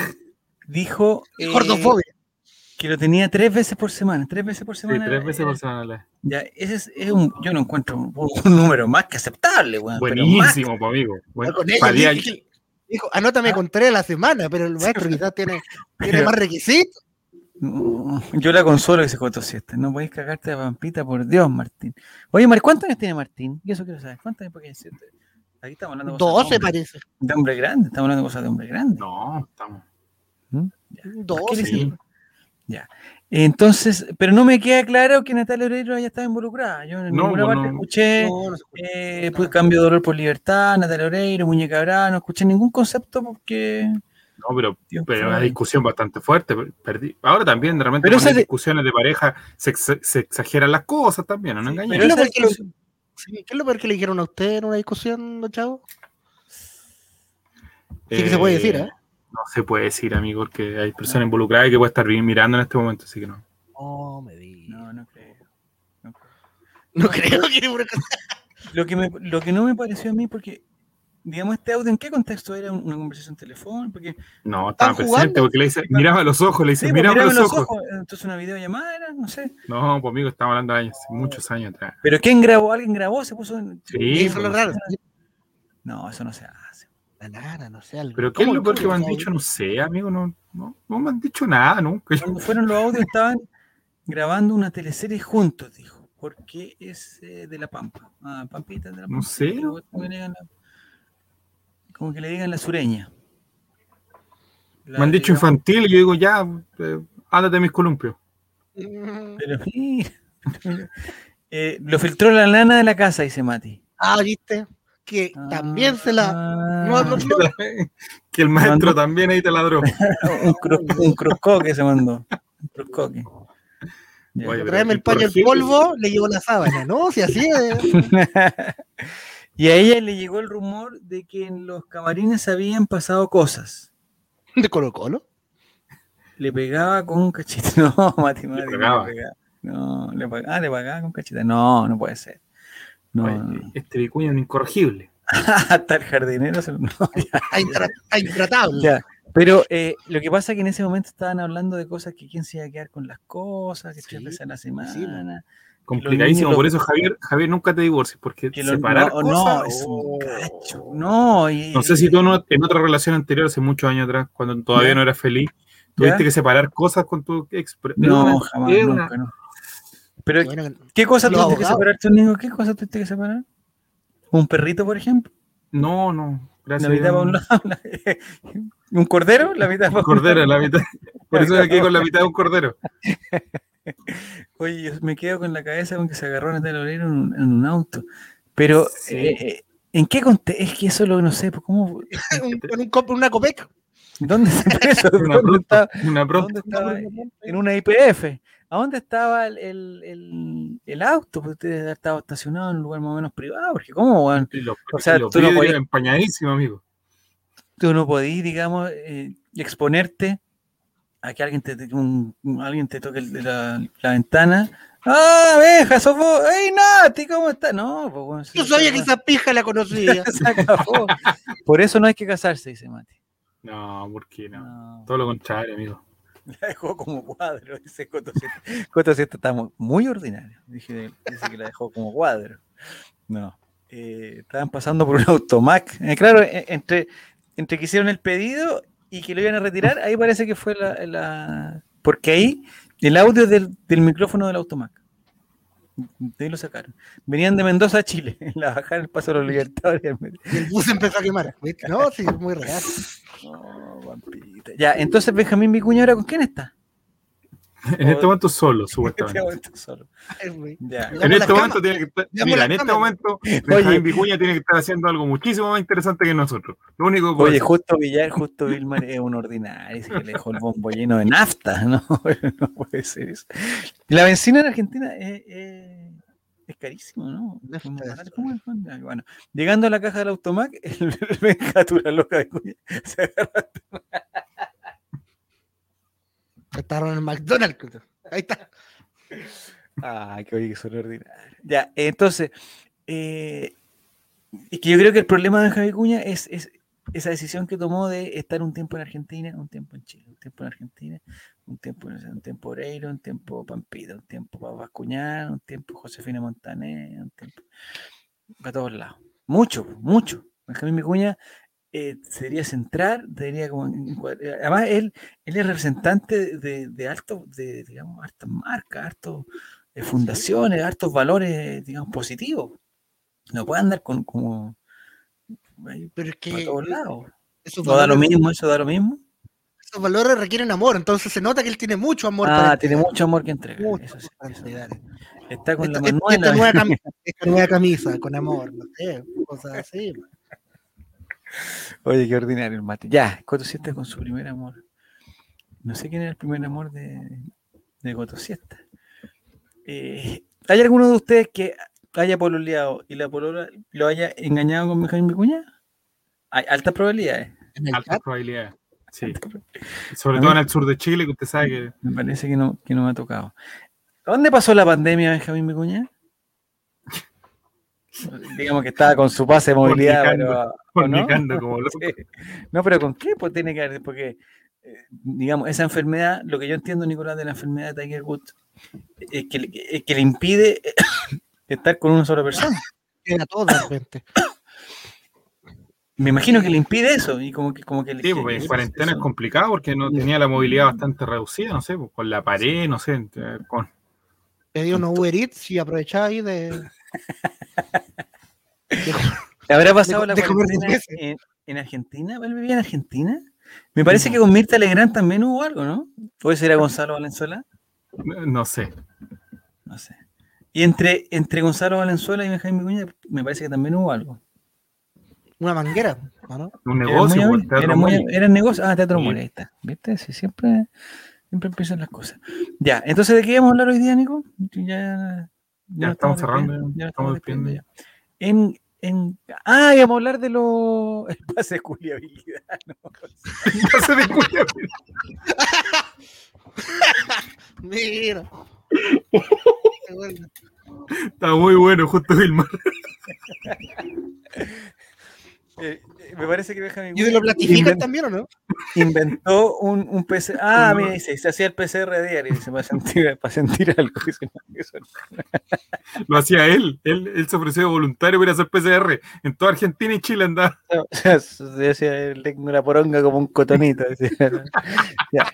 que lo tenía 3 veces por semana. 3 veces por semana. Sí, 3 veces por semana. Ya, ese es yo no encuentro un número más que aceptable, bueno, buenísimo, pues, amigo. Bueno, dijo, anótame con 3 a la semana, pero el maestro quizás tiene más requisitos. Yo la consuelo que se contó 7. No podéis cagarte a Pampita, por Dios, Martín. Oye, ¿cuántos años tiene Martín? Yo eso quiero saber. ¿Cuántos años tiene 7? Aquí estamos hablando de cosas 12 parece. De hombre grande, estamos hablando de cosas de hombre grande. No, estamos. 12. Sí. Ya. Entonces, pero no me queda claro que Natalia Oreiro haya estado involucrada. Yo en ninguna parte escuché pues, cambio de dolor por libertad, Natalia Oreiro, Muñeca Brava, no escuché ningún concepto porque... No, pero una discusión bastante fuerte. Ahora también, realmente, en las discusiones de pareja se exageran las cosas también, no engañan. ¿Qué es lo peor que le dijeron a usted en una discusión, don Chavo? Sí que se puede decir, ¿eh? No se puede decir, amigo, porque hay personas involucradas que puede estar mirando en este momento, así que no. Oh, me diga. No creo. No creo que... Lo que no me pareció a mí, porque, digamos, este audio, ¿en qué contexto era una conversación telefónica? Porque no, estaba presente, porque le dice, miraba a los ojos, miraba a los ojos. Entonces una videollamada era, no sé. No, pues amigo, estamos hablando de años, muchos años atrás. ¿Pero quién grabó? ¿Alguien grabó? ¿Se puso en... Sí, eso es lo raro. No, eso no se hace. Nada, no sé. Algo. ¿Pero qué es lo peor que me han dicho? No sé, amigo, no me han dicho nada nunca. Cuando fueron los audios estaban grabando una teleserie juntos, dijo. Porque es de La Pampa. Pampita de La Pampa. No sé. Como que le digan la sureña. Me han dicho infantil y yo digo, ya, ándate mis columpios. Pero lo filtró la nana de la casa, dice Mati. ¿Viste? Que también se la... que el maestro también ahí te ladró. un cruzcoque se mandó. Un cruzcoque. Tráeme el paño el polvo, le llegó la sábana, ¿no? Si así es. Y a ella le llegó el rumor de que en los camarines habían pasado cosas. ¿De Colo-Colo? Le pegaba con un cachete. No, Mati. Le pegaba. No, le pagaba con cachete. No puede ser. No. Este Vicuña es un incorregible. Hasta el jardinero Está intratable. Ya. Pero lo que pasa es que en ese momento estaban hablando de cosas que quién se iba a quedar con las cosas, que 3 veces a la semana. Complicadísimo, por eso Javier nunca te divorcies, porque separar cosas... No, es un cacho. No sé si tú en otra relación anterior, hace muchos años atrás, cuando todavía no eras feliz, tuviste que separar cosas con tu ex. No, jamás, nunca, no. Pero, ¿qué cosas tuviste que separar tú, Nico? ¿Qué cosas tuviste que separar? ¿Un perrito, por ejemplo? No. Gracias. La mitad para un lado. ¿Un cordero? La mitad para un cordero, la mitad. Por eso me quedé con la mitad de un cordero. Oye, yo me quedo con la cabeza con que se agarró a Natalia Oreiro en un auto. Pero, sí. ¿En qué contexto? Es que eso lo no sé. ¿Cómo? Una Copec. ¿Dónde está eso? ¿Dónde estaba? En una IPF. ¿A dónde estaba el auto? Pues usted estaba estacionado en un lugar más o menos privado. Porque ¿cómo, weón? O sea, tú no podías... empañadísimo, amigo. Tú no podías, digamos, exponerte a que alguien te toque la ventana. ¡Ah, abeja, sos vos! ¡Ey, Nati, ¿cómo estás? No, pues bueno. Yo sabía que esa pija la conocía. Se acabó. Por eso no hay que casarse, dice Mati. No, ¿por qué no? Todo lo contrario, amigo. La dejó como cuadro, dice Coto 7. Coto 7 está muy ordinario. Dice que la dejó como cuadro. No. Estaban pasando por un Automac. Claro, entre que hicieron el pedido y que lo iban a retirar, ahí parece que fue porque ahí el audio del micrófono del Automac. De ahí lo sacaron. Venían de Mendoza a Chile, en la bajada del Paso de los Libertadores. Y el bus empezó a quemar. No, sí, es muy real. Oh, vampita. Ya, entonces Benjamín Vicuña, ¿ahora con quién está? En este momento solo, supuestamente. En este momento solo. Ya. En este momento tiene que estar. Mira, en este momento Benjamín Vicuña tiene que estar haciendo algo muchísimo más interesante que nosotros. Lo único que justo Vilmar es un ordinario, que le dejó el bombo lleno de nafta, ¿no? No puede ser eso. La benzina en Argentina es carísimo, ¿no? ¿Cómo es? Bueno, llegando a la caja del Automac, el Benjatura loca Vicuña se agarra. Estaban en el McDonald's. Ahí está. Qué oye que son ordinarios. Ya, entonces, es que yo creo que el problema de Javi Vicuña es esa decisión que tomó de estar un tiempo en Argentina, un tiempo en Chile, un tiempo en Argentina, un tiempo Oreiro, un tiempo Pampita, un tiempo Pablo Bascuñán, un tiempo Josefina Montaner, un tiempo a todos lados. Mucho. Benjamín Vicuña sería central, además él es representante de alto, digamos, hartas marcas, hartas fundaciones, hartos valores, digamos, positivos. No puede andar como pero es que a todos lados. Eso da lo mismo. Esos valores requieren amor, entonces se nota que él tiene mucho amor. Tiene mucho amor que entrega. Eso sí. Está con la Manuela. Esta nueva camisa, con amor, no sé, cosas así. Oye, qué ordinario el Mate. Ya, Coto Siesta con su primer amor. No sé quién era el primer amor de Coto Siesta. ¿Hay alguno de ustedes que haya pololeado y la polola lo haya engañado con Benjamín Vicuña? Hay altas probabilidades. Altas probabilidades, sí. Sobre todo en el sur de Chile, que usted sabe que... Me parece que no me ha tocado. ¿Dónde pasó la pandemia, Benjamín Vicuña? Digamos que estaba con su pase de movilidad, fornicando como loco. Sí. No, pero ¿con qué? Pues tiene que haber, porque digamos, esa enfermedad, lo que yo entiendo, Nicolás, de la enfermedad de Tiger Woods, es que le impide estar con una sola persona. Era todo de repente. Me imagino que le impide eso. Y como que sí, porque en cuarentena es complicado porque no tenía la movilidad bastante reducida, no sé, pues, con la pared, no sé, pedí unos Uber Eats y aprovechaba ahí de... ¿Habrá pasado la cuarentena en Argentina? ¿Él vivía en Argentina? Me parece que con Mirta Legrand también hubo algo, ¿no? ¿Puede ser a Gonzalo Valenzuela? No sé. Y entre Gonzalo Valenzuela y Benjamín Vicuña, me parece que también hubo algo. Una manguera, ¿no? Un negocio. Era un negocio. Teatro Mori, ahí está. ¿Viste? Sí, siempre empiezan las cosas. Ya, entonces, ¿de qué íbamos a hablar hoy día, Nico? Ya estamos cerrando. Ya estamos despidiendo ya. Íbamos a hablar de el pase de culiabilidad, ¿no? El pase de culiabilidad. Mira. Está muy bueno, justo Vilmar. Me parece que Benjamín. ¿Y lo platifican también o no? Inventó un PCR. Mira, dice, se hacía el PCR diario, dice, para sentir algo. Dice, lo hacía él se ofreció voluntario para hacer PCR. En toda Argentina y Chile andaba. Se hacía la poronga como un cotonito. Ya.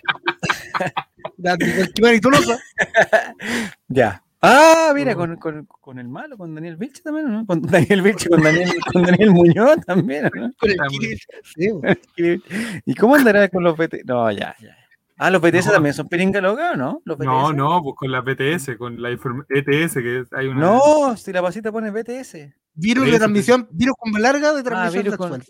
Ya. Mira, con el malo, con Daniel Vilche también, ¿no? Con Daniel Vilche, con Daniel Muñoz también, ¿no? Con el sí. ¿Y cómo andará con los VT? No, ya. Ah, los BTS también son piringa loca, ¿no? ¿Los BTS? No, pues con la BTS, con la ETS, que hay una... No, si la pasita pone BTS. Virus de transmisión, virus con larga de transmisión sexual.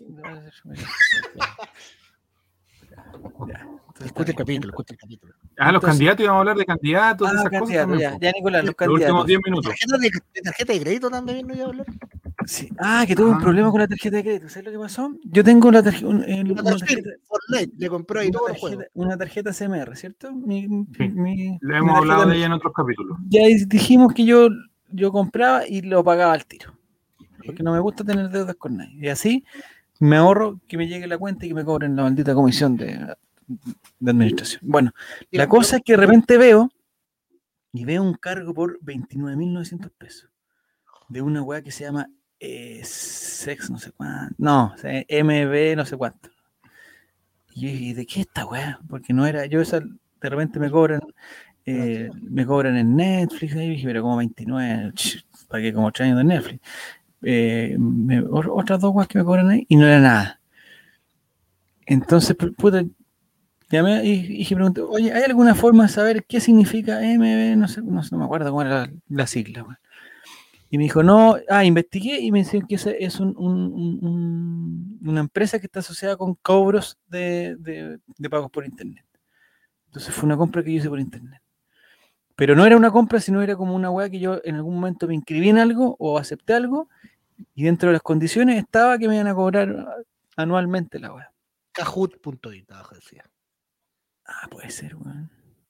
Escucha el capítulo. Los candidatos, íbamos a hablar de candidatos, de esas cosas también. Ya, Nicolás, los candidatos. Los últimos 10 minutos. ¿De tarjeta de crédito también no iba a hablar? Sí. Que tuve un problema con la tarjeta de crédito. ¿Sabes lo que pasó? Yo tengo la tarjeta... Fortnite, le compré ahí todo el juego. Una tarjeta CMR, ¿cierto? Le hemos hablado de ella en otros capítulos. Ya dijimos que yo compraba y lo pagaba al tiro. Porque no me gusta tener deudas con nadie. Y así me ahorro que me llegue la cuenta y que me cobren la maldita comisión de administración. Bueno, la cosa es que de repente veo un cargo por 29.900 pesos de una weá que se llama Sex no sé cuánto, no, MB no sé cuánto. Y yo dije, ¿de qué esta weá? Porque no era, de repente me cobran en Netflix, y dije, pero como 29, pagué como 8 años de Netflix. Otras dos weas que me cobran ahí y no era nada. Entonces, puta, llamé y pregunté, oye, ¿hay alguna forma de saber qué significa MB? No sé, no me acuerdo cómo era la sigla. Bueno. Y me dijo, no, investigué y me dijeron que es una empresa que está asociada con cobros de pagos por internet. Entonces fue una compra que yo hice por internet. Pero no era una compra, sino era como una weá que yo en algún momento me inscribí en algo o acepté algo y dentro de las condiciones estaba que me iban a cobrar anualmente la weá. Kahoot.it, decía. Puede ser, weón.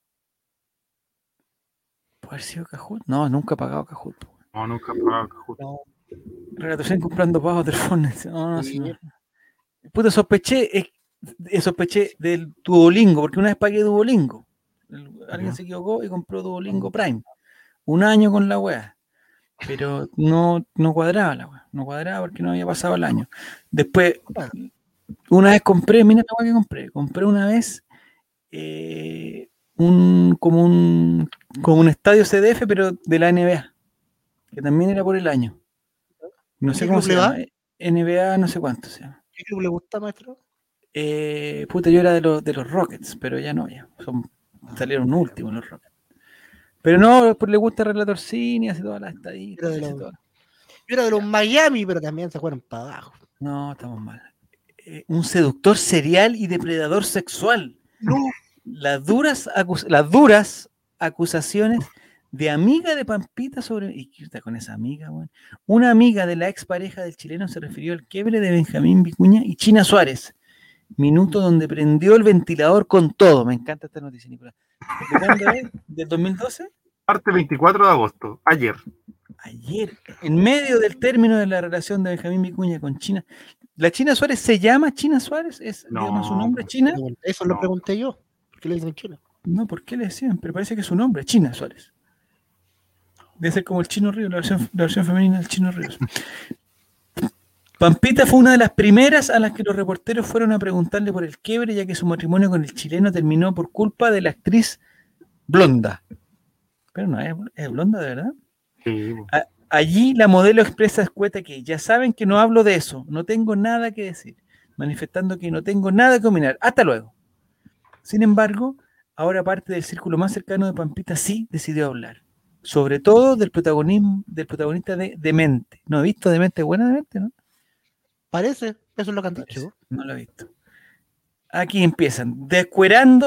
¿Puede haber sido Kahoot? No, nunca he pagado Kahoot. No, nunca he pagado Kahoot. No. Relatación comprando pagos del fondo. No. Puta, sospeché del Duolingo, porque una vez pagué Duolingo. Alguien se equivocó y compró Duolingo Prime. Un año con la weá. Pero no cuadraba la weá. No cuadraba porque no había pasado el año. Después, una vez compré, mira la weá que compré. Compré una vez como un estadio CDF, pero de la NBA. Que también era por el año. No sé cómo se llama. NBA no sé cuánto se llama. ¿Qué club le gusta, maestro? Yo era de los Rockets, pero ya no, ya. Salieron últimos los Rockets. Pero no, pues le gusta Relator Cine, hace todas las estadísticas. Yo era de los Miami, pero también se fueron para abajo. No, estamos mal. Un seductor serial y depredador sexual. No. Las duras acusaciones de amiga de Pampita sobre... ¿Y qué está con esa amiga, güey? Una amiga de la expareja del chileno se refirió al quiebre de Benjamín Vicuña y China Suárez. Minuto donde prendió el ventilador con todo. Me encanta esta noticia, Nicolás. ¿De cuándo es? ¿Del 2012? Parte 24 de agosto, ayer. Ayer, en medio del término de la relación de Benjamín Vicuña con China. ¿La China Suárez se llama China Suárez? ¿Es digamos, su nombre China? Eso lo pregunté yo. ¿Por qué le dicen China? No, ¿por qué le decían? Pero parece que es su nombre, China Suárez. Debe ser como el Chino Ríos, la versión femenina del Chino Ríos. Pampita fue una de las primeras a las que los reporteros fueron a preguntarle por el quiebre, ya que su matrimonio con el chileno terminó por culpa de la actriz blonda. Pero no, ¿es blonda de verdad? Sí. Allí la modelo expresa escueta que ya saben que no hablo de eso, no tengo nada que decir, manifestando que no tengo nada que opinar. Hasta luego. Sin embargo, ahora parte del círculo más cercano de Pampita sí decidió hablar. Sobre todo del protagonista de Demente. ¿No he visto Demente? Buena Demente, ¿no? Parece, eso es lo que han dicho. No lo he visto. Aquí empiezan, descuerando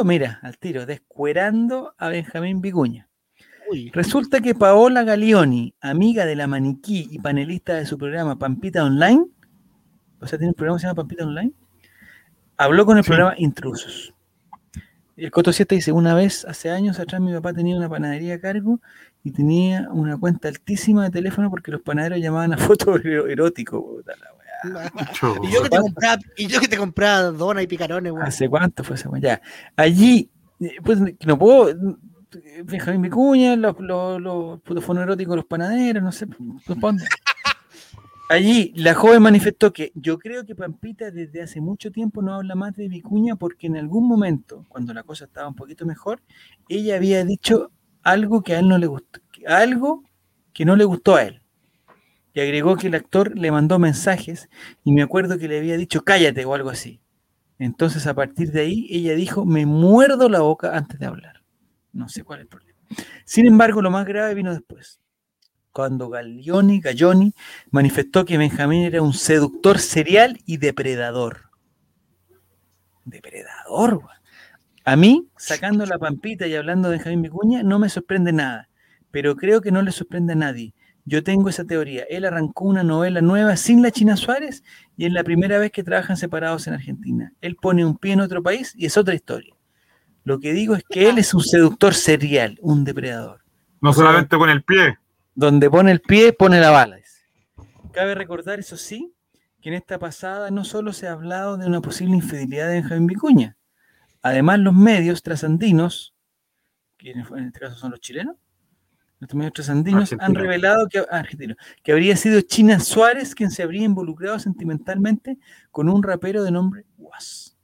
a Benjamín Vicuña. Uy. Resulta que Paola Galioni, amiga de la maniquí y panelista de su programa Pampita Online, o sea, tiene un programa que se llama Pampita Online, habló con el programa Intrusos. Y el Coto 7 dice, una vez, hace años atrás, mi papá tenía una panadería a cargo y tenía una cuenta altísima de teléfono porque los panaderos llamaban a fotos eróticos. Puta la weá. Y yo que te compraba donas y picarones, weá. ¿Hace cuánto fue esa weá? Ya. Allí, pues no puedo... Benjamín Vicuña, los fonos eróticos, los panaderos, no sé, ¿dónde? Allí la joven manifestó que yo creo que Pampita desde hace mucho tiempo no habla más de Vicuña porque en algún momento, cuando la cosa estaba un poquito mejor, ella había dicho algo que a él no le gustó, algo que no le gustó a él. Y agregó que el actor le mandó mensajes y me acuerdo que le había dicho cállate o algo así. Entonces, a partir de ahí, ella dijo, me muerdo la boca antes de hablar. No sé cuál es el problema. Sin embargo, lo más grave vino después. Cuando Galloni manifestó que Benjamín era un seductor serial y depredador. Depredador, güey. A mí, sacando la pampita y hablando de Benjamín Vicuña, no me sorprende nada, pero creo que no le sorprende a nadie. Yo tengo esa teoría. Él arrancó una novela nueva sin la China Suárez y es la primera vez que trabajan separados en Argentina. Él pone un pie en otro país y es otra historia. Lo que digo es que él es un seductor serial, un depredador. No solamente con el pie. Donde pone el pie, pone la bala. Cabe recordar, eso sí, que en esta pasada no solo se ha hablado de una posible infidelidad de Benjamín Vicuña. Además, los medios trasandinos, que en este caso son los chilenos, los medios trasandinos han revelado que habría sido China Suárez quien se habría involucrado sentimentalmente con un rapero de nombre Was.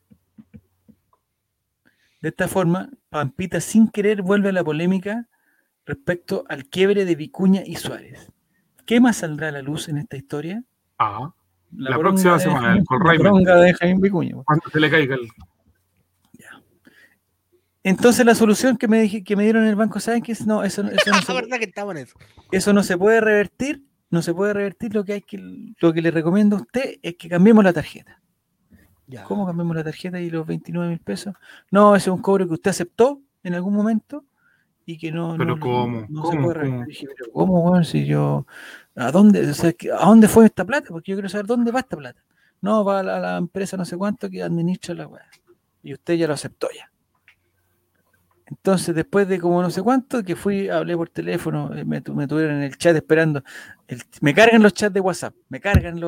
De esta forma, Pampita sin querer vuelve a la polémica respecto al quiebre de Vicuña y Suárez. ¿Qué más saldrá a la luz en esta historia? La próxima semana, el bronca de Jaime Vicuña. Cuando se le caiga el... Ya. Entonces la solución que me dieron en el banco, ¿saben qué es? No, eso no la verdad que estaba en eso. Eso no se puede revertir. No se puede revertir. Lo que le recomiendo a usted es que cambiemos la tarjeta. Ya. ¿Cómo cambiamos la tarjeta y los 29.000 pesos? No, ese es un cobro que usted aceptó en algún momento y que no, pero no, ¿cómo? No se puede revertir. Dije, pero ¿cómo, bueno, si yo... ¿A dónde fue esta plata? Porque yo quiero saber dónde va esta plata. No, va a la empresa no sé cuánto que administra la weá. Y usted ya lo aceptó ya. Entonces, después de como no sé cuánto, que hablé por teléfono, me tuvieron en el chat esperando. Me cargan los chats de WhatsApp, me cargan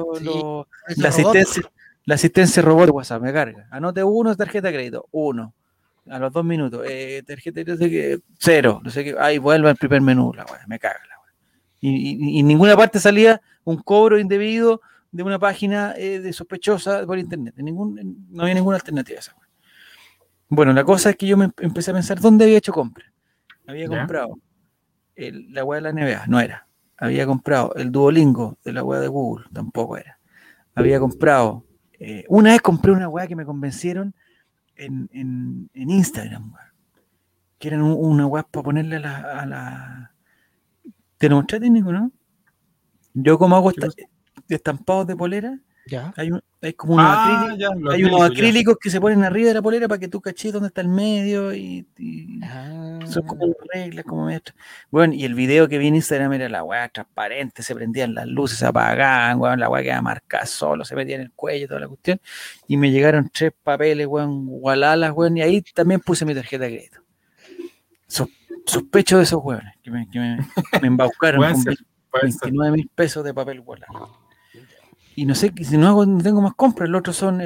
la asistencia robot de WhatsApp, me carga. Anote 1, tarjeta de crédito, 1. A los 2 minutos, tarjeta de crédito, 0. No sé qué, ahí vuelve al primer menú, la weá, me caga la weá. Y en ninguna parte salía un cobro indebido de una página de sospechosa por internet. No había ninguna alternativa a esa weá. Bueno, la cosa es que yo me empecé a pensar dónde había hecho compra. Había comprado la weá de la NBA, no era. Había comprado el Duolingo de la weá de Google, tampoco era. Había comprado, una vez compré una weá que me convencieron en Instagram, weá, que eran una weá para ponerle a la... ¿Te lo mostré, técnico, no? Yo como hago estampados de polera, ya. Hay como unos acrílicos que se ponen arriba de la polera para que tú caches dónde está el medio y son como reglas, como maestras. Bueno, y el video que vi en Instagram era la weá transparente, se prendían las luces, se apagaban, weón, la weá quedaba marcada solo, se metía en el cuello, toda la cuestión, y me llegaron 3 papeles, weón, gualalas, weón, y ahí también puse mi tarjeta de crédito. Sospecho de esos weones que me embaucaron con 29.000 pesos de papel gualala. Y no sé, si no tengo más compras, el otro son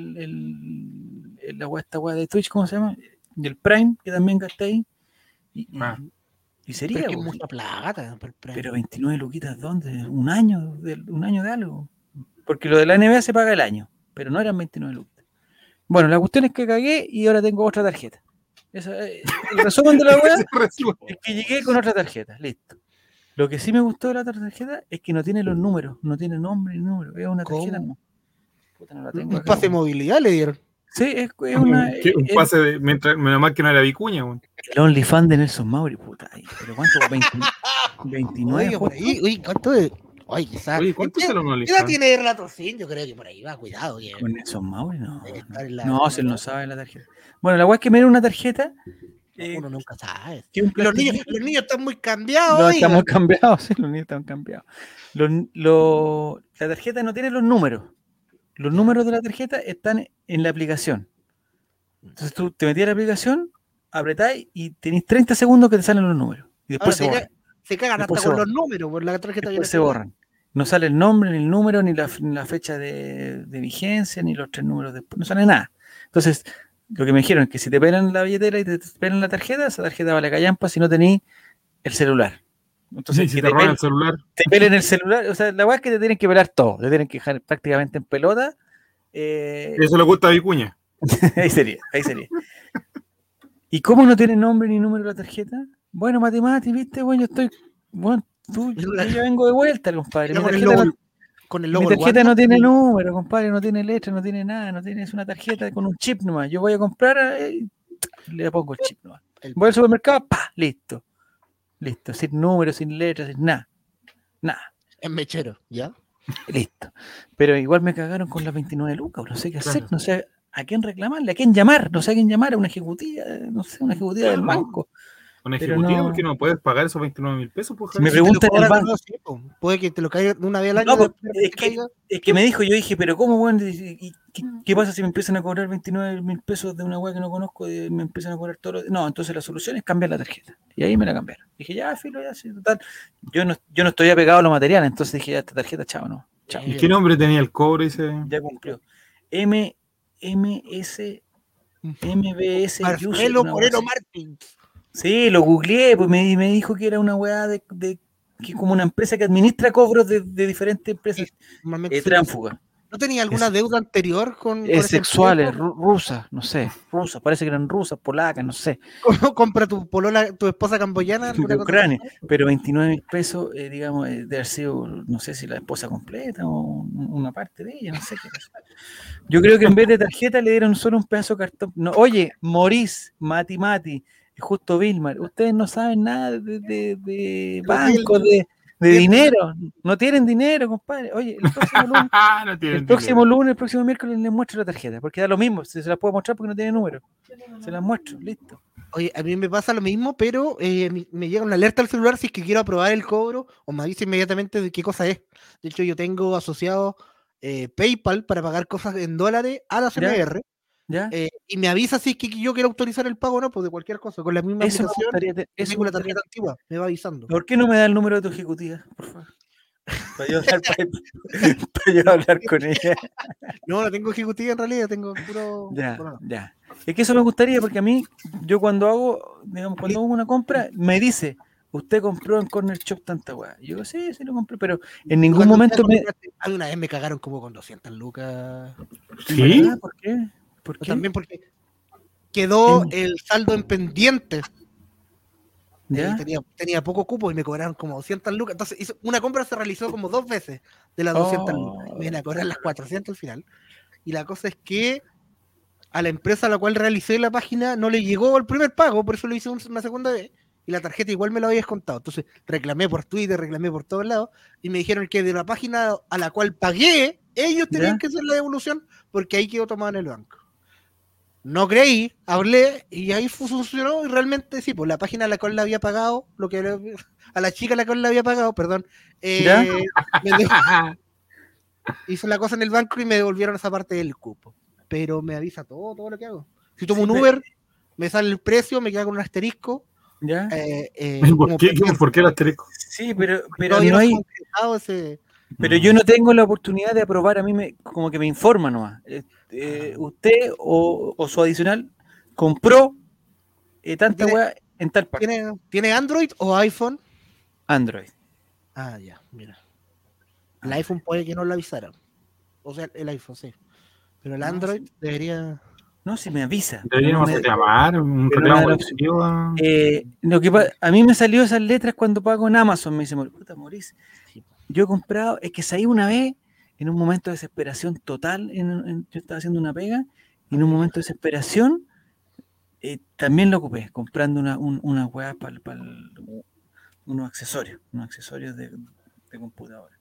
esta weá de Twitch, ¿cómo se llama? Y el Prime, que también gasté ahí. Y sería. Pero es que mucha plata. Pero 29 luquitas, ¿dónde? ¿Un año de algo? Porque lo de la NBA se paga el año, pero no eran 29 luquitas. Bueno, la cuestión es que cagué y ahora tengo otra tarjeta. El resumen de la weá es que llegué con otra tarjeta, listo. Lo que sí me gustó de la tarjeta es que no tiene los números, no tiene nombre ni número, es una tarjeta. No. Puta, no la tengo un pase de movilidad le dieron. Sí, es una... Un pase de... Menos mal que no era Vicuña, güey. El OnlyFans de Nelson Mauri, puta. Pero ¿cuánto? 29. Oye, por ahí, uy, ¿cuánto es? Oye, ¿cuánto se lo OnlyFans? ¿Qué edad tiene Relato Sin? Yo creo que por ahí va, cuidado. Con Nelson Mauri, no. No, si él no sabe la tarjeta. Bueno, la weá es que me dieron una tarjeta... Uno nunca sabe. Los niños están muy cambiados. No, están muy cambiados, sí, los niños están cambiados. La tarjeta no tiene los números. Los números de la tarjeta están en la aplicación. Entonces tú te metías a la aplicación, apretáis y tenéis 30 segundos que te salen los números. Y después se borran. Se cagan hasta con los números por la tarjeta. Después se borran. No sale el nombre, ni el número, ni la fecha de vigencia, ni los 3 números después. No sale nada. Entonces... Lo que me dijeron es que si te pelan la billetera y te pelan la tarjeta, esa tarjeta vale callampa si no tenís el celular. Entonces, si te roban el celular. Te pelen el celular. O sea, la weá es que te tienen que pelar todo. Te tienen que dejar prácticamente en pelota. Eso le gusta a Vicuña. Ahí sería. ¿Y cómo no tiene nombre ni número la tarjeta? Bueno, Matemati, ¿viste? Bueno, yo estoy... Bueno, yo ya vengo de vuelta, compadre. Con el logo. Mi tarjeta no tiene número, compadre, no tiene letra, no tiene nada, es una tarjeta con un chip nomás. Yo voy a comprar, le pongo el chip nomás. Voy al supermercado, listo, sin número, sin letra, sin nada. Es mechero, ¿ya? Listo. Pero igual me cagaron con las 29 lucas, no sé qué hacer, no sé a quién reclamarle, a quién llamar, no sé a quién llamar, a una ejecutiva, no sé, una ejecutiva del banco. ¿Una ejecutiva? ¿Por qué no puedes pagar esos 29.000 pesos? Pues, me preguntan en el banco. Puede que te lo caiga una vez al año. No, es que me dijo, yo dije, pero ¿cómo, bueno? ¿Qué pasa si me empiezan a cobrar 29.000 pesos de una weá que no conozco y me empiezan a cobrar todo lo... No, entonces la solución es cambiar la tarjeta. Y ahí me la cambiaron. Dije, ya, filo, ya, sí, total. Yo no estoy apegado a lo material, entonces dije, ya, esta tarjeta, chao, no. Chao. ¿Y qué nombre tenía el cobre? Ya cumplió. MBS Marcelo Moreno Martins. Sí, lo googleé, pues me dijo que era una weá de que como una empresa que administra cobros de diferentes empresas tránfugas. ¿No tenía alguna deuda anterior con sexuales, rusas, no sé, parece que eran rusas, polacas, no sé. ¿Cómo compra tu polola, tu esposa camboyana? De Ucrania, pero 29.000 pesos, digamos, de haber sido, no sé si la esposa completa o una parte de ella, no sé qué cosa. Yo creo que en vez de tarjeta le dieron solo un pedazo de cartón. No, oye, Maurice, Mati, Justo Vilmar, ustedes no saben nada de bancos, de dinero, no tienen dinero, compadre. Oye, el próximo miércoles les muestro la tarjeta, porque da lo mismo, se las puedo mostrar porque no tiene número. Se las muestro, listo. Oye, a mí me pasa lo mismo, pero me llega una alerta al celular si es que quiero aprobar el cobro, o me avisa inmediatamente de qué cosa es. De hecho, yo tengo asociado PayPal para pagar cosas en dólares a la CMR. ¿Ya? Y me avisa si es que yo quiero autorizar el pago o no, pues de cualquier cosa, con la misma aplicación, tengo la tarjeta activa, me va avisando. ¿Por qué no me da el número de tu ejecutiva, por favor? Para yo hablar con ella. No, la tengo ejecutiva en realidad, tengo puro... Ya. Es que eso me gustaría, porque a mí, yo cuando hago una compra, me dice, usted compró en Corner Shop tanta weá. Yo sí lo compré, pero en ningún momento A mí una vez me cagaron como con 200 lucas. ¿Sí? ¿Por qué? También porque quedó el saldo en pendiente. Tenía poco cupo y me cobraron como 200 lucas. Entonces, una compra se realizó como 2 veces de las 200 lucas. Me iban a cobrar las 400 al final. Y la cosa es que a la empresa a la cual realicé la página no le llegó el primer pago, por eso lo hice una segunda vez. Y la tarjeta igual me lo había descontado. Entonces reclamé por Twitter, reclamé por todos lados. Y me dijeron que de la página a la cual pagué, ellos tenían que hacer la devolución porque ahí quedó tomado en el banco. No creí, hablé y ahí funcionó y realmente sí, pues la página a la cual le había pagado, a la chica a la cual le había pagado, perdón, hizo la cosa en el banco y me devolvieron esa parte del cupo. Pero me avisa todo lo que hago. Si tomo un Uber, me sale el precio, me queda con un asterisco. ¿Ya? ¿Por qué el asterisco? Sí, pero no hay... Pero yo no tengo la oportunidad de aprobar, a mí como que me informa nomás. Usted o su adicional compró tanta weá en tal parte. ¿Tiene Android o iPhone? Android. Ah, ya, mira. El iPhone puede que no lo avisara. O sea, el iPhone sí. Pero el Android debería... No, si me avisa. Deberíamos reclamar un reclamo. A mí me salió esas letras cuando pago en Amazon. Me dice, puta, Maurice, yo he comprado, es que salí una vez en un momento de desesperación total, yo estaba haciendo una pega, y en un momento de desesperación también lo ocupé, comprando una weá para unos accesorios de computadora.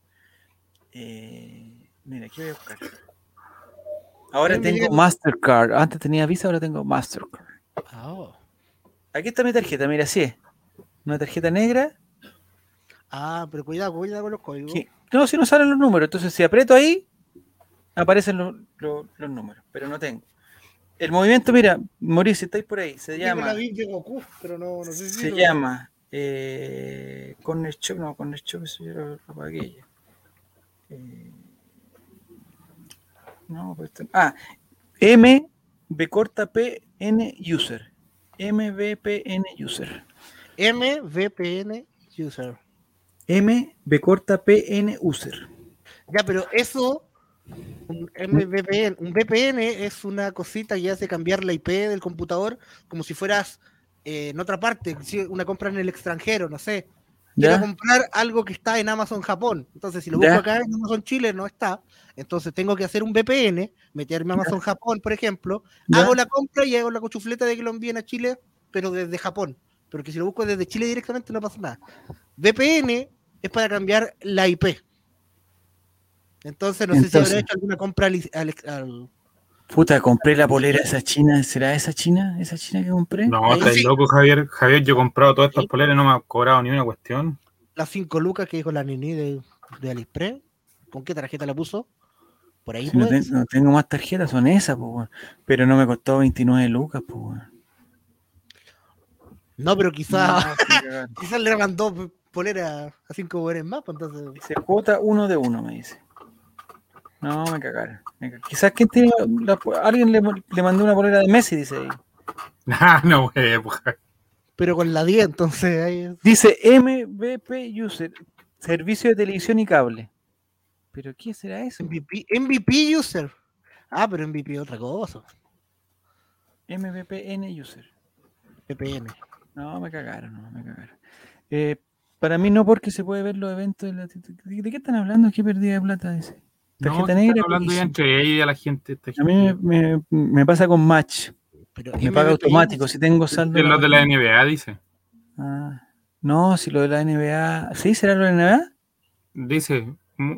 Mira, aquí voy a buscar. Ahora tengo Mastercard, antes tenía Visa, ahora tengo Mastercard. Aquí está mi tarjeta, mira, así es. Una tarjeta negra. Pero cuidado con los códigos. No, si no salen los números, entonces si aprieto ahí, aparecen los números, pero no tengo. El movimiento, mira, Mauricio, si estáis por ahí, se llama... Se llama... Corner Shop, eso yo lo pagué ya. MVPN User. MVPN User. MVPN User. Ya, pero eso, un VPN es una cosita que hace cambiar la IP del computador como si fueras en otra parte, una compra en el extranjero, no sé. quiero comprar algo que está en Amazon Japón. Entonces, si lo busco acá en Amazon Chile, no está. Entonces, tengo que hacer un VPN, meterme a Amazon Japón, por ejemplo. Hago la compra y hago la cochufleta de que lo envíen a Chile, pero desde Japón. Porque si lo busco desde Chile directamente, no pasa nada. VPN es para cambiar la IP. Entonces, no sé si habrá hecho alguna compra al... Puta, compré la polera esa china. ¿Será esa china? ¿Esa china que compré? No, estás loco, Javier. Javier, yo he comprado todas estas poleras y no me ha cobrado ni una cuestión. Las 5 lucas que dijo la Nini de AliExpress. ¿Con qué tarjeta la puso? Por ahí si no tengo más tarjetas, son esas, pues, pero no me costó 29 lucas, pues. No, pero quizás le mandó polera a 5 buenos más, pues entonces. Dice cuota 1 de 1, me dice. No, me cagaron. Quizás que tiene alguien le mandó una polera de Messi, dice ahí. No, pues. Pero con la 10, entonces. Ahí... Dice MVP User, servicio de televisión y cable. ¿Pero qué será eso? MVP User. Ah, pero MVP es otra cosa. MVPN User. VPN. No, me cagaron. Para mí no, porque se puede ver los eventos. ¿De qué están hablando? ¿Qué pérdida de plata dice? Tarjeta negra. Están hablando ya entre ella y la gente. A mí me pasa con Match. Pero me paga automático. Si tengo saldo. Es lo de la NBA, dice. No, si lo de la NBA. ¿Sí? ¿Será lo de la NBA? Dice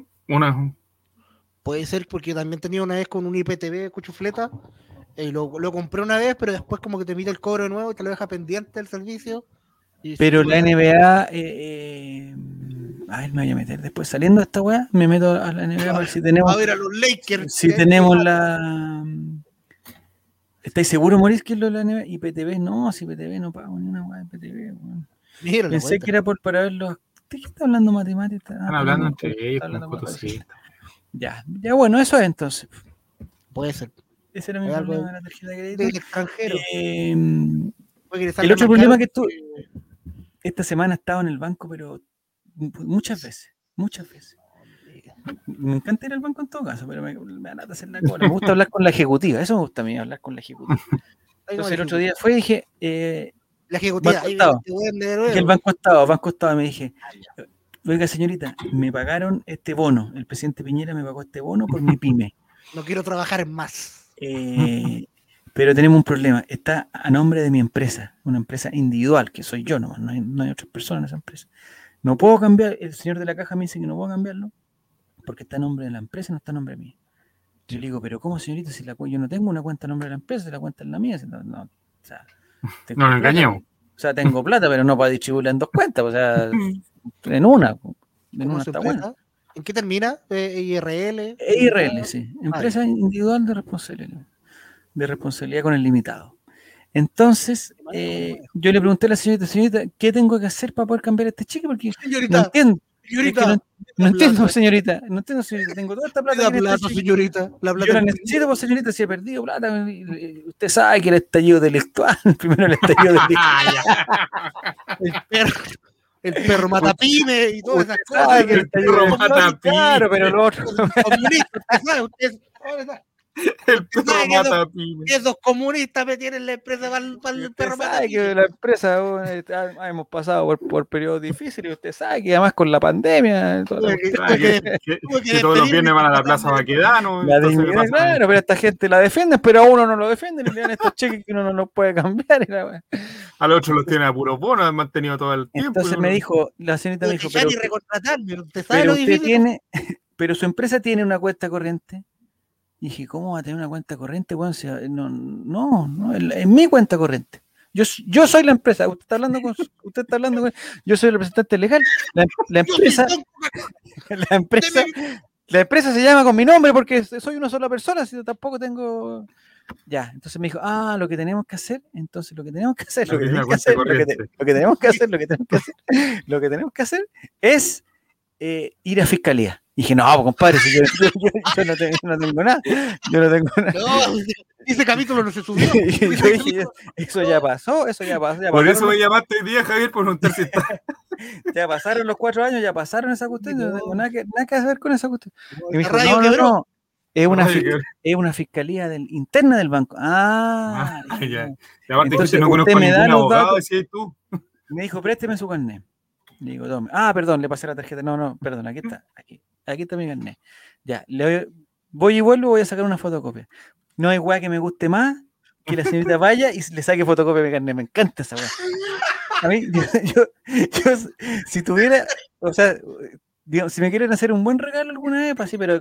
Puede ser, porque también tenía una vez con un IPTV cuchufleta. Y lo compré una vez, pero después como que te pide el cobro de nuevo y te lo deja pendiente el servicio. Pero la NBA, a ver, me voy a meter después saliendo de esta weá, me meto a la NBA a ver si tenemos. A ver a los Lakers. Si tenemos la. ¿Estáis seguros, Maurice, que es lo de la NBA? IPTV, no, si IPTV no pago ni una weá de IPTV, weón. Mira, pensé que era para ver los. ¿De qué está hablando matemáticas? Están hablando entre ellos. Ya, bueno, eso es entonces. Puede ser. Ese era mi problema de la tarjeta de crédito. Del extranjero. El otro problema que tuve. Esta semana he estado en el banco, pero muchas veces. Me encanta ir al banco en todo caso, pero me van a hacer la cola. Me gusta hablar con la ejecutiva, eso me gusta a mí, hablar con la ejecutiva. Entonces el otro día fue y dije, la ejecutiva, el Banco Estado, me dije, oiga señorita, me pagaron este bono, el presidente Piñera me pagó este bono por mi pyme. No quiero trabajar más. Pero tenemos un problema, está a nombre de mi empresa, una empresa individual, que soy yo nomás, no hay otras personas en esa empresa. No puedo cambiar, el señor de la caja me dice que no puedo cambiarlo, porque está a nombre de la empresa, no está a nombre mío. Yo le digo, pero ¿cómo, señorita? Si yo no tengo una cuenta a nombre de la empresa, la cuenta es la mía. No nos engañemos. O sea, tengo plata, pero no para distribuirla en 2 cuentas, o sea, en una está buena. ¿En qué termina? ¿IRL? IRL, sí. Empresa individual de responsabilidad con el limitado. Entonces, yo le pregunté a la señorita, ¿qué tengo que hacer para poder cambiar este cheque? Porque no entiendo. Señorita, no entiendo, señorita. Tengo toda esta plata. La plata, señorita. Yo la necesito, pues, señorita, si he perdido plata. Usted sabe que el estallido delictual, primero el estallido delictual. El perro mata pyme y todas esas cosas. El perro mata pyme. Claro, pero lo otro. El perro mata pyme. Esos comunistas me tienen la empresa para el perro mata pyme. Que la empresa hemos pasado por periodos difíciles. Usted sabe que además con la pandemia. Que todos los viernes van a la Plaza Baquedano. Claro, pero esta gente la defiende, pero a uno no lo defienden y le dan estos cheques que uno no los puede cambiar. Al otro los tiene a puro bono, han mantenido todo el tiempo. Entonces me dijo, la señorita me dijo, pero usted sabe lo difícil. Pero su empresa tiene una cuenta corriente. Y dije, ¿cómo va a tener una cuenta corriente? Bueno, no, es mi cuenta corriente. Yo soy la empresa. Usted está hablando con yo soy el representante legal. La empresa se llama con mi nombre porque soy una sola persona, si tampoco tengo. Ya, entonces me dijo, lo que tenemos que hacer es ir a fiscalía. Y dije, no, compadre, si yo no tengo nada. No, ese capítulo no se subió. Yo dije, eso ya pasó. Por eso me llamaste hoy día, Javier, por preguntar si está. Ya pasaron los 4 años, ya pasaron esa cuestión. No tengo nada que hacer con esa cuestión. Y me dijo, no. Es una fiscalía interna del banco. Ya. Y aparte, entonces, no conozco ningún abogado, decías tú. Me dijo, présteme su carnet. Le digo, tome. Perdón, le pasé la tarjeta. No, perdón, aquí está. Aquí está mi carnet. Ya, voy y vuelvo, voy a sacar una fotocopia. No hay weá que me guste más que la señorita vaya y le saque fotocopia de mi carnet. Me encanta esa weá. A mí, yo si tuviera, o sea, digamos, si me quieren hacer un buen regalo alguna vez, pues sí, pero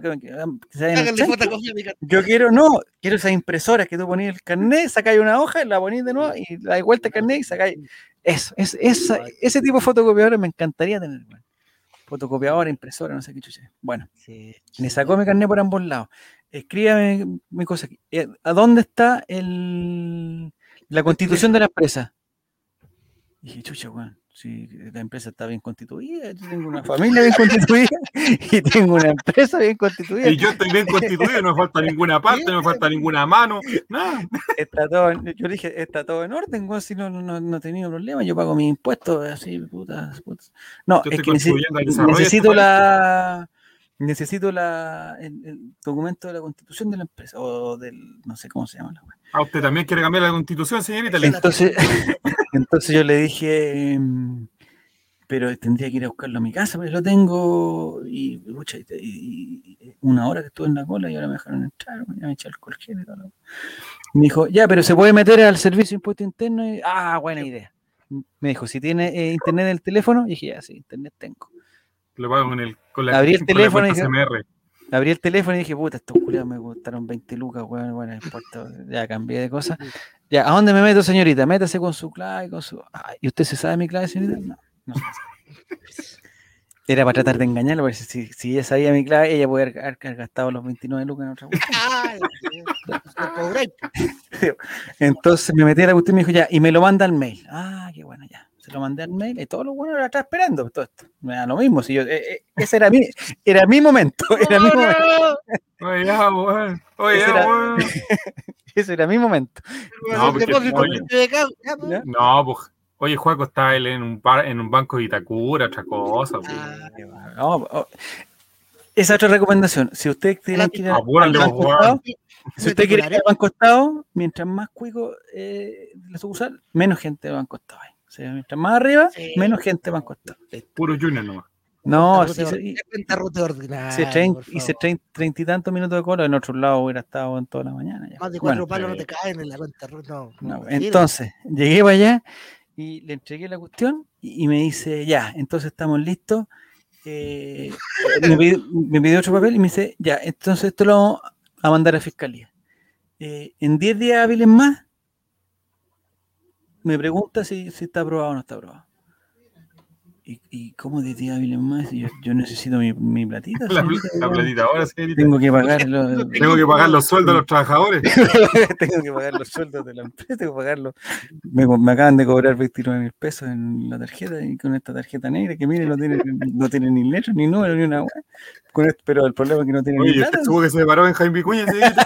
yo quiero esas impresoras que tú ponías el carnet, sacáis una hoja, la ponís de nuevo y la vuelta el carnet y sacáis. Ese tipo de fotocopiadora me encantaría tener. Bueno. Fotocopiadora, impresora, no sé qué chucha. Bueno, me sacó mi carnet por ambos lados. Escríbame mi cosa aquí. ¿A dónde está la constitución de la empresa? Y dije, chucha, weón, si la empresa está bien constituida, yo tengo una familia bien constituida y tengo una empresa bien constituida. Y yo estoy bien constituido, no me falta ninguna parte, no me falta ninguna mano, nada. Yo dije, está todo en orden, weón, si no he tenido problemas, yo pago mis impuestos, así, putas. No, es que necesito el documento de la constitución de la empresa, o del, no sé cómo se llama la wea. ¿Usted también quiere cambiar la constitución, señorita? Entonces yo le dije, pero tendría que ir a buscarlo a mi casa, pero lo tengo, y una hora que estuve en la cola y ahora me dejaron entrar, ya me eché alcohol gel y todo. Me dijo, ya, pero se puede meter al servicio de impuesto interno. Buena idea. Me dijo, si tiene internet en el teléfono, y dije, ya, sí, internet tengo. Lo pago con la abrí el teléfono y dije, puta, estos culiados me costaron 20 lucas, weón, bueno, no importa, ya cambié de cosas. Ya, ¿a dónde me meto, señorita? Métase con su clave, ¿y usted se sabe mi clave, señorita? No se sabe. Era para tratar de engañarlo, porque si ella sabía mi clave, ella podía haber gastado los 29 lucas en otra cosa. Entonces me metí a la cuestión y me dijo, ya, y me lo manda al mail. Qué bueno, ya. Se lo mandé al mail y todo lo bueno era estar esperando todo esto. Me da lo mismo. Si yo, ese era mi momento. Era mi momento. Ese era mi momento. Oye, Juaco, está él en un banco de Itacura, otra cosa. Esa otra recomendación. Si usted tiene que ir al Banco Estado, si usted quiere ir al Banco Estado, mientras más cuico la sucursal, menos gente va a Banco Estado. O sea, mientras más arriba, menos gente va a Banco Estado. Puro Junior nomás. No, hice 30 y tantos minutos de cola, en otro lado hubiera estado en toda la mañana. Ya. Más de 4 palos no te caen en la cuenta. Entonces, llegué para allá y le entregué la cuestión y me dice, ya, entonces estamos listos. Me pidió otro papel y me dice, ya, entonces esto lo vamos a mandar a fiscalía. En 10 días hábiles más, me pregunta si está aprobado o no está aprobado. ¿Y cómo 10 días hábiles más? Yo necesito mi platita. La platita ahora, señorita. Tengo que pagar los sueldos de los trabajadores. Tengo que pagar los sueldos de la empresa, tengo que pagarlos. Me acaban de cobrar 29.000 pesos en la tarjeta, y con esta tarjeta negra, que mire, no tiene ni letra, ni número, ni una hueá. Pero el problema es que no tiene ni plata. Supongo que se paró en Jaime Vicuña, señorita.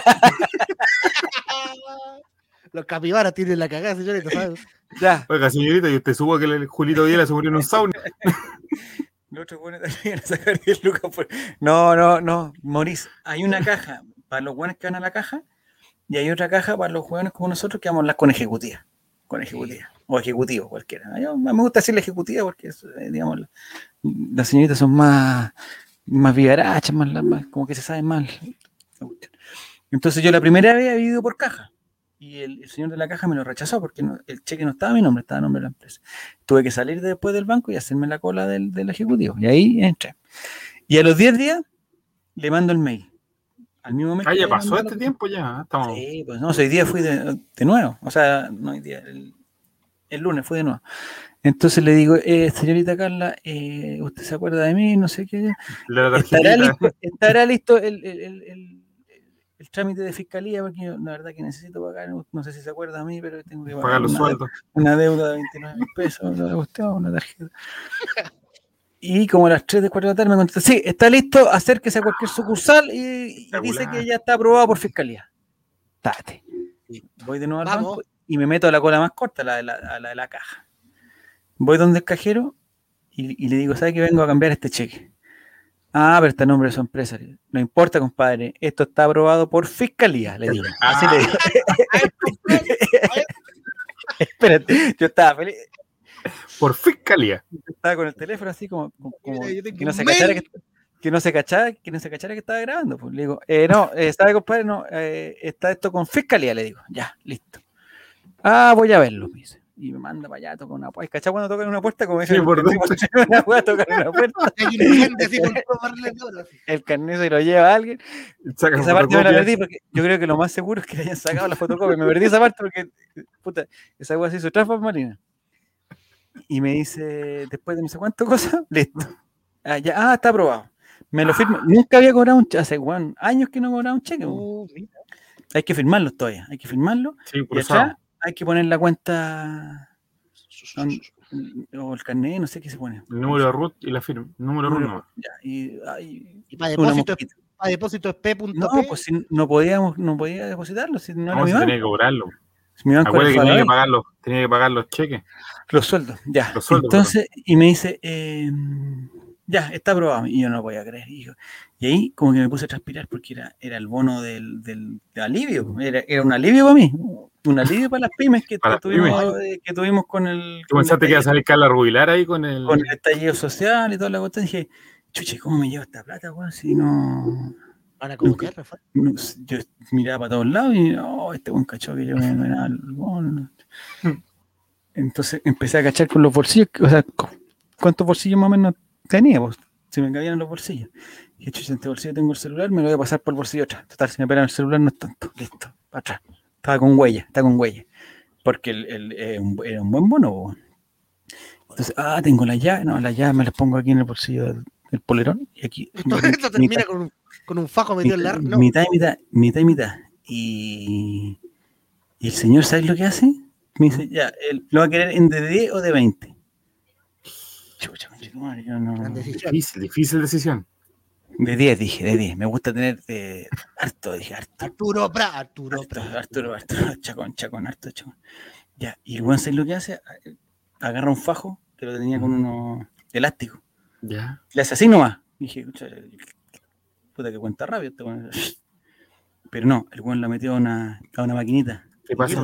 Los capibaras tienen la cagada, señorita, ¿sabes? Ya. Oiga, señorita, y usted supo que el Julito Viela se murió en un sauna. Los otros buenos también a sacar 10 lucas por... No, Maurice, hay una caja para los buenos que van a la caja y hay otra caja para los jóvenes como nosotros que vamos a hablar con ejecutiva. O ejecutivo, cualquiera. Me gusta decirle ejecutiva porque, digamos, las señoritas son más vivarachas, más como que se saben mal. Entonces yo la primera vez había ido por caja. Y el señor de la caja me lo rechazó porque el cheque no estaba a mi nombre, estaba a nombre de la empresa. Tuve que salir después del banco y hacerme la cola del ejecutivo. Y ahí entré. Y a los 10 días le mando el mail. Al mismo momento. Ya pasó este tiempo ya. Estamos... Sí, pues no, hoy día fui de nuevo. O sea, no hoy día, el lunes fui de nuevo. Entonces le digo, señorita Carla, ¿usted se acuerda de mí? No sé qué. ¿Estará listo el trámite de fiscalía? Porque yo la verdad que necesito pagar, no sé si se acuerda de mí, pero tengo que pagar los sueldos. Una deuda de 29.000 pesos, lo de usted, una tarjeta. Y como a las 3 de 4 de la tarde me contestó, sí, está listo, acérquese a cualquier sucursal y dice que ya está aprobado por fiscalía. Date. Voy de nuevo al banco y me meto a la cola más corta, a la de la caja. Voy donde el cajero y le digo, ¿sabe que vengo a cambiar este cheque? Pero está a nombre de su empresa. No importa, compadre, esto está aprobado por fiscalía, le digo. Así le digo. Espérate, yo estaba feliz. Por fiscalía. Estaba con el teléfono así como que no se cachara que no se cachara que estaba grabando. Pues le digo, no, ¿sabe, compadre? No, está esto con fiscalía, le digo. Ya, listo. Voy a verlo, me dice. Y me manda para allá, toca una puerta. ¿Cachai? Cuando tocan una puerta, como sí, por dentro. Tocar una puerta. El carnet se lo lleva a alguien. Esa parte me la perdí porque yo creo que lo más seguro es que le hayan sacado la fotocopia. Me perdí esa parte porque, puta, esa weá se hizo trampa marina. Y me dice, después de no sé cuántas cosas, listo. Ya, está aprobado. Me lo firma. Nunca había cobrado un cheque. Hace años que no cobraba un cheque. Hay que firmarlo todavía. Hay que firmarlo. Sí, y acá hay que poner la cuenta o el carnet, no sé qué se pone. El número de RUT y la firma. Número RUT no. Y para depósito es P.P. No, pues si no podía depositarlo. Si no era mi tenía que cobrarlo. Mi banco que tenía que pagar los cheques. Los sueldos, ya. Entonces, y me dice, ya, está aprobado. Y yo no lo podía creer. Y ahí como que me puse a transpirar porque era el bono del alivio. Era un alivio para mí. Un alivio para las pymes que tuvimos con el... ¿Tú pensaste que iba a salir Carla Rubilar ahí con el estallido social y toda la cuestión? Dije, chuche, ¿cómo me llevo esta plata, weón? Si no... yo miraba para todos lados y este buen cachó que yo me daba el bono. Entonces empecé a cachar con los bolsillos, o sea, ¿cuántos bolsillos más o menos tenía? Pues, si me cabían en los bolsillos. Y dije, chucha, en este bolsillo tengo el celular, me lo voy a pasar por el bolsillo atrás. Total, si me pegan el celular no es tanto. Listo, para atrás. Está con huella. Porque era un buen bono. Entonces, tengo las llaves. No, las llaves me las pongo aquí en el bolsillo del polerón. Y aquí. Esto termina con un fajo metido en la... ¿no? Mitad y mitad. Y el señor, ¿sabes lo que hace? Me dice, ya, ¿lo va a querer en de 10 o de 20? Chucha, yo no... Difícil decisión. De 10, dije, de 10. Me gusta tener harto, dije, harto. Arturo Prat. Chacón, harto chacón. Ya, y el buen, ¿sabes lo que hace? Agarra un fajo que lo tenía con unos elásticos. Ya. Le hace así nomás. Dije, escucha, puta que cuenta rápido. Pero no, el buen la metió a una maquinita. ¿Qué pasa?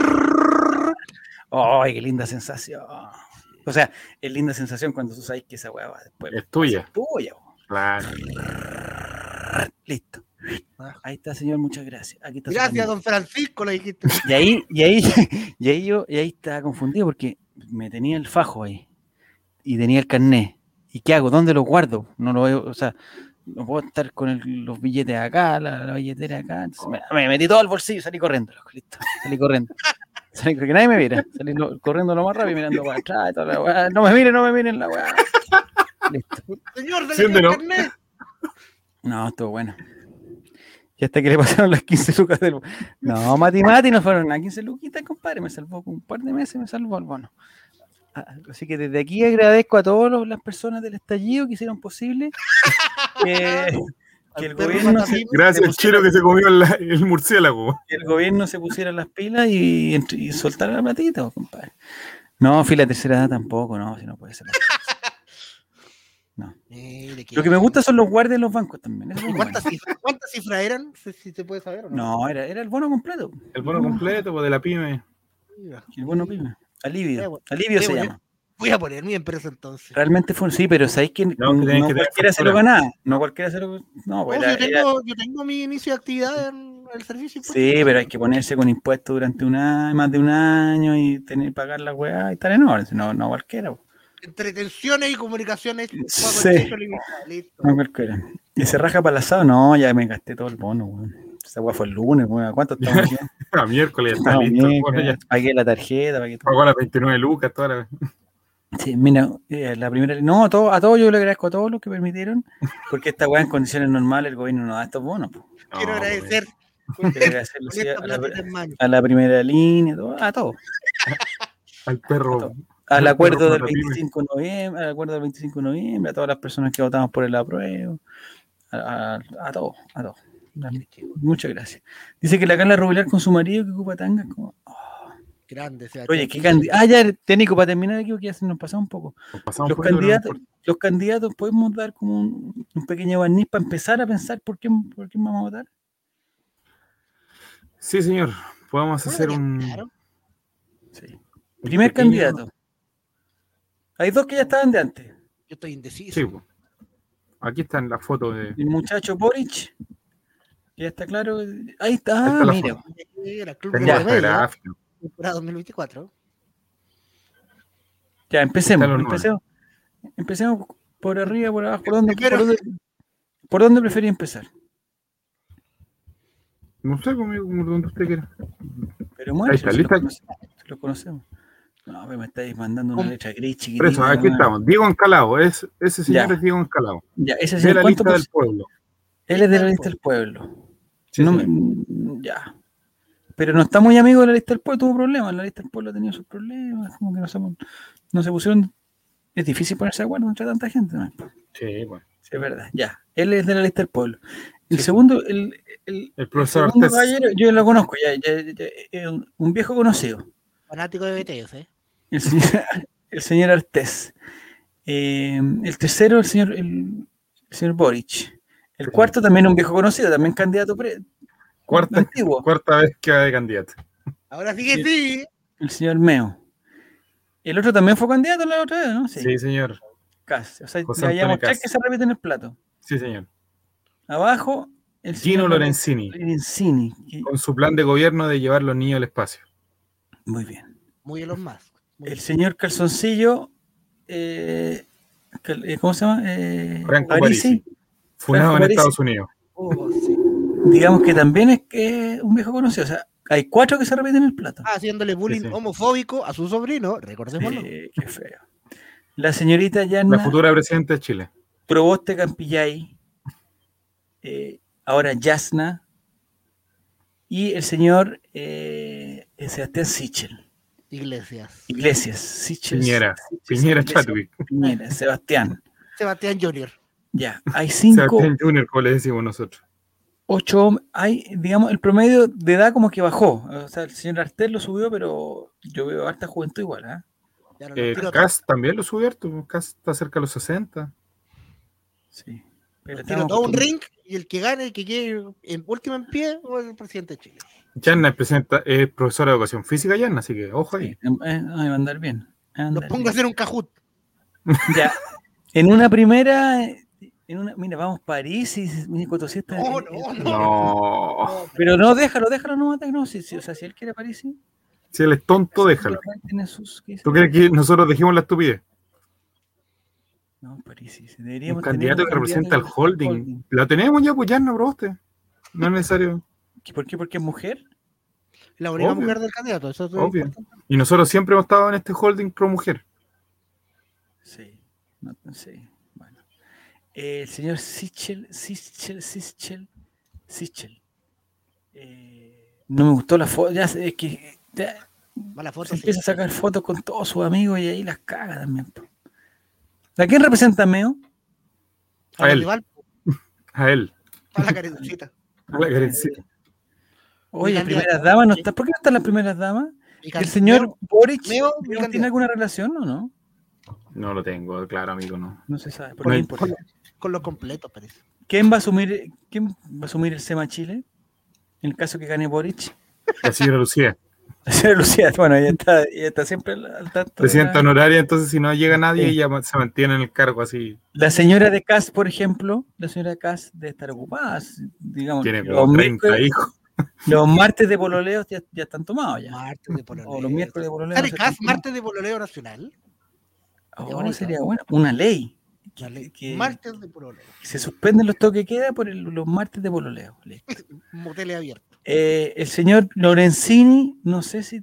¡Ay, qué linda sensación! O sea, es linda sensación cuando tú sabes que esa weá va después. Es tuya. Es tuya. Claro. Listo. Ahí está, señor, muchas gracias. Aquí está. Gracias, don Francisco, le dijiste. Y ahí estaba confundido porque me tenía el fajo ahí y tenía el carnet. ¿Y qué hago? ¿Dónde lo guardo? No lo veo, o sea, no puedo estar con los billetes acá, la billetera acá. Entonces me metí todo al bolsillo y salí corriendo, loco. Listo. Salí corriendo. Que nadie me viera. Salí corriendo lo más rápido y mirando para atrás y toda la weá. No me miren la weá. Listo. Señor, del carnet. No, estuvo bueno. Y hasta que le pasaron las 15 lucas del... No, Mati, no fueron a 15 luquitas, compadre. Me salvó con un par de meses, me salvó el bono. Así que desde aquí agradezco a todas las personas del estallido que hicieron posible que el gobierno... Gracias, Chino, que se comió el murciélago. Que el gobierno se pusiera las pilas y soltara la platita, compadre. No, fila tercera edad tampoco, no, si no puede ser. No. Lo que me gusta son los guardias de los bancos también. ¿Cuántas cifras eran? Si se puede saber o no. No, era el bono completo. El bono completo, pues, de la pyme. El bono pyme. Alivio se llama. Voy a poner mi empresa entonces. Realmente fue, sí, pero sabéis que no cualquiera se lo ganaba. No cualquiera se lo... No, pues yo tengo mi inicio de actividad en el servicio. Sí, pero hay que ponerse con impuestos durante más de un año y tener que pagar la weá y estar en orden. No cualquiera. Entretenciones y comunicaciones. Sí. No cualquiera. ¿Y se raja para el asado? No, ya me gasté todo el bono, weón. Esa weá fue el lunes, weón. ¿Cuánto estamos aquí? A miércoles está listo. Pagué la tarjeta. Pagó las 29 lucas, toda la... Sí, mira, la primera... No, a todos yo le agradezco a todos los que permitieron, porque esta weá en condiciones normales el gobierno no da estos bonos. Quiero agradecer. A la primera línea, a todos. Al perro. Al acuerdo del 25 de noviembre, a todas las personas que votamos por el apruebo, a todos. Muchas gracias. Dice que la Carla Rubilar con su marido que ocupa tanga como... Grande. Oye, qué candidato. Ya, Técnico, para terminar aquí, que ya se nos pasó un poco. Los candidatos, ¿podemos dar como un pequeño barniz para empezar a pensar por quién vamos a votar? Sí, señor. Podemos hacer un... Sí. Primer candidato. Hay dos que ya estaban de antes. Yo estoy indeciso. Sí, pues. Aquí está en la foto de... El muchacho Boric. Ya está claro. Ahí está, mira. Era Club de la Comedia, temporada 2024. Ya, empecemos. Empecemos por arriba, por abajo. ¿Por dónde prefería empezar? No sé, conmigo, como donde usted quiera. Pero bueno, lo conocemos. No, me estáis mandando una letra gris chiquitita. Por eso, aquí estamos. Diego Encalao, ese señor es Diego Encalao. Ya, ese es de la lista del pueblo. Él es de la lista del pueblo. Sí, ya. Pero no está muy amigo de la lista del pueblo, tuvo problemas. La lista del pueblo ha tenido sus problemas, como que no se pusieron. Es difícil ponerse de acuerdo entre tanta gente, ¿no? Sí, bueno. Sí, es verdad. Ya. Él es de la lista del pueblo. El segundo, el profesor Artés. Caballero, yo lo conozco, ya, un viejo conocido. Fanático de BTS, ¿eh? El señor Artés. El tercero, el señor Boric. El cuarto también un viejo conocido, también candidato antiguo. Cuarta vez que va de candidato. Ahora sí que sí. El señor Meo. El otro también fue candidato la otra vez, ¿no? Sí, señor. Casi. O sea, ya hayamos que se repite en el plato. Sí, señor. Abajo, el Gino Lorenzini. Con su plan de gobierno de llevar los niños al espacio. Muy bien. Muy Elon Musk. El señor Calzoncillo, ¿cómo se llama? Franco Parisi. Fundado en Estados Unidos. Sí. Digamos que también es un viejo conocido. O sea, hay 4 que se repiten en el plato. Haciéndole bullying homofóbico a su sobrino, recordémoslo. Qué feo. La señorita Yanna. La futura presidenta de Chile. Proboste Campillay. Ahora Yasna. Y el señor Sebastián Sichel. Iglesias. Sichel. Piñera Chadwick. Piñera, Sebastián Junior. Ya, hay 5. Sebastián Junior, como le decimos nosotros. 8, digamos, el promedio de edad como que bajó. O sea, el señor Artés lo subió, pero yo veo harta juventud igual, Kass también lo subió harto. Kass está cerca de los 60. Sí. Pero todo un ring y el que gane, el que quede en último en pie, o el presidente de Chile. Yanna es profesora de educación física, Yanna, así que ojo ahí. Va a andar bien. Nos pongo a hacer un cajut. Ya. En una primera. Mira, vamos París y Nicotosista. No. Pero no, déjalo, no. Si, o sea, si él quiere París, sí. Si él es tonto, déjalo. ¿Tú crees que nosotros dejemos la estupidez? No, París, sí. Deberíamos un candidato que representa al holding. Lo tenemos ya, pues ya no, bro, usted. No es necesario. ¿Por qué? ¿Porque es mujer? La única mujer del candidato, eso es obvio. Y nosotros siempre hemos estado en este holding pro mujer. Sí. Bueno. El señor Sichel. No me gustó la foto. Ya es que mala foto, se empieza a sacar fotos con todos sus amigos y ahí las caga también. ¿A quién representa Meo? A él. A él. A la carencita. Oye, primeras damas no está. ¿Por qué no están las primeras damas? ¿El señor Boric tiene alguna relación o no? No lo tengo, claro, amigo, no. No se sabe. Con lo completo, parece. ¿Quién va a asumir el SEMA Chile? En el caso que gane Boric. La señora Lucía. La señora Lucía, bueno, ella está siempre al tanto. Presidenta honoraria, entonces si no llega nadie, ella se mantiene en el cargo así. La señora de Kass, por ejemplo, la señora de Kass debe estar ocupada, digamos. Tiene como 30 hijos. Los martes de pololeo ya están tomados ya. Martes de pololeo. O los miércoles de pololeo. ¿Sale Kass martes de pololeo nacional? Ahora sería bueno. Una ley. Martes de pololeo. Se suspenden los toques de queda por los martes de pololeo. Moteles abiertos. El señor Lorenzini, no sé si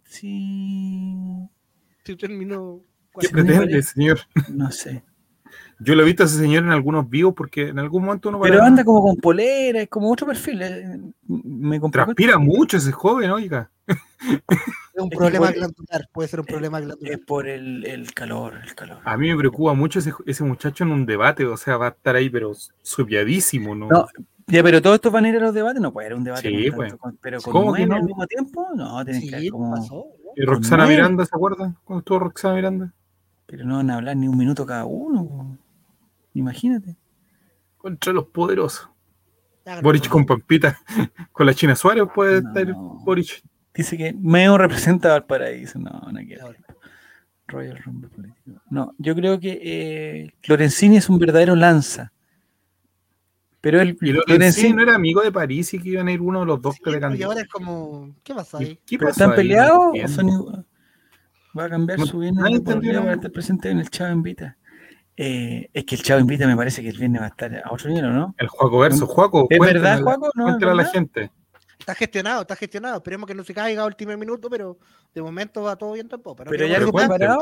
terminó. ¿Qué pretende, señor? No sé. Yo lo he visto a ese señor en algunos vivos porque en algún momento uno... Pero anda como con polera, es como otro perfil. Transpira mucho ese joven, oiga. Es un problema glandular, puede ser un problema glandular. Es por el calor. A mí me preocupa mucho ese muchacho en un debate, o sea, va a estar ahí, pero supiadísimo, ¿no? No, ya, pero todos estos van a ir a los debates, no puede haber un debate. Sí, pues. Pero con 9 al mismo tiempo, no, tienen que haber como... Pasó, ¿no? ¿Y Roxana Miranda, se acuerdan? ¿Cuándo estuvo Roxana Miranda? Pero no van a hablar ni un minuto cada uno, imagínate. Contra los poderosos. Boric con Pampita, con la China Suárez puede estar Boric. Dice que Meo representa a Valparaíso. No quiero. Royal Rumble político. No, yo creo que Lorenzini es un verdadero lanza. Pero Lorenzini no era amigo de París y que iban a ir uno de los dos que le candidatos. Y ahora es como, ¿qué pasa ahí? ¿Pero están peleados o son igual? Va a cambiar su viernes para estar presente en el Chavo Invita. Es que el Chavo Invita me parece que el viernes va a estar a otro nivel, ¿no? El Juaco versus Juaco. ¿Es verdad, Juaco? No, cuéntale a la gente. Está gestionado. Esperemos que no se caiga a último minuto, pero de momento va todo bien tampoco. Pero ya algo preparado.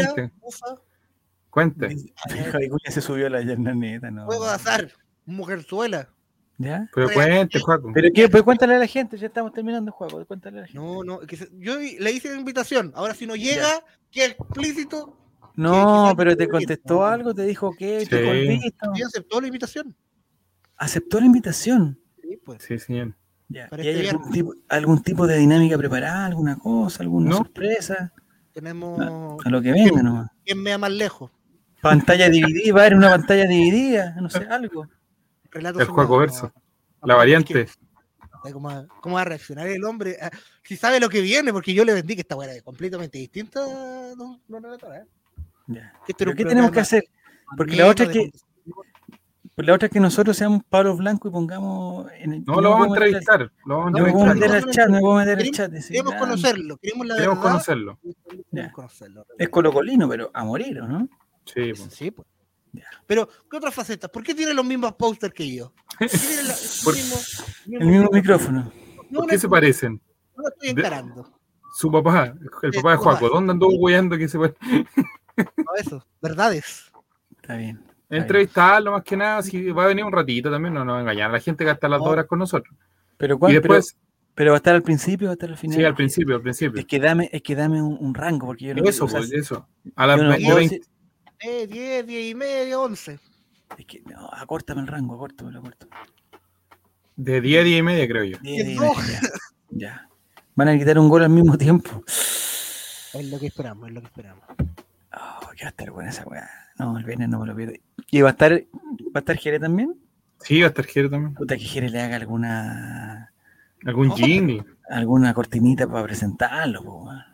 Cuente. Javi Cuña se subió a la Yernaneta, ¿no? Juego de azar, mujerzuela. ¿Ya? Pero cuente, Juaco. Pero cuéntale a la gente, ya estamos terminando, Juaco. Cuéntale a la gente. No, yo le hice la invitación. Ahora, si no llega, que explícito. No, pero te contestó algo, te dijo que te contestó. Sí, aceptó la invitación. ¿Aceptó la invitación? Sí, pues. Sí, señor. Ya. ¿Y hay algún tipo de dinámica preparada, alguna cosa, alguna sorpresa? Tenemos. A lo que venga nomás. ¿Quién me da más lejos? Pantalla dividida, va a haber una pantalla dividida, no sé, algo. El Juaco verso. La variante. ¿Cómo va a reaccionar el hombre? Si sabe lo que viene, porque yo le vendí que esta weá era completamente distinta. No, ya. ¿Pero qué tenemos que hacer? Porque la otra es que nosotros seamos Pablo Blanco y pongamos no lo vamos a entrevistar. No me puedo meter al chat, Queremos conocerlo, queremos la verdad. Conocerlo. Es colocolino, pero a morir, ¿o no? Sí, pues. Sí, pues. Pero, ¿qué otras facetas? ¿Por qué tiene los mismos pósters que yo? ¿Por qué tiene el mismo micrófono? ¿Por qué se parecen? No lo estoy encarando. Su papá, el papá de Juaco, ¿dónde anduvo hueando que se puede? No, eso, verdades. Está bien. Entrevistarlo más que nada, si va a venir un ratito también, no nos va a engañar a la gente que hasta las 2 horas con nosotros. Pero ¿cuál? Y después, pero va a estar al principio, va a estar al final. Sí, al principio. Es que dame un rango, porque yo eso. A las 20. 10 y media, 11. Es que no, acórtame el rango, acórtamelo. De 10 a 10 y media, creo yo. 10 y media. Ya. Van a quitar un gol al mismo tiempo. Es lo que esperamos. Oh, que va a estar buena esa weá. No, el viernes no me lo pierdo. ¿Y va a estar Jere también? Sí, va a estar Jere también. Puta, que Jere le haga algún jingle. Alguna cortinita para presentarlo,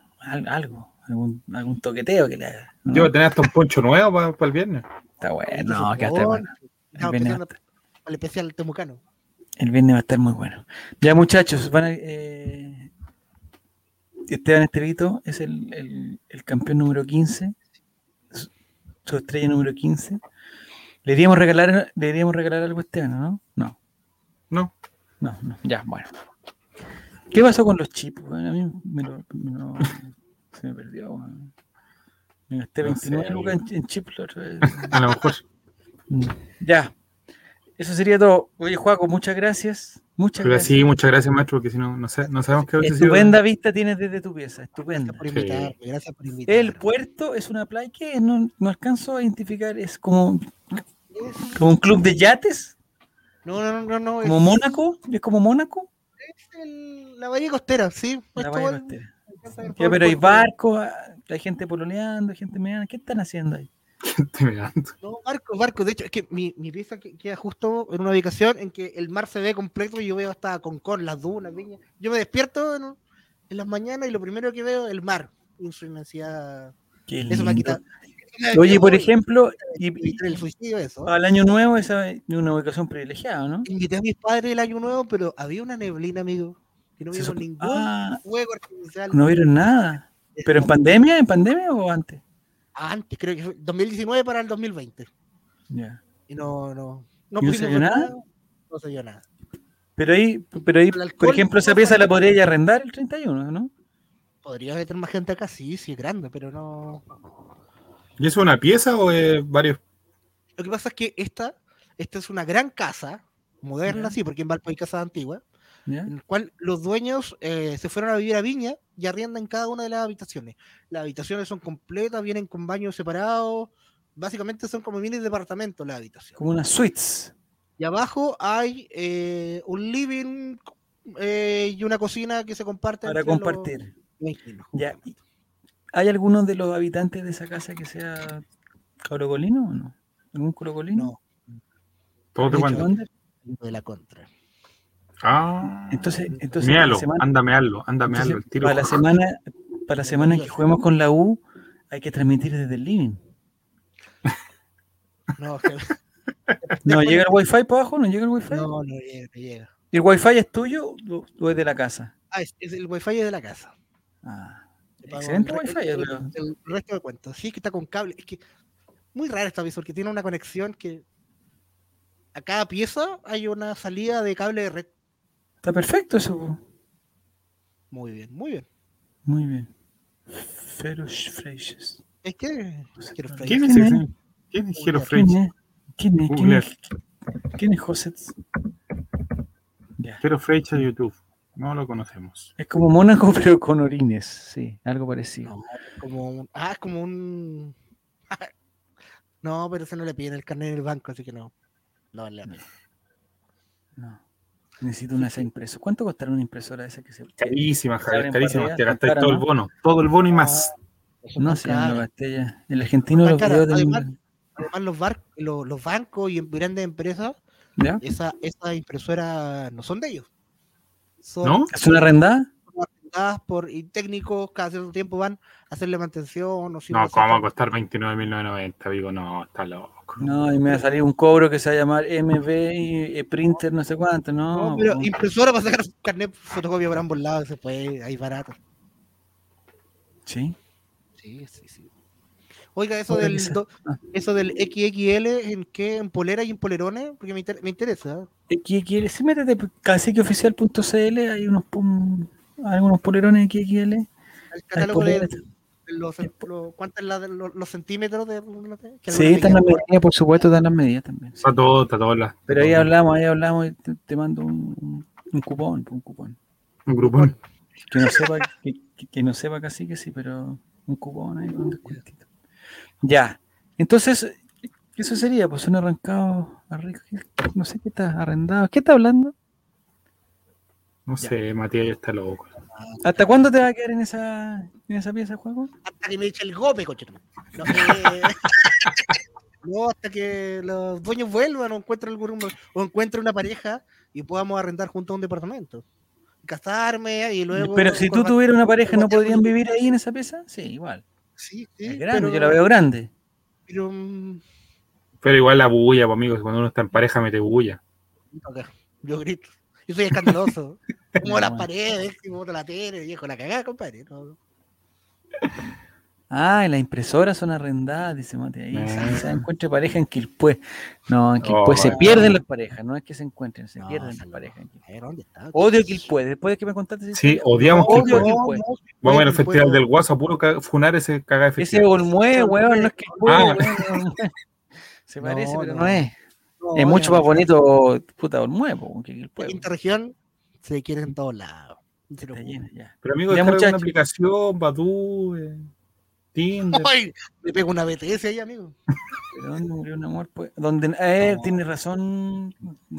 algún toqueteo que le haga. ¿No? Yo voy a tener hasta un poncho nuevo para el viernes. Está bueno, no, que va a estar bueno. Al especial temucano. El viernes va a estar muy bueno. Ya, muchachos, Esteban Estevito es el campeón número 15, su estrella número 15. ¿Le iríamos a regalar algo a Esteban, no? No. Ya, bueno. ¿Qué pasó con los chips? Bueno, a mí se me perdió. Bueno. Me gasté 29 lucas en chips la otra vez. A lo mejor. Ya. Eso sería todo. Oye, Juaco, muchas gracias. Gracias. Sí, muchas gracias, maestro, porque si no sabemos qué hubiese sido. Estupenda vista tienes desde tu pieza, estupenda. Gracias por invitarme. El puerto es una playa que no alcanzo a identificar, es como un club de yates. No. ¿Como Mónaco? ¿Es como Mónaco? Es la bahía costera, sí. La bahía costera. Ya, pero hay barcos, hay gente pololeando, gente meando. ¿Qué están haciendo ahí? No, barco. De hecho, es que mi pieza queda justo en una ubicación en que el mar se ve completo y yo veo hasta Concón, las dunas, Viña. Yo me despierto en las mañanas y lo primero que veo es el mar en su inmensidad. Qué lindo. Eso me quita. Oye, por ejemplo, el suicidio, eso. Al Año Nuevo esa es una ubicación privilegiada, ¿no? Invité a mis padres el Año Nuevo, pero había una neblina, amigo, que no vimos ningún fuego artificial. No vieron nada. ¿Pero en pandemia o antes? Antes, creo que fue 2019 para el 2020. Ya. Y no se vio nada. No se vio nada. Pero ahí, por ejemplo, esa pieza la podría arrendar el 31, ¿no? Podría meter más gente acá, sí, es grande, pero no. ¿Y eso es una pieza o es varios? Lo que pasa es que esta es una gran casa, moderna, sí, porque en Valpo hay casas antiguas, en el cual los dueños se fueron a vivir a Viña y arriendan cada una de las habitaciones. Las habitaciones son completas, vienen con baños separados, básicamente son como mini departamentos las habitaciones. Como unas suites. Y abajo hay un living y una cocina que se comparten. Para compartir. Ya. ¿Hay alguno de los habitantes de esa casa que sea colocolino o no? ¿Algún colocolino? No. ¿Todos de cuándo? De la contra. Entonces méalo, ándame algo el tiro. Para la semana en que juguemos con la U, Hay que transmitir desde el living. No, ¿No llega el Wi-Fi para abajo? ¿No llega el Wi-Fi? No llega. ¿Y el Wi-Fi es tuyo o es de la casa? El Wi-Fi es de la casa. Excelente Wi-Fi. El resto de cuentas. Sí, que está con cable. Es que muy raro esta vez porque tiene una conexión que a cada pieza hay una salida de cable de red. Está perfecto eso. Muy bien. Feroz Freixas. Es que ¿Quién es ese? ¿Quién es Jero Freixas? ¿Quién es José? Jero Freixas YouTube. No lo conocemos. Es como Mónaco, pero con orines. Sí, algo parecido. No, como un. No, pero eso no le piden el carnet del banco, así que no. No vale la pena. No. Necesito una esa impresora. ¿Cuánto costará una impresora esa que se... Carísima, Javier, carísima. Te gastáis todo el bono. Todo el bono y más. No, si no lo gasté ya. El argentino lo pidió además, los bancos y grandes empresas, esas impresoras no son de ellos. ¿No? ¿Es una arrendada? Por técnicos, cada cierto tiempo van a hacerle mantención. No, ¿cómo va a costar 29.990? Digo, no, está loco. No, y me va a salir un cobro que se va a llamar MB y printer, no sé cuánto, no. Pero impresora para sacar carnet, fotocopia por ambos lados, se puede, ahí barato. ¿Sí? Sí. Oiga, eso del XXL, ¿en qué? ¿En polera y en polerones? Porque me interesa. XXL, sí, métete caciqueoficial.cl, hay algunos polerones XXL. El catálogo ¿cuántos los centímetros de? Sí, están las medidas, por supuesto, están las medidas también. Sí. Está todo. Pero ahí hablamos y te mando un cupón. Un grupón. Que no sepa casi que sí, pero un cupón ahí con un descuentito. Ya, entonces, eso sería, pues un arrancado a rico. No sé qué está arrendado. ¿Qué está hablando? No sé, Matías ya está loco. ¿Hasta cuándo te va a quedar en esa pieza de juego? Hasta que me eche el golpe, coche. No, hasta que los dueños vuelvan o encuentren una pareja y podamos arrendar juntos un departamento. Casarme y luego... Pero si tú tuvieras una pareja, ¿no podrían vivir ahí en esa pieza? Sí, igual. Sí, es grande, pero yo la veo grande. Pero igual la bulla, pues, amigos, cuando uno está en pareja mete bulla. Yo grito. Yo soy escandaloso. Como las paredes, como la tele, viejo, la cagada, compadre. No. Ah, y las impresoras son arrendadas, dice Mate. Ahí se encuentra pareja en Quilpué. No, en Quilpué se pierden las parejas, no es que se encuentren, se pierden las parejas. ¿Dónde está? Odio Quilpué, después de que me contaste. Sí, odiamos Quilpué. Vamos al festival del Guasa, puro funar ese cagada de festival. Ese Olmué, weón, no es Quilpué, weón. Se parece, pero no es. Es mucho más bonito, puta, Olmué, que Quilpué. En esta región se quiere en todos lados. Pero amigo, descarga una aplicación, Badoo, Tinder. Ay, me pego una BTS ahí, amigo. ¿Pero dónde murió un amor? Pues, tiene razón.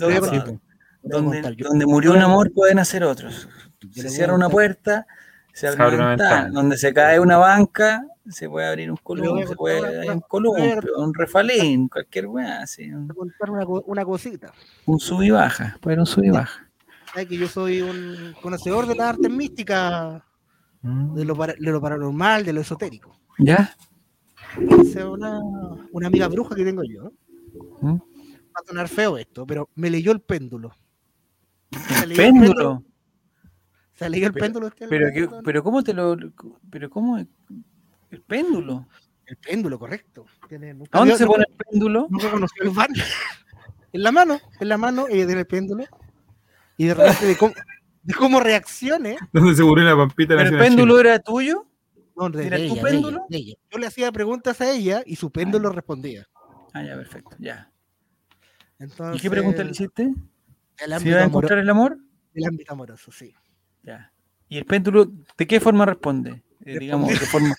Donde murió un amor pueden hacer otros. Se cierra una puerta, se abre una ventana. Donde se cae una banca, se puede abrir un columpio, se puede un columpio, un refalín, cualquier weá. Contar una cosita. Un sub y baja, puede haber un sub y baja. Sabes que yo soy un conocedor de las artes místicas, de lo paranormal, de lo esotérico. ¿Ya? Es una amiga bruja que tengo yo. Va a sonar feo esto, pero me leyó el péndulo. ¿El péndulo? ¿Se leyó el péndulo? Pero ¿cómo te lo...? ¿Pero cómo? ¿El péndulo? El péndulo, correcto. ¿A dónde se pone el péndulo? No reconoció el van. En la mano del péndulo. Y de repente de cómo reaccione. ¿Dónde se murió la pampita? ¿Pero el péndulo era tuyo? No, ¿era tu péndulo? De ella. Yo le hacía preguntas a ella y su péndulo respondía. Ah, ya, perfecto, ya. Entonces, ¿y qué pregunta le hiciste? ¿Si iba a encontrar el amor? El ámbito amoroso, sí. Ya. ¿Y el péndulo de qué forma responde? Digamos, de forma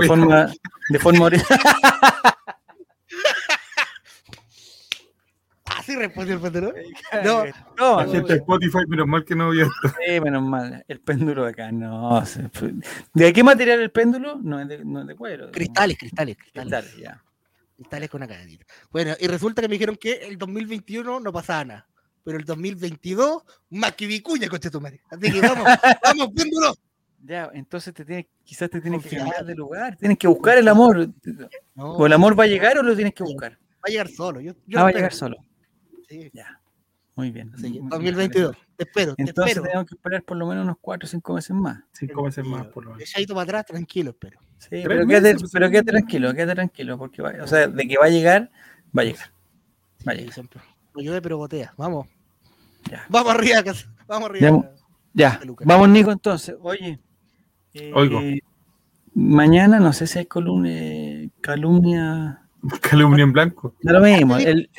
¿Así respondió el péndulo? No, gente de Spotify, menos mal que no vi esto. Sí, menos mal. El péndulo de acá, no. ¿De qué material el péndulo? No es de cuero. Cristales, ya. Cristales con una cadenita. Bueno, y resulta que me dijeron que el 2021 no pasaba nada. Pero el 2022, más que vicuña, coche tu madre. Así que vamos, péndulo. Ya, entonces quizás te tienes que cambiar de lugar, tienes que buscar el amor. O el amor va a llegar o lo tienes que buscar. Va a llegar solo. Va a llegar solo. Sí. Ya. Muy bien. Sí, 2022. Te espero. Entonces tenemos que esperar por lo menos unos 4 o 5 meses más. 5 meses más, por lo menos. Echadito para atrás, tranquilo, espero. Sí, pero quédate tranquilo, porque o sea, de que va a llegar, va a llegar. Va a llegar. Siempre. No llueve, pero gotea. Vamos. Ya. Vamos arriba, vamos arriba. Ya. Vamos, Nico, entonces. Oye. Oigo. Mañana, no sé si hay calumnia. Calumnia en blanco. No lo mismo.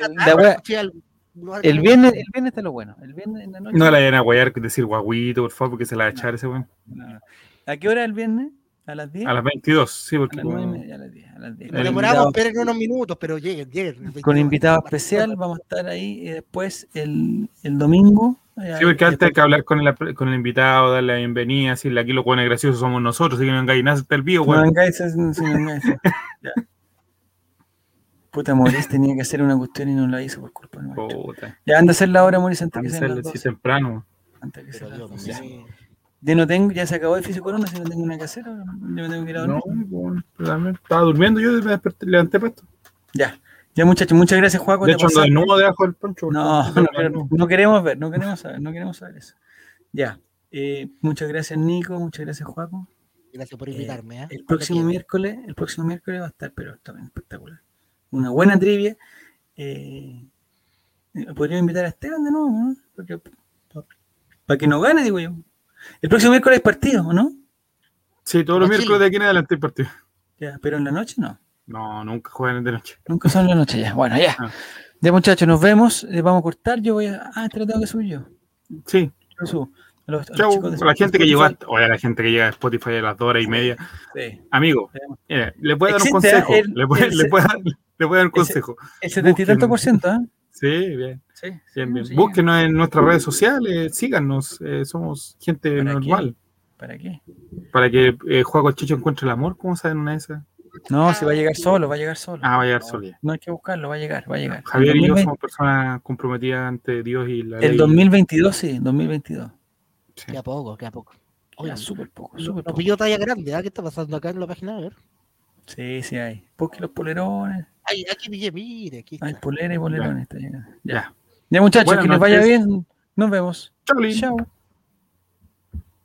El viernes está lo bueno. El viernes en la noche. No la vayan a guayar decir guaguito, por favor, porque se la va a echar ese weón. No. ¿A qué hora el viernes? ¿A las 10? A las 22, sí, porque. A las 9:30, a las 10. Nos demoramos, esperen unos minutos, pero lleguen. Con invitado especial, vamos a estar ahí y después el domingo. Sí, porque antes hay que hablar con el invitado, darle la bienvenida, decirle aquí los buenos graciosos somos nosotros, así que no vengáis nada hasta el vivo, weón. No vengáis. Ya. Puta, Maurice tenía que hacer una cuestión y no la hizo por culpa nuestra. Ya anda a hacer la hora, Maurice, antes que sea las 12. Sí, temprano. Antes que sea las 12. Ya se acabó el Físico Corona, si no tengo nada que hacer, yo me tengo que ir a dormir. No, estaba durmiendo, yo me desperté, levanté para esto. Ya muchachos, muchas gracias, Juaco. De hecho, ando desnudo debajo del poncho. No queremos ver, no queremos saber eso. Ya, muchas gracias, Nico, muchas gracias, Juaco. Gracias por invitarme. El próximo miércoles va a estar, pero también espectacular. Una buena trivia. Podría invitar a Esteban de nuevo, ¿no? Para que no gane, digo yo. El próximo miércoles hay partido, ¿o no? Sí, todos los miércoles de aquí en adelante hay partido. Ya, pero en la noche no. No, nunca juegan de noche. Nunca son de noche ya. Bueno, ya. Ya, muchachos, nos vemos. Vamos a cortar. Yo voy a. Te lo tengo que subir yo. Sí. Lo subo. Chau, a la gente que llegó a Spotify a las 2:30. Sí. Amigo, le puedo dar un consejo. Le puedo dar un consejo. El 70 y tanto %, ¿eh? Sí, bien. Bien. Búsquenos en nuestras redes sociales, síganos, somos gente normal. ¿Para qué? Para que Juaco Chicho encuentre el amor, ¿cómo saben una de esas? No, si va a llegar solo, va a llegar solo. Va a llegar solo ya. No hay que buscarlo, va a llegar. Javier y yo somos personas comprometidas ante Dios y la ley. El 2022, sí, 2022. Sí. Queda poco. Oiga, súper poco. Nos pilló talla grande, ¿qué está pasando acá en la página? A ver. Sí hay. Porque los polerones. Ay, aquí pillé, mire, aquí está. Hay polera y polerones. Ya, muchachos, que les vaya bien. Nos vemos. Chao.